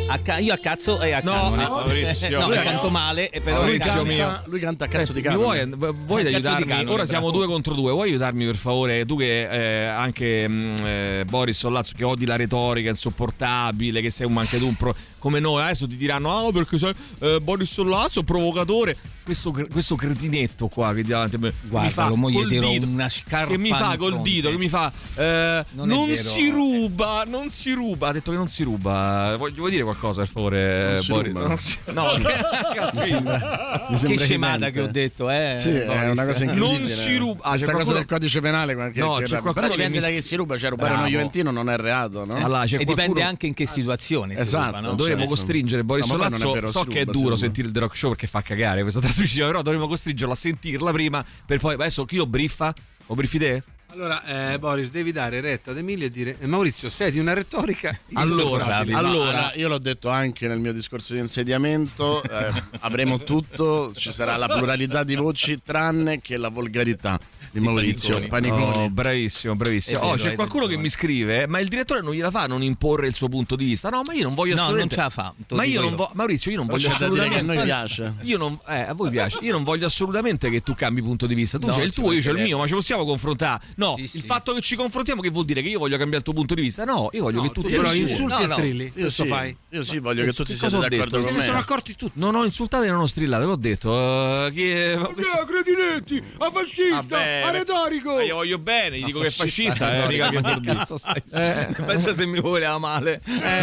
A ca- io a cazzo e a No, cannone. Maurizio. No, canto male e però Maurizio canto- mio. Lui canta a cazzo Eh, di mi canone. vuoi, vuoi Cazzo di aiutarmi? canone, Ora siamo bravo. due contro due. Vuoi aiutarmi per favore? Tu che eh, anche mh, eh, Boris Sollazzo, che odi la retorica insopportabile, che sei un anche tu un pro, come noi. Adesso ti diranno: ah, perché sei eh, Boris Sollazzo, provocatore. Questo, questo cretinetto qua che davanti a me Guarda, mi fa lo mo gli col tiro dito, una scarpa che mi fa in col fronte. dito, che mi fa eh, Non non, è vero. si ruba, non si ruba. Ha detto che non si ruba. Vuoi, vuoi dire qualcosa per favore? Non si Boris? ruba. Non si- no, cazzo, Mi sembra- mi sembra Che scemata evidente. che ho detto, eh. Sì, è Boris. una cosa incredibile. Non si ruba. Ah, Questa c'è cosa qualcuno- del codice penale, qualche, No, che c'è però qualcuno che dipende mi- da che si ruba, cioè rubare Bravo. uno juventino non è reato, no? Allora, c'è E dipende qualcuno- anche in che situazione si Esatto, ruba, no? dovremmo Cioè, costringere Boris no, ma poi non è Sollazzo. vero, So si che è ruba, si duro ruba. sentire il The Rock Show perché fa cagare questa trasmissione, però dovremmo costringerlo a sentirla prima per poi adesso chi lo briffa? Lo briffi te? Allora, eh, Boris, devi dare retta ad Emilio e dire: eh, Maurizio, sei di una retorica Allora, insopportabile. allora, io l'ho detto anche nel mio discorso di insediamento, eh, avremo tutto, ci sarà la pluralità di voci tranne che la volgarità di Maurizio Paniconi. Oh, bravissimo, bravissimo. È vero, Oh, c'è hai qualcuno che ragione. mi scrive: ma il direttore non gliela fa a non imporre il suo punto di vista? No, ma io non voglio No, assolutamente. non ce la fa, te lo Ma io dico non io. vo- Maurizio, io non Però voglio c'è da dire che a assolutamente. noi piace. Io non, eh, a voi piace. Io non voglio assolutamente che tu cambi punto di vista. Tu No, c'hai il ci tuo, io c'ho il mancherebbe. mio, ma ci possiamo confrontare. No, Sì, il sì. fatto che ci confrontiamo, che vuol dire che io voglio cambiare il tuo punto di vista? No, io voglio che tutti Però abbiano il suo. insulti No, e no. strilli. Io Questo sì, fai? io sì, voglio che tutti Che siate cosa ho d'accordo detto? con Se ne me. sono accorti tutti. Non ho insultato e non ho strillato, che ho detto? eh, che... questo- cretinetti, a fascista, Vabbè, a retorico. ma io voglio bene, gli dico che è fascista, eh, no, mica che ma che vuol dire. cazzo stai Eh, Pensa se mi voleva male.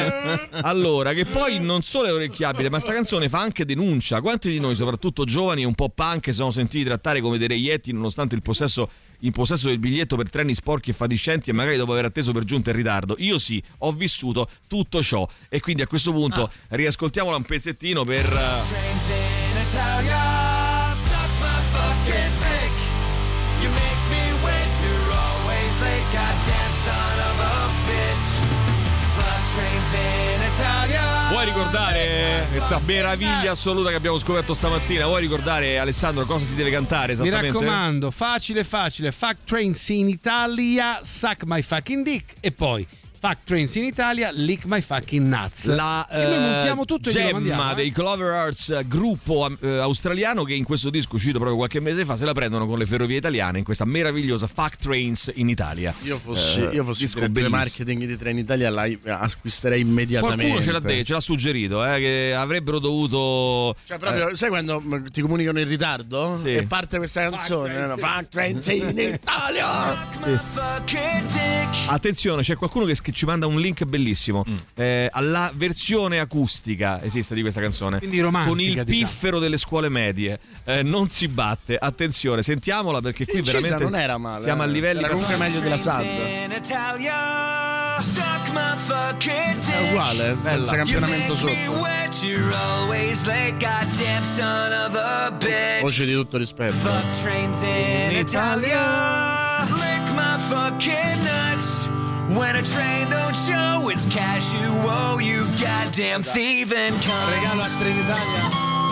Allora, che poi non solo è orecchiabile, ma sta canzone fa anche denuncia. Quanti di noi, soprattutto giovani e un po' punk, si sono sentiti trattare come dei reietti nonostante il possesso in possesso del biglietto per treni sporchi e fatiscenti e magari dopo aver atteso per giunta in ritardo? Io sì, ho vissuto tutto ciò e quindi a questo punto riascoltiamola un pezzettino per... Trains in Italia, suck my fucking dick. You make me wait, you're always late, goddamn son of a bitch. Fuck trains in Italia. Vuoi ricordare questa meraviglia assoluta che abbiamo scoperto stamattina? Vuoi ricordare, Alessandro, cosa si deve cantare Mi esattamente? raccomando, facile facile, Fuck Trains in Italia, Suck My Fucking Dick e poi Fuck Trains in Italia, Lick My Fucking Nuts. La e noi eh, montiamo tutto e glielo gemma mandiamo. eh. dei Clover Arts, gruppo eh, australiano che in questo disco uscito proprio qualche mese fa se la prendono con le ferrovie italiane in questa meravigliosa Fuck Trains in Italia. Io fossi, Eh, io fossi disco direttore bellissimo. marketing di Trenitalia, la acquisterei immediatamente. Qualcuno ce l'ha, de- ce l'ha suggerito eh, che avrebbero dovuto Cioè, proprio, sai quando mh, ti comunicano in ritardo? Sì. E parte questa canzone, no? Fuck Trains in Italia! Fucking dick. attenzione, c'è qualcuno che, che ci manda un link bellissimo Mm. eh, alla versione acustica esiste di questa canzone, Quindi romantica, con il diciamo. piffero delle scuole medie. Eh, non si batte, attenzione, sentiamola perché qui Incisa veramente non era male, siamo eh. a livelli Era comunque meglio della S A D. In Italia, suck my fucking dick. È uguale, senza campionamento You make me sotto. wet, you're always late, goddamn son of a bitch. Voce di tutto rispetto. Fuck trains in Italia, lick my fucking nuts. When a train don't show its cash you owe, you goddamn thieving cunts. Regalo a Trenitalia.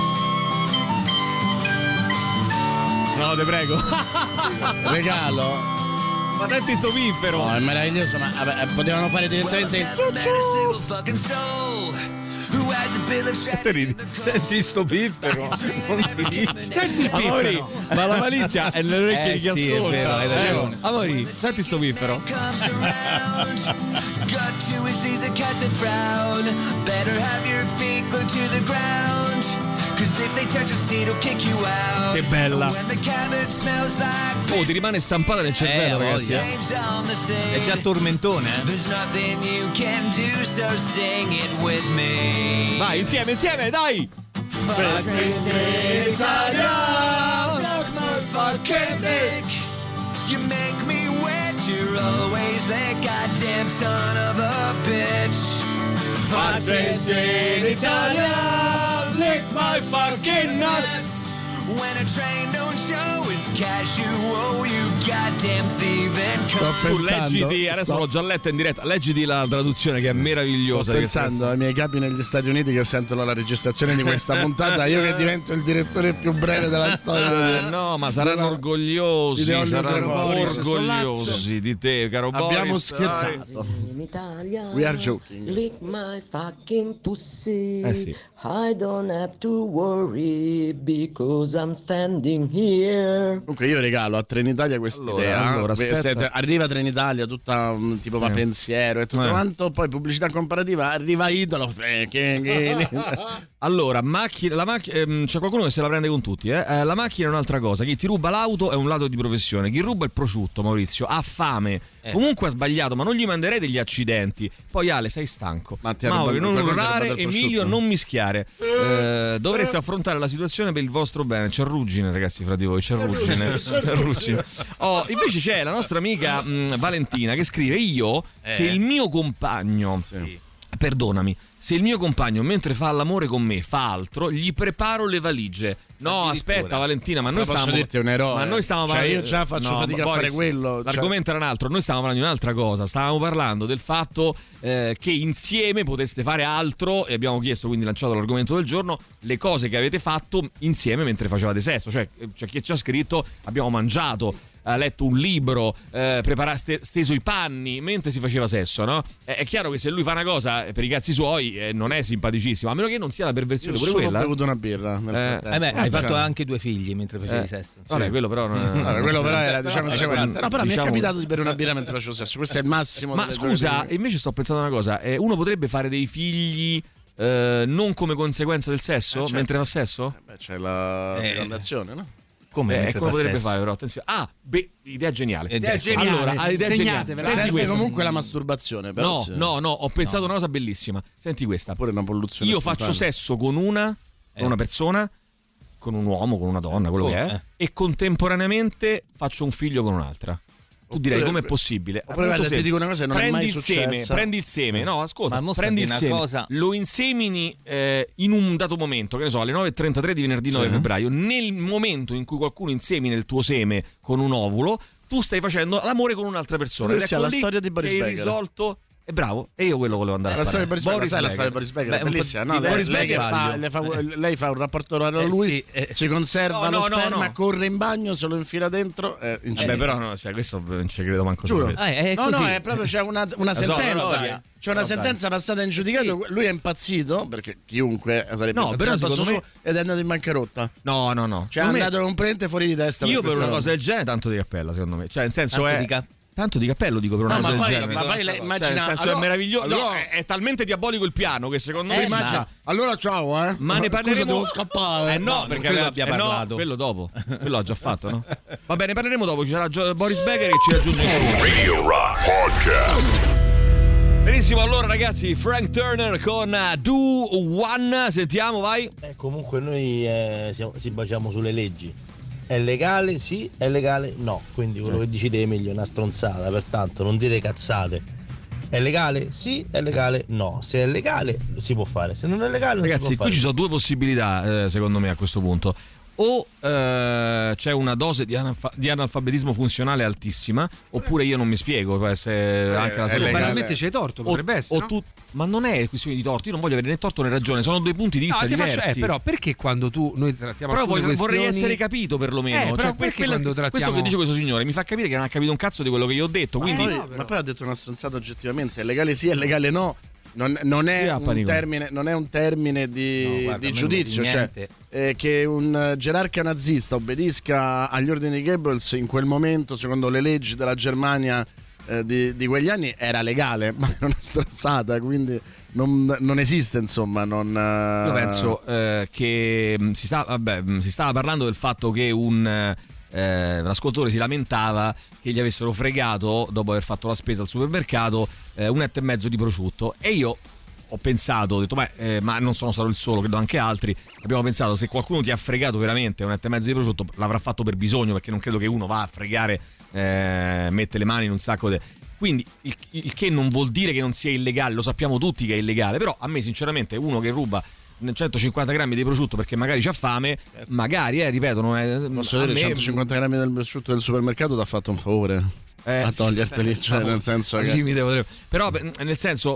no te prego Regalo. ma senti sto piffero No, è meraviglioso, ma vabbè, potevano fare direttamente il Never met a single fucking soul who has a bill of Te shame. ridi. Senti sto piffero, non si dice. Senti il Amori, piffero. ma la malizia è nelle orecchie Eh, di chi sì, è ascolta. vero, hai ragione. Eh, Amori, senti sto piffero. Comes around, got to his knees and cats and frown. Better have your feet glued to the ground, cause if they touch a seat, it'll kick you out. Che bella. When the cabbage smells like Oh, ti rimane stampata nel cervello, Eh, ragazzi. voglia. change on the scene. È già tormentone, eh? There's nothing you can do, so sing it with me. Vai, insieme, insieme, dai! Fuck trains in Italia, suck my fucking dick. You make me wet, you're always that goddamn son of a bitch. Fuck trains in Italia, lick my fucking nuts. When a train don't show its cash you owe, you goddamn thieving cunt. Tu leggiti, adesso sto- l'ho già letta in diretta, leggiti la traduzione che è meravigliosa. Sto pensando ai miei capi negli Stati Uniti che sentono la registrazione di questa puntata, io che divento il direttore più breve della storia. Eh, no, ma saranno orgogliosi, Di saranno Boris. orgogliosi di te, caro Abbiamo Boris. scherzato. In Italia, We are joking. lick my fucking pussy. Eh sì. I don't have to worry because I'm standing here. Comunque io regalo a Trenitalia quest'idea. Allora, allora, Beh, aspetta. siete- arriva Trenitalia tutta mm, tipo va Eh. pensiero e tutto Eh. quanto, poi pubblicità comparativa, arriva Idolo. eh, che- che- Allora, macchina, la macchina, ehm, c'è qualcuno che se la prende con tutti. Eh? Eh, la macchina è un'altra cosa. Chi ti ruba l'auto è un lato di professione. Chi ruba il prosciutto, Maurizio, ha fame. Eh. Comunque ha sbagliato, ma non gli manderei degli accidenti. Poi Ale, sei stanco. Ma ti ha Mauro, rubato- non qualcuno ti ha urlare, rubato il Emilio, prosciutto? non mischiare. Eh, dovreste affrontare la situazione per il vostro bene. C'è ruggine, ragazzi, fra di voi. C'è ruggine. C'è ruggine. Oh, invece c'è la nostra amica mh, Valentina che scrive: io, Eh. se il mio compagno, perdonami, se il mio compagno mentre fa l'amore con me fa altro, gli preparo le valigie. No, aspetta Valentina, ma noi Ma posso stavamo dirti, è un eroe. Ma noi stavamo Cioè, parlando- io già faccio No, fatica a Boris, fare quello, cioè- L'argomento era un altro, noi stavamo parlando di un'altra cosa. Stavamo parlando del fatto eh, che insieme poteste fare altro e abbiamo chiesto, quindi lanciato l'argomento del giorno, le cose che avete fatto insieme mentre facevate sesso. Cioè, c'è chi ci ha scritto: abbiamo mangiato, ha letto un libro, eh, prepara- ste- steso i panni mentre si faceva sesso, no? È, è chiaro che se lui fa una cosa eh, per i cazzi suoi eh, non è simpaticissimo, a meno che non sia la perversione Io pure solo ho quella. bevuto una birra nel Eh, frattempo. Eh beh, hai cioè- fatto anche due figli mentre facevi Eh, sesso. vabbè, quello però non è- Vabbè, quello però era, diciamo, Eh, diceva- quello- no, però mi diciamo- è capitato di bere una birra mentre facevo sesso. Questo è il massimo. Ma delle scusa, cose. invece sto pensando a una cosa, eh, uno potrebbe fare dei figli eh, non come conseguenza del sesso, Eh, certo. mentre fa sesso? Beh, c'è la Eh. fecondazione, no? Come Eh, mentre come fa potrebbe sesso? fare però, attenzione. Ah, beh, idea geniale. Idea geniale. Allora, ah, idea geniale. Segnatevela. Senti Serve questa. comunque la masturbazione. Però No, sì. no, no, ho pensato a una cosa bellissima. Senti questa. Pure una polluzione Io spontanea. faccio sesso con una, con Eh. una persona, con un uomo, con una donna, quello Oh, che è, eh. e contemporaneamente faccio un figlio con un'altra. Tu direi Oppure- com'è possibile? oppure, Molto guarda, ti semplice. dico una cosa, non è prendi mai il seme, successa. prendi il seme, no, ascolta, Ma mo prendi il sappi una seme, cosa- lo insemini eh, in un dato momento, che ne so, alle nove e trentatré di venerdì nove Sì. febbraio. Nel momento in cui qualcuno insemina il tuo seme con un ovulo, tu stai facendo l'amore con un'altra persona. Questa Ed è ecco la lì storia di Boris che hai Becker. risolto. E bravo, e io quello volevo andare La a storia fare. di Boris Becker, sai la Becker. storia di Boris Becker, Beh, è un po' bellissima. No, di lei, Boris lei che Becker fa, sbaglio. le fa- lei fa un rapporto orale a lui, sì, eh. si conserva No, lo no, no, sperma, no. corre in bagno, se lo infila dentro. Eh, Eh, beh, però no, cioè, questo non ci credo manco. Giuro. sapere. Ah, è no, così. no, è proprio c'è una, una La so, sentenza. storia. C'è una Vabbè. sentenza passata in giudicato. Lui è impazzito perché chiunque sarebbe No, però impazzato al secondo posto suo, ed è andato in bancarotta. No, no, no. Cioè è Secondo me- andato completamente fuori di testa. Io per questa una cosa roba. del genere tanto di cappella, secondo me. Cioè, nel senso Tanto è di cap- tanto di cappello dico per una No, cosa ma del poi, genere. ma poi lei Cioè, immagina. nel senso allora- è meraviglioso. No, allora- è, è talmente diabolico il piano che secondo me Eh, immagina. ma- Allora ciao, eh. Ma ne Scusa, parleremo. devo scappare. Eh no, non perché credo aveva- abbia eh no, parlato. quello dopo. Quello ha già fatto, no? Va bene, parleremo dopo. Ci sarà Gio- Boris Becker che ci raggiunge in studio. Radio Rock Podcast. Benissimo, allora ragazzi, Frank Turner con uh, Do One. Sentiamo, vai. Eh, comunque noi eh, siamo- si baciamo sulle leggi. È legale? Sì, è legale? No. Quindi quello che dici te, Emilio, è una stronzata, pertanto non dire cazzate. È legale? Sì, è legale? No. Se è legale si può fare, se non è legale non Ragazzi, si può qui fare. ci sono due possibilità, eh, secondo me, a questo punto. O eh, c'è una dose di, analfa- di analfabetismo funzionale altissima, oppure io non mi spiego. Può essere anche la è seconda. legale. Banalmente c'è torto, O- potrebbe essere. o no? tu- ma non è questione di torto, io non voglio avere né torto né ragione, sono due punti di No, vista ti faccio- diversi. eh, però perché quando tu noi trattiamo Però alcune voglio- vorrei questioni- essere capito perlomeno. Eh, però Cioè, perché quella- quando trattiamo- Questo che dice questo signore mi fa capire che non ha capito un cazzo di quello che io ho detto. Ma Quindi, poi, ma poi ha detto una stronzata oggettivamente. È legale sì, è legale no. Non, non è Io un appanico. termine, non è un termine di, No, guarda, di a me giudizio. non mi Cioè, niente. eh, che un eh, gerarca nazista obbedisca agli ordini di Goebbels in quel momento, secondo le leggi della Germania eh, di, di quegli anni, era legale, ma è una stronzata. Quindi non, non esiste, insomma. Non, eh, io penso eh, che mh, si, sta, vabbè, mh, si stava parlando del fatto che un eh, l'ascoltatore si lamentava che gli avessero fregato, dopo aver fatto la spesa al supermercato, eh, un etto e mezzo di prosciutto. E io ho pensato, ho detto, ma, eh, ma non sono stato il solo, credo anche altri. Abbiamo pensato, se qualcuno ti ha fregato veramente un etto e mezzo di prosciutto, l'avrà fatto per bisogno, perché non credo che uno va a fregare, eh, mette le mani in un sacco di... Quindi il, il che non vuol dire che non sia illegale, lo sappiamo tutti che è illegale, però a me sinceramente uno che ruba centocinquanta grammi di prosciutto perché magari c'ha fame, magari, eh, ripeto, non è. Posso dire, me... centocinquanta grammi del prosciutto del supermercato ti ha fatto un favore. Eh, a toglierteli, cioè no, nel senso che limite, però nel senso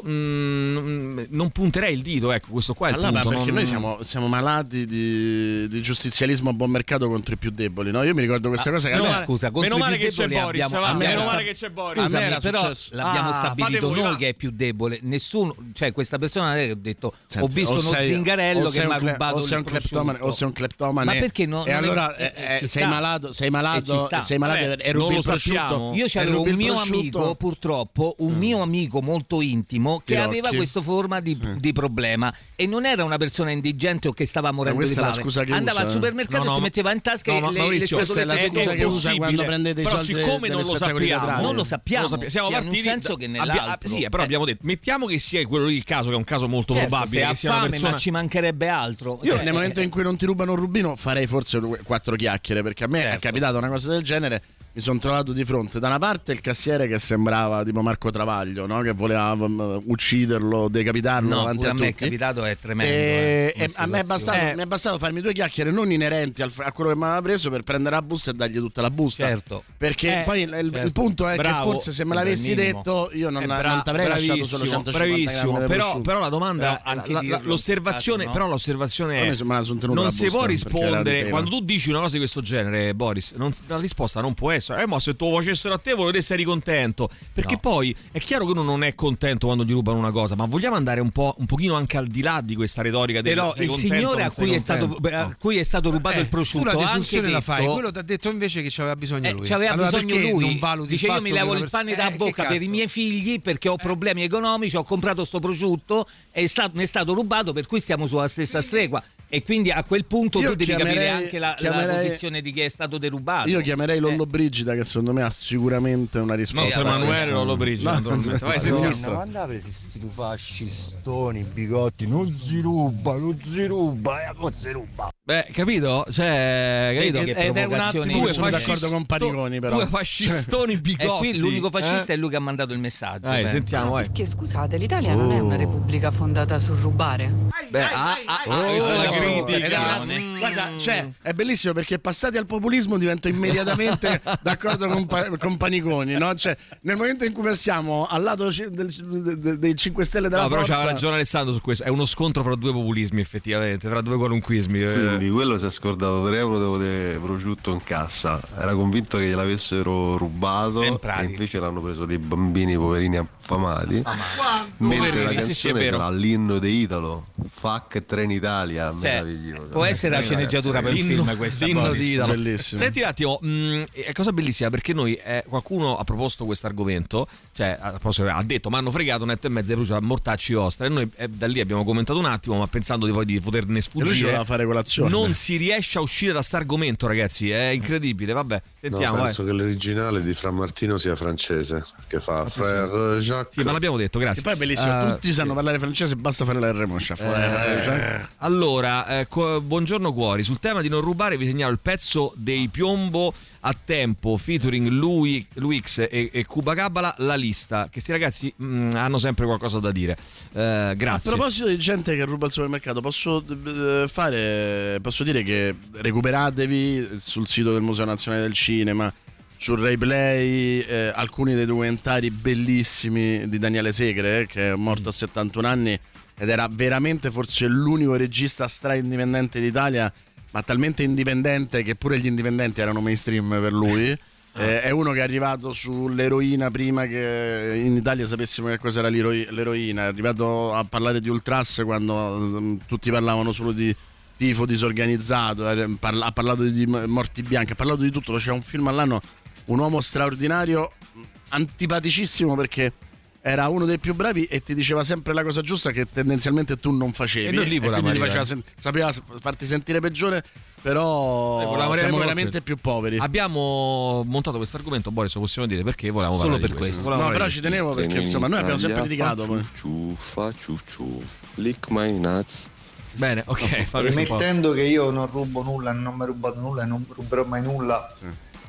mh, non punterei il dito, ecco, questo qua è il allora, punto. Perché non... noi siamo, siamo malati di, di giustizialismo a buon mercato contro i più deboli, no? Io mi ricordo questa ah, cosa che no, allora, scusa, meno male che c'è Boris, abbiamo, va, abbiamo, meno male che c'è Boris. Scusami, però successo. l'abbiamo ah, stabilito voi, noi va. che è più debole. Nessuno, cioè questa persona che ha detto Senti, ho visto uno sei, zingarello che mi ha rubato o sei un cleptomane, o sei un cleptomane. Ma perché no? E allora eh, eh, sei malato, sei malato, sei malato e rubi il prosciutto. Io c'avevo un mio amico, purtroppo, un mio amico molto intimo che aveva questa forma di, sì. di problema e non era una persona indigente o che stava morendo di fame. Andava al supermercato e no, no, si metteva in tasca no, le, Maurizio, le scatolette è, è, è possibile quando prendete i però soldi siccome non lo sappiamo, non lo sappiamo, non lo sappiamo. Siamo sia partiti in un senso che nell'altro. Abbia, sì, però eh. abbiamo detto mettiamo che sia quello lì il caso, che è un caso molto certo, probabile se che sia fame, una persona, ma ci mancherebbe altro. Io cioè, nel momento in cui non ti rubano un rubino farei forse quattro chiacchiere, perché a me certo. è capitata una cosa del genere. Mi sono trovato di fronte da una parte il cassiere che sembrava tipo Marco Travaglio, no? Che voleva um, ucciderlo, decapitarlo no, davanti a, a tutti. me è capitato, è tremendo. E, eh, e a me è bastato, eh. mi è bastato farmi due chiacchiere non inerenti al, a quello che mi aveva preso per prendere la busta e dargli tutta la busta. Certo. Perché eh, poi il, certo. il punto è Bravo, che forse se me l'avessi detto io non, bra- non ti avrei lasciato solo centocinquanta bravissimo, grammi però, però la domanda, però la, la, l'osservazione, caso, no? però l'osservazione è non si può rispondere quando tu dici una cosa di questo genere, Boris. Non, la risposta non può essere eh ma se tu facessero a te vorresti essere contento, perché no. Poi è chiaro che uno non è contento quando gli rubano una cosa, ma vogliamo andare un po' un pochino anche al di là di questa retorica del però il signore a cui, è stato, a cui è stato rubato eh, il prosciutto tu la desunzione la fai, detto, quello ti ha detto invece che c'aveva bisogno eh, lui c'aveva allora bisogno lui non dice io mi levo il pane pers- da eh, bocca per i miei figli perché ho problemi economici, ho comprato sto prosciutto e mi è stato rubato, per cui stiamo sulla stessa stregua. E quindi a quel punto io tu devi chiamerei, capire anche la, chiamerei, la posizione di chi è stato derubato. Io chiamerei Lollo Brigida, che secondo me ha sicuramente una risposta. No, Emanuele Lollo Brigida, no, naturalmente. Vai, sentiamo. Ma andava presi sti fascistoni, bigotti, non si ruba, non si ruba, e non si ruba. Beh, capito? Cioè, capito? Ed è un attimo, sono d'accordo con Paniconi, però. Due fascistoni bigotti. E qui l'unico fascista eh? è lui che ha mandato il messaggio. Dai, sentiamo, vai. Perché scusate, l'Italia oh. non è una repubblica fondata sul rubare. Beh, ah, ah, ah, questa è la critica. Mm. Guarda, cioè, è bellissimo perché passati al populismo divento immediatamente d'accordo con, con Paniconi, no? Cioè, nel momento in cui passiamo al lato del, dei cinque Stelle della no, forza. però c'ha ragione Alessandro su questo. È uno scontro fra due populismi, effettivamente, fra due qualunquismi. Quindi quello si è scordato tre euro di prosciutto in cassa. Era convinto che gliel'avessero rubato e invece l'hanno preso dei bambini poverini affamati. Ah, mentre poverini, la canzone sì, sì, sarà l'inno di Italo, Fuck Trenitalia, cioè, meraviglioso. Può essere la sceneggiatura per il film questa, l'inno di Italo. Bellissimo. Senti un attimo, mh, è cosa bellissima perché noi eh, qualcuno ha proposto questo argomento, cioè ha, ha detto ma hanno fregato un etto e mezzo di mortacci ostra e noi eh, da lì abbiamo commentato un attimo, ma pensando di poi di poterne sfuggire. E lui voleva fare colazione. Non si riesce a uscire da sto argomento, ragazzi, è incredibile. Vabbè, sentiamo. No, penso vai. che l'originale di Fra Martino sia francese, che fa Frère Jacques. Sì, ma l'abbiamo detto, grazie. E poi è bellissimo, uh, tutti sanno parlare francese, basta fare la R moscia. Eh, allora, eh, co- buongiorno cuori, sul tema di non rubare vi segnalo il pezzo dei Piombo a tempo featuring lui, Luix e, e Cuba Cabala, La Lista, che questi ragazzi mh, hanno sempre qualcosa da dire. Eh, grazie. A proposito di gente che ruba al supermercato, posso eh, fare posso dire che recuperatevi sul sito del Museo Nazionale del Cinema, sul Rai Play, eh, alcuni dei documentari bellissimi di Daniele Segre, eh, che è morto a settantuno anni ed era veramente forse l'unico regista stra-indipendente d'Italia, ma talmente indipendente che pure gli indipendenti erano mainstream per lui. Eh, è uno che è arrivato sull'eroina prima che in Italia sapessimo che cosa era l'eroina, è arrivato a parlare di ultras quando um, tutti parlavano solo di tifo disorganizzato, ha parlato di morti bianche, ha parlato di tutto, faceva un film all'anno, un uomo straordinario, antipaticissimo perché era uno dei più bravi e ti diceva sempre la cosa giusta che tendenzialmente tu non facevi, e noi lì e quindi ti faceva sen- sapeva sapeva farti sentire peggiore, però eh, siamo veramente più poveri. Abbiamo montato questo argomento, Boris, lo possiamo dire perché volevamo solo parlare per di questo. questo. No, però ci tenevo perché insomma noi abbiamo sempre litigato. Fa ciuff, fa ciuff, ciuff, lick my nuts. Bene, ok. Rimettendo che io non rubo nulla, non mi ho rubato nulla e non ruberò mai nulla. Sì.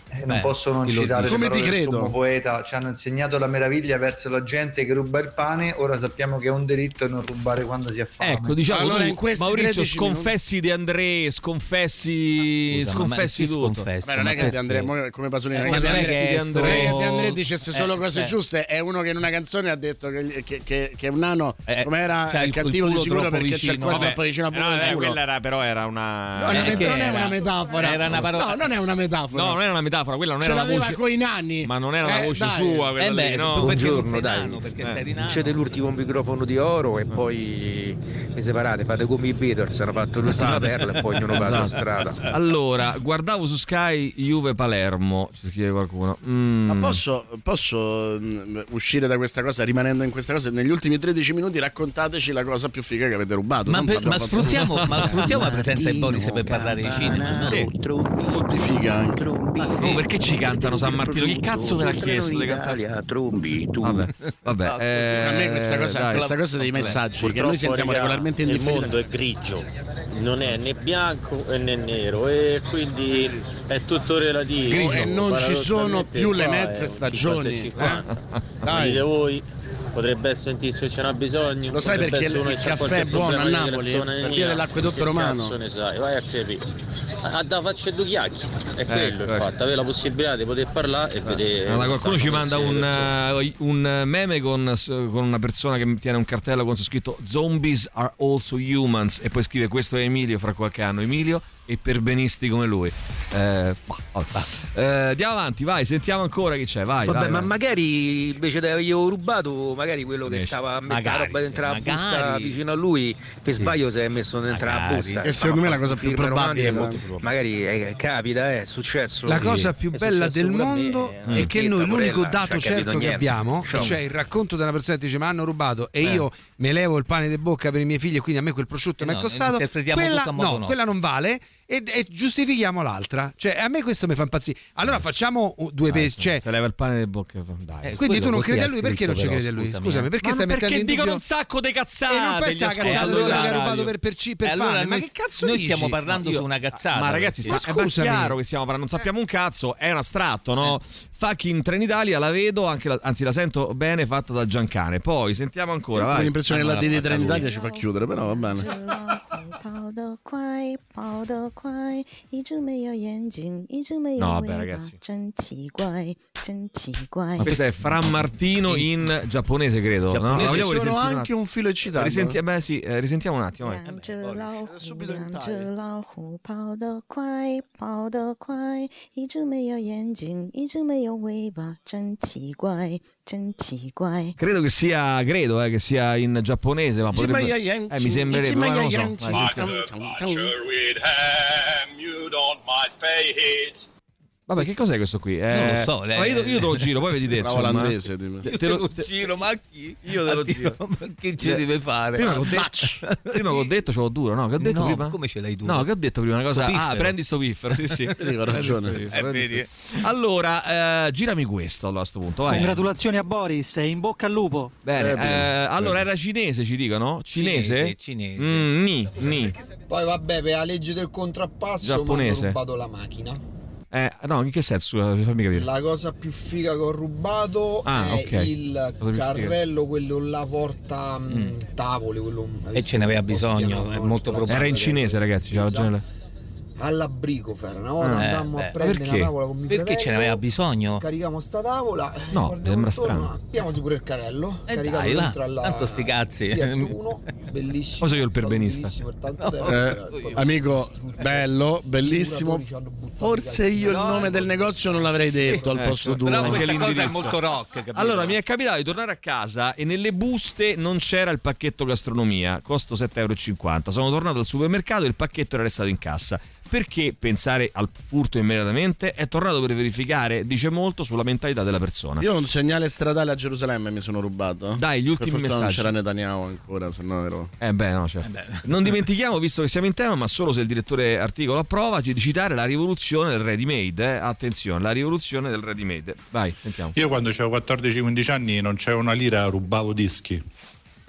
Eh, non possono non citare come ti credo come poeta, ci hanno insegnato la meraviglia verso la gente che ruba il pane, ora sappiamo che è un delitto non rubare quando si ha fame. Ecco, diciamo allora, tu, in questi Maurizio, sconfessi di André, sconfessi, Scusa, sconfessi tutto. Sconfesso, Beh, non è che di André, come Pasolini, eh, non è che non è André, che di André, sto... di André dicesse solo eh, cose eh. giuste, è uno che in una canzone ha detto che, che, che, che un nano eh, come era cioè il il cattivo di sicuro perché vicino. c'è il cuore Vabbè, troppo vicino a no, del eh, culo. quella era, però era una No, non, Eh, è, che non è era? una metafora. Era una parola- No, non è una metafora. No, non era una metafora, quella non Ce era la l'aveva voce. coi nani. Ma non era la Eh, voce dai. sua quella Eh beh, lì, no? perché non Buongiorno, sei dai. nano, perché sei rinano. C'è l'ultimo microfono di oro e poi vi separate, fate come i Beatles, hanno fatto l'ultima perla e poi ognuno va in strada. Allora, guardavo su Sky Juve Palermo, ci scrive qualcuno. Mm. Ma posso, posso mh, uscire da questa cosa rimanendo in questa cosa? Negli ultimi tredici minuti raccontateci la cosa più figa che avete rubato. Ma, Non per- abbiamo ma fatto- sfruttiamo, ma sfruttiamo la presenza di Boris per parlare di cinema. Un po' di figa anche. No, perché ci cantano San Martino? Chi cazzo me l'ha chiesto? Le cantate? Trombi, tu. Vabbè, vabbè. eh, A me questa cosa, dai. questa cosa dei messaggi che noi sentiamo raga, regolarmente in il differita. mondo è grigio, non è né bianco né nero e quindi è tutto relativo. Grigio. E non ci sono Paradossalmente più le qua mezze è un stagioni, cinquanta e cinquanta. eh? Dai. Dite voi, potrebbe essere un tizio che ce n'ha bisogno. Lo sai potrebbe perché essere uno il che c'ha caffè qualche è buono a problema di Napoli? cleptomania. Per via dell'acquedotto Che romano. cazzo ne sai, vai a capire. Ha da faccia due chiacchiere, è quello il ecco. fatto, avere la possibilità di poter parlare e vedere. Allora, qualcuno ci manda un, persone. uh, un meme con, con una persona che tiene un cartello con su scritto Zombies are also humans e poi scrive questo è Emilio fra qualche anno. Emilio e perbenisti come lui. Eh, bah, bah. Eh, andiamo avanti, vai, sentiamo ancora chi c'è. Vai, Vabbè, vai, ma vai. magari invece di averglielo rubato, magari quello che Esce. stava a mettere Magari, la roba dentro la magari. busta vicino a lui, per sbaglio si è messo dentro la Magari. busta. E secondo me la cosa più probabile, magari eh, capita, è successo. La Sì. cosa più È bella successo del pure a me, mondo eh, è che noi Porella, l'unico ci ha dato capito certo che niente. abbiamo, Insomma. cioè il racconto di una persona che dice mi hanno rubato e Eh. io me levo il pane di bocca per i miei figli e quindi a me quel prosciutto Eh mi è no, costato, interpretiamo quella, tutto a modo no, nostro. quella non vale e, e giustifichiamo l'altra. Cioè a me questo mi fa impazzire. Allora facciamo uh, due Dai, pesi, cioè, se leva il pane di bocca, dai. Eh, quindi tu quello non così credi a è lui, perché non ci scritto, credi a lui? però, Scusami, perché Ma stai perché mettendo in dicono dubbio? un sacco di cazzate? E non pensa gli a cazzata ascoltatori quello che della ha rubato radio. per, per, ci- per Eh, allora fame. Ma noi- che cazzo noi dici? stiamo parlando No, io- su una cazzata. Ma ragazzi, perché- sta, è scusami. chiaro che stiamo parlando, non sappiamo un cazzo, è un astratto, no? Fucking Trenitalia la vedo, anche la- anzi la sento bene, fatta da Giancane. Poi sentiamo ancora, Ho vai. l'impressione che Ah, la no, D l'ha di fatta Trenitalia lui. ci fa chiudere, però va bene. 跑得快，跑得快，一直没有眼睛，一直没有 No, 尾 vabbè, 巴 ragazzi. 真奇怪，真奇怪。 Ma questa è Fran Martino in giapponese, credo. Giapponese. No? Vogliamo Sono risentire un anche attimo? un filo eccitato. Risenti- beh, sì, eh, risentiamo un attimo. Vai. 两只老虎，两只老虎，跑得快，跑得快，一直没有眼睛，一直没有尾巴，真奇怪，真奇怪。 Credo che sia, credo eh, che sia in giapponese, ma potrebbe. Eh, mi sembrerebbe, ma non lo so. Vai, sentiamo. with ham, you don't mind spay hit. Vabbè, che cos'è questo qui? Eh, Non lo so, ma io, io te lo giro, poi vedi te. Bravo insomma. olandese, tipo. Te, Te te lo, lo te- giro, ma chi? io te lo giro. Ma che ci deve fare? Prima che ho detto, prima che ho detto ce l'ho duro, no? Che ho detto No, prima? come ce l'hai duro? No, che ho detto prima una cosa. Sto Ah, piffero. prendi sto piffero, sì, sì. Vedi, ho ragione. Prendi sto piffero, Eh, prendi vedi. sto- Allora, eh, girami questo allora, a sto punto, vai. Congratulazioni a Boris e in bocca al lupo. Bene, Eh, eh, bene. allora era cinese, ci dicono? Cinese? Cinese, cinese. Mm, ni, ni. Poi vabbè, per la legge del contrappasso mi hanno Giapponese. rubato la macchina. Eh, no, in che senso? Fammi capire. La cosa più figa che ho rubato Ah, è ok. il Cosa più carrello, quello là porta mm. Mm. tavole, quello E ce n'aveva bisogno, è molto probabile. Era in cinese, ragazzi, c'ha ragione. all'abrico era una volta Eh, andammo beh. a prendere Perché? una tavola con mio Perché fratello, ce n'aveva bisogno? caricamo sta tavola eh, No, guardiamo sembra intorno, strano. abbiamo pure il carrello Eh caricato dai, va, dentro alla tanto sti cazzi. Fiat Uno, bellissimo, Cosa io il è stato perbenista? bellissimo per tanto tempo, Eh, poi- amico, bello, bellissimo. ci hanno buttato Forse io il nome del negozio non l'avrei detto al Ecco, posto tuo. Però Anche questa cosa è l'indirizzo. molto rock, capito? Allora, mi è capitato di tornare a casa e nelle buste non c'era il pacchetto gastronomia, costo sette euro e cinquanta. Sono tornato al supermercato e il pacchetto era restato in cassa. Perché pensare al furto immediatamente? È tornato per verificare, dice molto sulla mentalità della persona. Io un segnale stradale a Gerusalemme mi sono rubato. Dai, gli ultimi Per fortuna messaggi. non c'era Netanyahu ancora, se no ero. Eh beh, no, certo. Non dimentichiamo, visto che siamo in tema, ma solo se il direttore articolo approva, di citare la rivoluzione del ready made. Eh? Attenzione, la rivoluzione del ready made. Vai, sentiamo. Io quando avevo quattordici quindici anni non c'era una lira, rubavo dischi.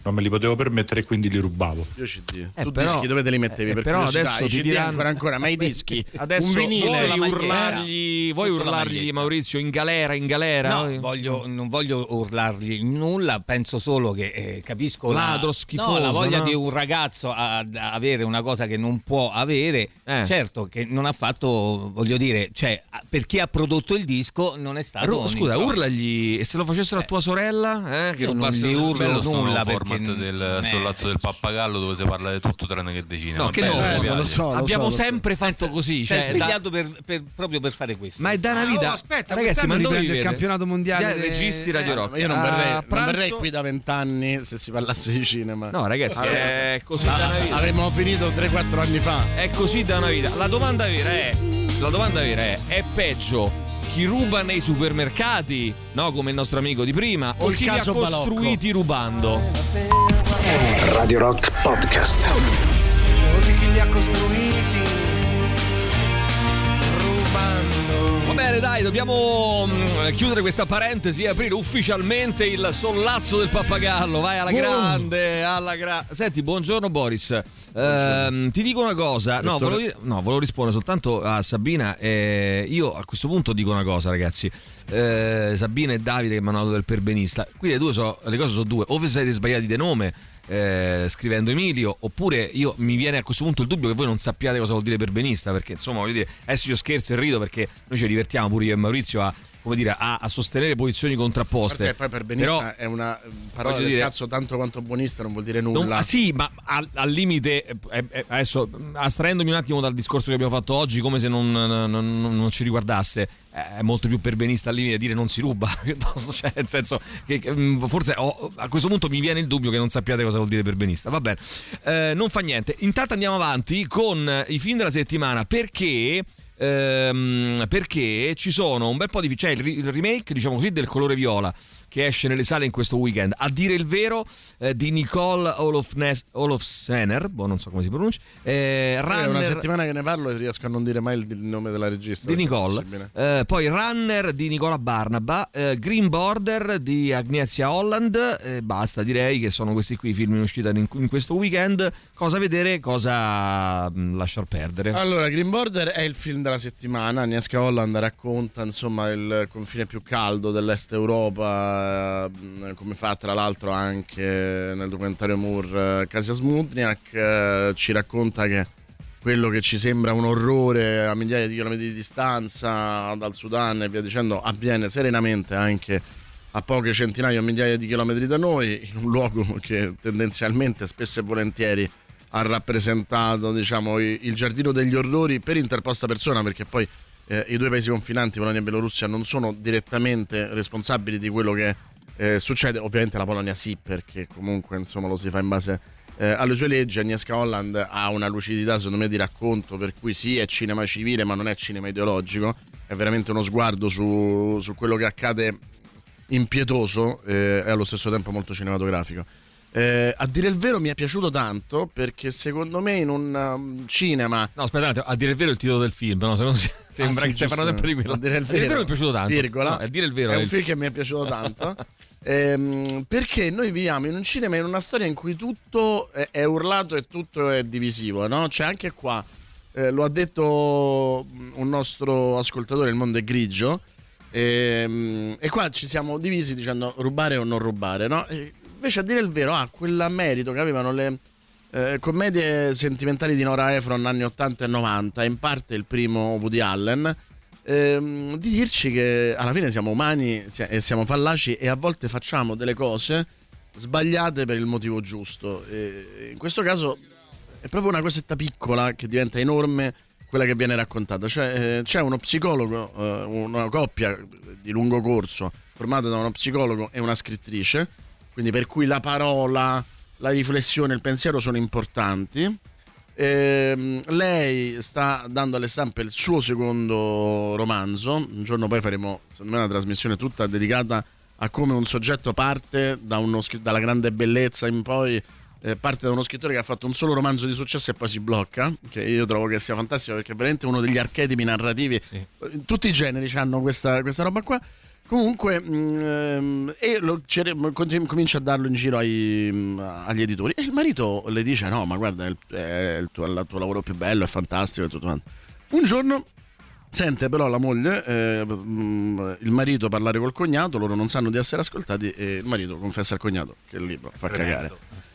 non me li potevo permettere e quindi li rubavo. Io C D. Eh, tu però, dischi dove te li mettevi? Eh, per però curiosità? adesso I ti C D diranno ancora ancora, ma i dischi? Adesso un vinile. vuoi urlargli, vuoi urlargli Maurizio in galera, in galera? No, voglio, non voglio urlargli nulla, penso solo che eh, capisco ladro la, schifoso, no, la voglia no? di un ragazzo ad avere una cosa che non può avere. Eh. Certo che non ha fatto, voglio dire, cioè per chi ha prodotto il disco non è stato Ru- scusa, impro- urlagli, e se lo facessero a tua sorella? Eh, che Io non rubasse li il urlo bello nulla, format perché del eh, sollazzo del pappagallo dove si parla di tutto tranne che di cinema. No, che Bello, no, mi eh, piace. lo so, lo abbiamo so, lo so. sempre fatto così. si è Cioè, da- svegliato per, per- proprio per fare questo. ma è da una Oh, vita. aspetta, ragazzi, ma quest'anno dove riprende vivete? il campionato mondiale Dai, de- registi Radio eh, Rock. Ma io non A verrei, non pranzo- verrei qui da vent'anni se si parlasse di cinema. No, ragazzi, Allora, è così da una vita. avremmo finito tre quattro anni fa. È così da una vita. La domanda vera è: la domanda vera è: è peggio chi ruba nei supermercati, no, come il nostro amico di prima, o, O il chi li ha caso Balocco? costruiti rubando? Radio Rock Podcast. O di chi li ha costruiti rubando. Va bene, dai, dobbiamo mm, chiudere questa parentesi e aprire ufficialmente il sollazzo del pappagallo. Vai alla grande, alla grande. Senti, buongiorno Boris. Ehm, ti dico una cosa. No, volevo, dire- no, volevo rispondere soltanto a Sabina. Eh, io a questo punto dico una cosa, ragazzi. Eh, Sabina e Davide che mi hanno dato del perbenista. Qui le due so, le cose sono due. O vi siete sbagliati di nome, eh, scrivendo Emilio, oppure io mi viene a questo punto il dubbio che voi non sappiate cosa vuol dire perbenista, perché insomma voglio dire, adesso io scherzo e rido perché noi ci divertiamo pure io e Maurizio a, come dire, a, a sostenere posizioni contrapposte. Perché poi perbenista Però, è una parola voglio del dire, cazzo tanto quanto buonista, non vuol dire nulla. non- ah, sì, ma al, al limite, eh, eh, adesso astraendomi un attimo dal discorso che abbiamo fatto oggi, come se non, non- non- non ci riguardasse, è molto più perbenista al limite dire non si ruba, piuttosto, cioè, nel senso che, che mh, forse ho- a questo punto mi viene il dubbio che non sappiate cosa vuol dire perbenista. Va bene, Eh, non fa niente. Intanto andiamo avanti con i film della settimana, perché ehm, perché ci sono un bel po' di, c'è il, ri- il remake, diciamo così, del Colore Viola, che esce nelle sale in questo weekend. A dire il vero, eh, di Nicole Olofnes- Olofsener, boh, non so come si pronuncia. Eh, È una Runner- settimana che ne parlo e riesco a non dire mai il, il nome della regista. di Nicole, eh, poi Runner di Nicola Barnaba, eh, Green Border di Agnieszka Holland, e basta, direi che sono questi qui i film in uscita in, in questo weekend. Cosa vedere, cosa mh, lasciar perdere. Allora, Green Border è il film della settimana. Agnieszka Holland racconta insomma il confine più caldo dell'est Europa, eh, come fa tra l'altro anche nel documentario Moore eh, Kasia Smudniak. Eh, ci racconta che quello che ci sembra un orrore a migliaia di chilometri di distanza dal Sudan e via dicendo avviene serenamente anche a poche centinaia o migliaia di chilometri da noi, in un luogo che tendenzialmente spesso e volentieri ha rappresentato, diciamo, il giardino degli orrori per interposta persona, perché poi eh, i due paesi confinanti, Polonia e Bielorussia, non sono direttamente responsabili di quello che eh, succede. Ovviamente la Polonia sì, perché comunque insomma lo si fa in base eh, alle sue leggi. Agnieszka Holland ha una lucidità secondo me di racconto, per cui sì, è cinema civile ma non è cinema ideologico, è veramente uno sguardo su, su quello che accade impietoso eh, e allo stesso tempo molto cinematografico. Eh, a dire il vero mi è piaciuto tanto, perché secondo me in un um, cinema... No, aspettate, a dire il vero è il titolo del film, no? Se no si- sembra Ah, sì, che stai giusto. parlando sempre di quello. A dire il vero, mi è piaciuto tanto. virgola. No, a dire il vero è è un il- film che mi è piaciuto tanto. Ehm, perché noi viviamo in un cinema, in una storia in cui tutto è, è urlato e tutto è divisivo, no? C'è anche qua, eh, lo ha detto un nostro ascoltatore, il mondo è grigio, ehm, e qua ci siamo divisi dicendo rubare o non rubare, no? E invece a dire il vero ha quel merito che avevano le eh, commedie sentimentali di Nora Ephron anni ottanta e novanta, in parte il primo Woody Allen, ehm, di dirci che alla fine siamo umani e siamo fallaci e a volte facciamo delle cose sbagliate per il motivo giusto. E in questo caso è proprio una cosetta piccola che diventa enorme quella che viene raccontata. Cioè eh, c'è uno psicologo, eh, una coppia di lungo corso formata da uno psicologo e una scrittrice, quindi per cui la parola, la riflessione, il pensiero sono importanti. Ehm, lei sta dando alle stampe il suo secondo romanzo. Un giorno poi faremo secondo me una trasmissione tutta dedicata a come un soggetto parte da uno, dalla grande bellezza in poi eh, parte da uno scrittore che ha fatto un solo romanzo di successo e poi si blocca, che io trovo che sia fantastico, perché è veramente uno degli archetipi narrativi. Sì. Tutti i generi hanno questa, questa roba qua. Comunque, mh, e lo, comincia a darlo in giro ai, mh, agli editori. E il marito le dice: no, ma guarda, è il, è il, tuo, il tuo lavoro più bello, è fantastico. E tutto quanto. Un giorno sente però la moglie, eh, mh, il marito parlare col cognato, loro non sanno di essere ascoltati e il marito confessa al cognato che il libro fa cagare.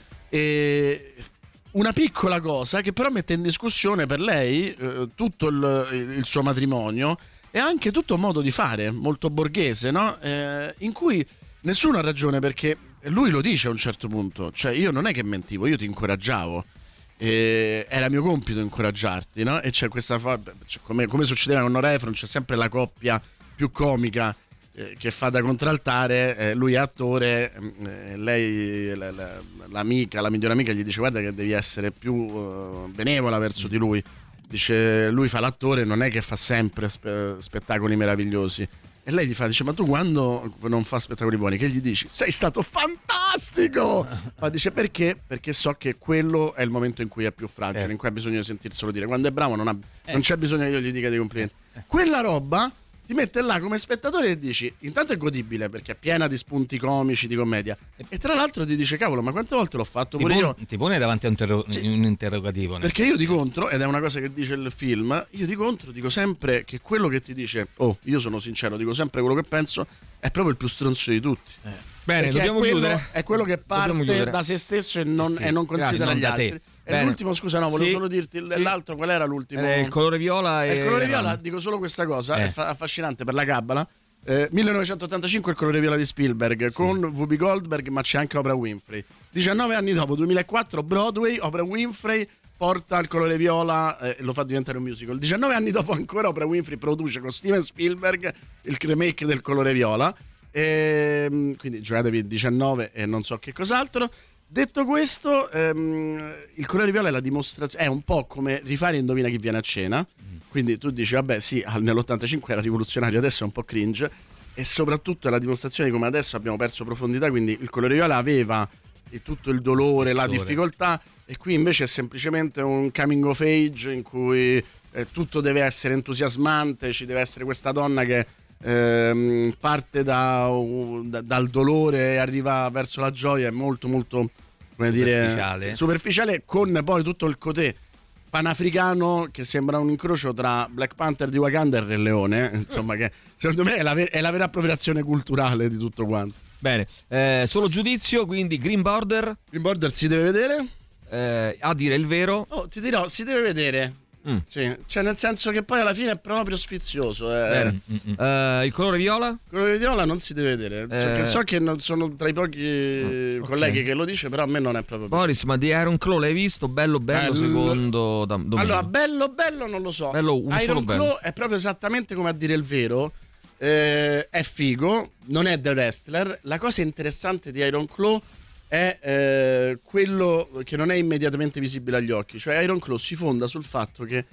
E una piccola cosa che però mette in discussione per lei eh, tutto il, il suo matrimonio e anche tutto un modo di fare molto borghese, no? Eh, in cui nessuno ha ragione, perché lui lo dice a un certo punto, cioè io non è che mentivo, io ti incoraggiavo, eh, era mio compito incoraggiarti, no? E c'è questa fa- cioè, come, come succedeva con Nora Ephron, c'è sempre la coppia più comica eh, che fa da contraltare, eh, lui è attore, eh, lei la, la, l'amica, la migliore amica gli dice: guarda che devi essere più uh, benevola verso di lui. Dice, lui fa l'attore, non è che fa sempre spe- spettacoli meravigliosi. E lei gli fa, dice: ma tu quando non fa spettacoli buoni, che gli dici? Sei stato fantastico! Ma dice, perché? Perché so che quello è il momento in cui è più fragile, eh. in cui ha bisogno di sentirselo dire. Quando è bravo non, ha, eh. non c'è bisogno che io gli dica dei complimenti. Eh. Quella roba ti mette là come spettatore e dici: intanto è godibile perché è piena di spunti comici, di commedia, e tra l'altro ti dice: cavolo, ma quante volte l'ho fatto pure ti io? Ti pone davanti a un, terro- sì. un interrogativo, perché io di contro, ed è una cosa che dice il film, io di contro dico sempre che quello che ti dice, oh, io sono sincero, dico sempre quello che penso, è proprio il più stronzo di tutti. eh. Bene, perché dobbiamo è quello, chiudere. È quello che parte da se stesso e non, sì. e non considera Grazie, gli altri. te. E Bene. l'ultimo, scusa, no, volevo sì. solo dirti sì. l'altro, qual era l'ultimo? Eh, il colore viola e il colore viola, dico solo questa cosa, eh. è fa- affascinante per la cabala. Eh, millenovecentottantacinque il colore viola di Spielberg, sì. con Whoopi Goldberg, ma c'è anche Oprah Winfrey. diciannove anni dopo, duemilaquattro, Broadway, Oprah Winfrey porta il colore viola e eh, lo fa diventare un musical. diciannove anni dopo ancora Oprah Winfrey produce con Steven Spielberg il remake del colore viola. E, quindi giocatevi diciannove e non so che cos'altro. Detto questo, ehm, il colore viola è la dimostrazione, è un po' come rifare Indovina chi viene a cena. Quindi tu dici, vabbè, sì, nell'ottantacinque era rivoluzionario, adesso è un po' cringe, e soprattutto è la dimostrazione di come adesso abbiamo perso profondità. Quindi il colore viola aveva tutto il dolore, il la difficoltà, e qui invece è semplicemente un coming of age in cui eh, tutto deve essere entusiasmante, ci deve essere questa donna che ehm, parte da, uh, da, dal dolore e arriva verso la gioia, è molto molto, come superficiale. dire, sì, superficiale, con poi tutto il cotè panafricano che sembra un incrocio tra Black Panther di Wakanda e il Re Leone, insomma, che secondo me è la, ver- è la vera appropriazione culturale di tutto quanto. Bene, eh, solo giudizio, quindi Green Border. Green Border si deve vedere? Eh, a dire il vero. Oh, ti dirò, si deve vedere. Mm. Sì, cioè nel senso che poi alla fine è proprio sfizioso. Eh. Mm, mm, mm. Uh, il colore viola? Il colore viola non si deve vedere. Eh. So, che, so che non sono tra i pochi mm, colleghi okay. che lo dice, però a me non è proprio. Boris, ma di Iron Claw l'hai visto? Bello, bello, bello. secondo. Da, allora, bello, bello, non lo so. Bello, Iron Claw bello. È proprio esattamente come a dire il vero. Eh, è figo, non è The Wrestler. La cosa interessante di Iron Claw è eh, quello che non è immediatamente visibile agli occhi. Cioè Iron Claw si fonda sul fatto che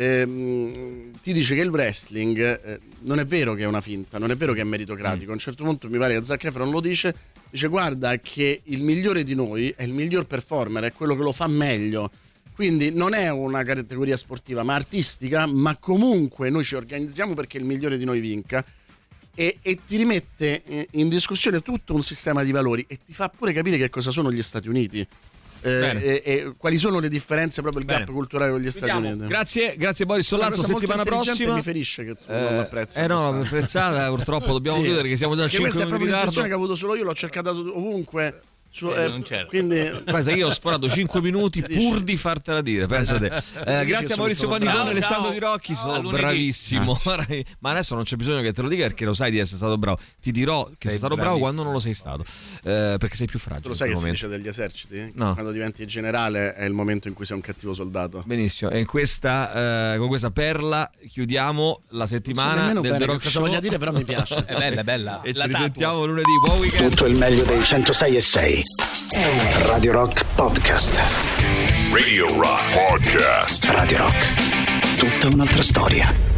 ehm, ti dice che il wrestling eh, non è vero che è una finta, non è vero che è meritocratico. Mm. A un certo punto mi pare che Zac Efron lo dice, dice guarda che il migliore di noi è il miglior performer, è quello che lo fa meglio. Quindi non è una categoria sportiva ma artistica, ma comunque noi ci organizziamo perché il migliore di noi vinca. E, e ti rimette in discussione tutto un sistema di valori e ti fa pure capire che cosa sono gli Stati Uniti eh, e, e quali sono le differenze, proprio il Bene. gap culturale con gli Stati Vediamo. Uniti. Grazie, grazie Boris Sollazzo, settimana prossima. Mi ferisce che tu eh, non l'apprezzi. Eh no, l'ho apprezzata, purtroppo dobbiamo sì. chiudere che siamo già al cinque minuti di ritardo. Questa è proprio l'impressione che ho avuto solo io, l'ho cercata ovunque. Su, eh, non c'era. Quindi pensa che io ho sforato cinque minuti pur di fartela dire, pensate. Eh, grazie a Maurizio Panicone e Alessandro Di Rocchi, sono bravissimo. Ma adesso non c'è bisogno che te lo dica perché lo sai di essere stato bravo. Ti dirò che sei, sei stato bravo quando non lo sei stato, eh, perché sei più fragile. Tu lo sai che momento. si dice degli eserciti? No. Quando diventi generale è il momento in cui sei un cattivo soldato. Benissimo. E in questa, eh, con questa perla chiudiamo la settimana del The Rock Show. Cosa voglia dire, però mi piace. È bella, è bella. E la ci risentiamo lunedì. Buon weekend. Tutto il meglio dei centosei e sei. Radio Rock Podcast. Radio Rock Podcast. Radio Rock. Tutta un'altra storia.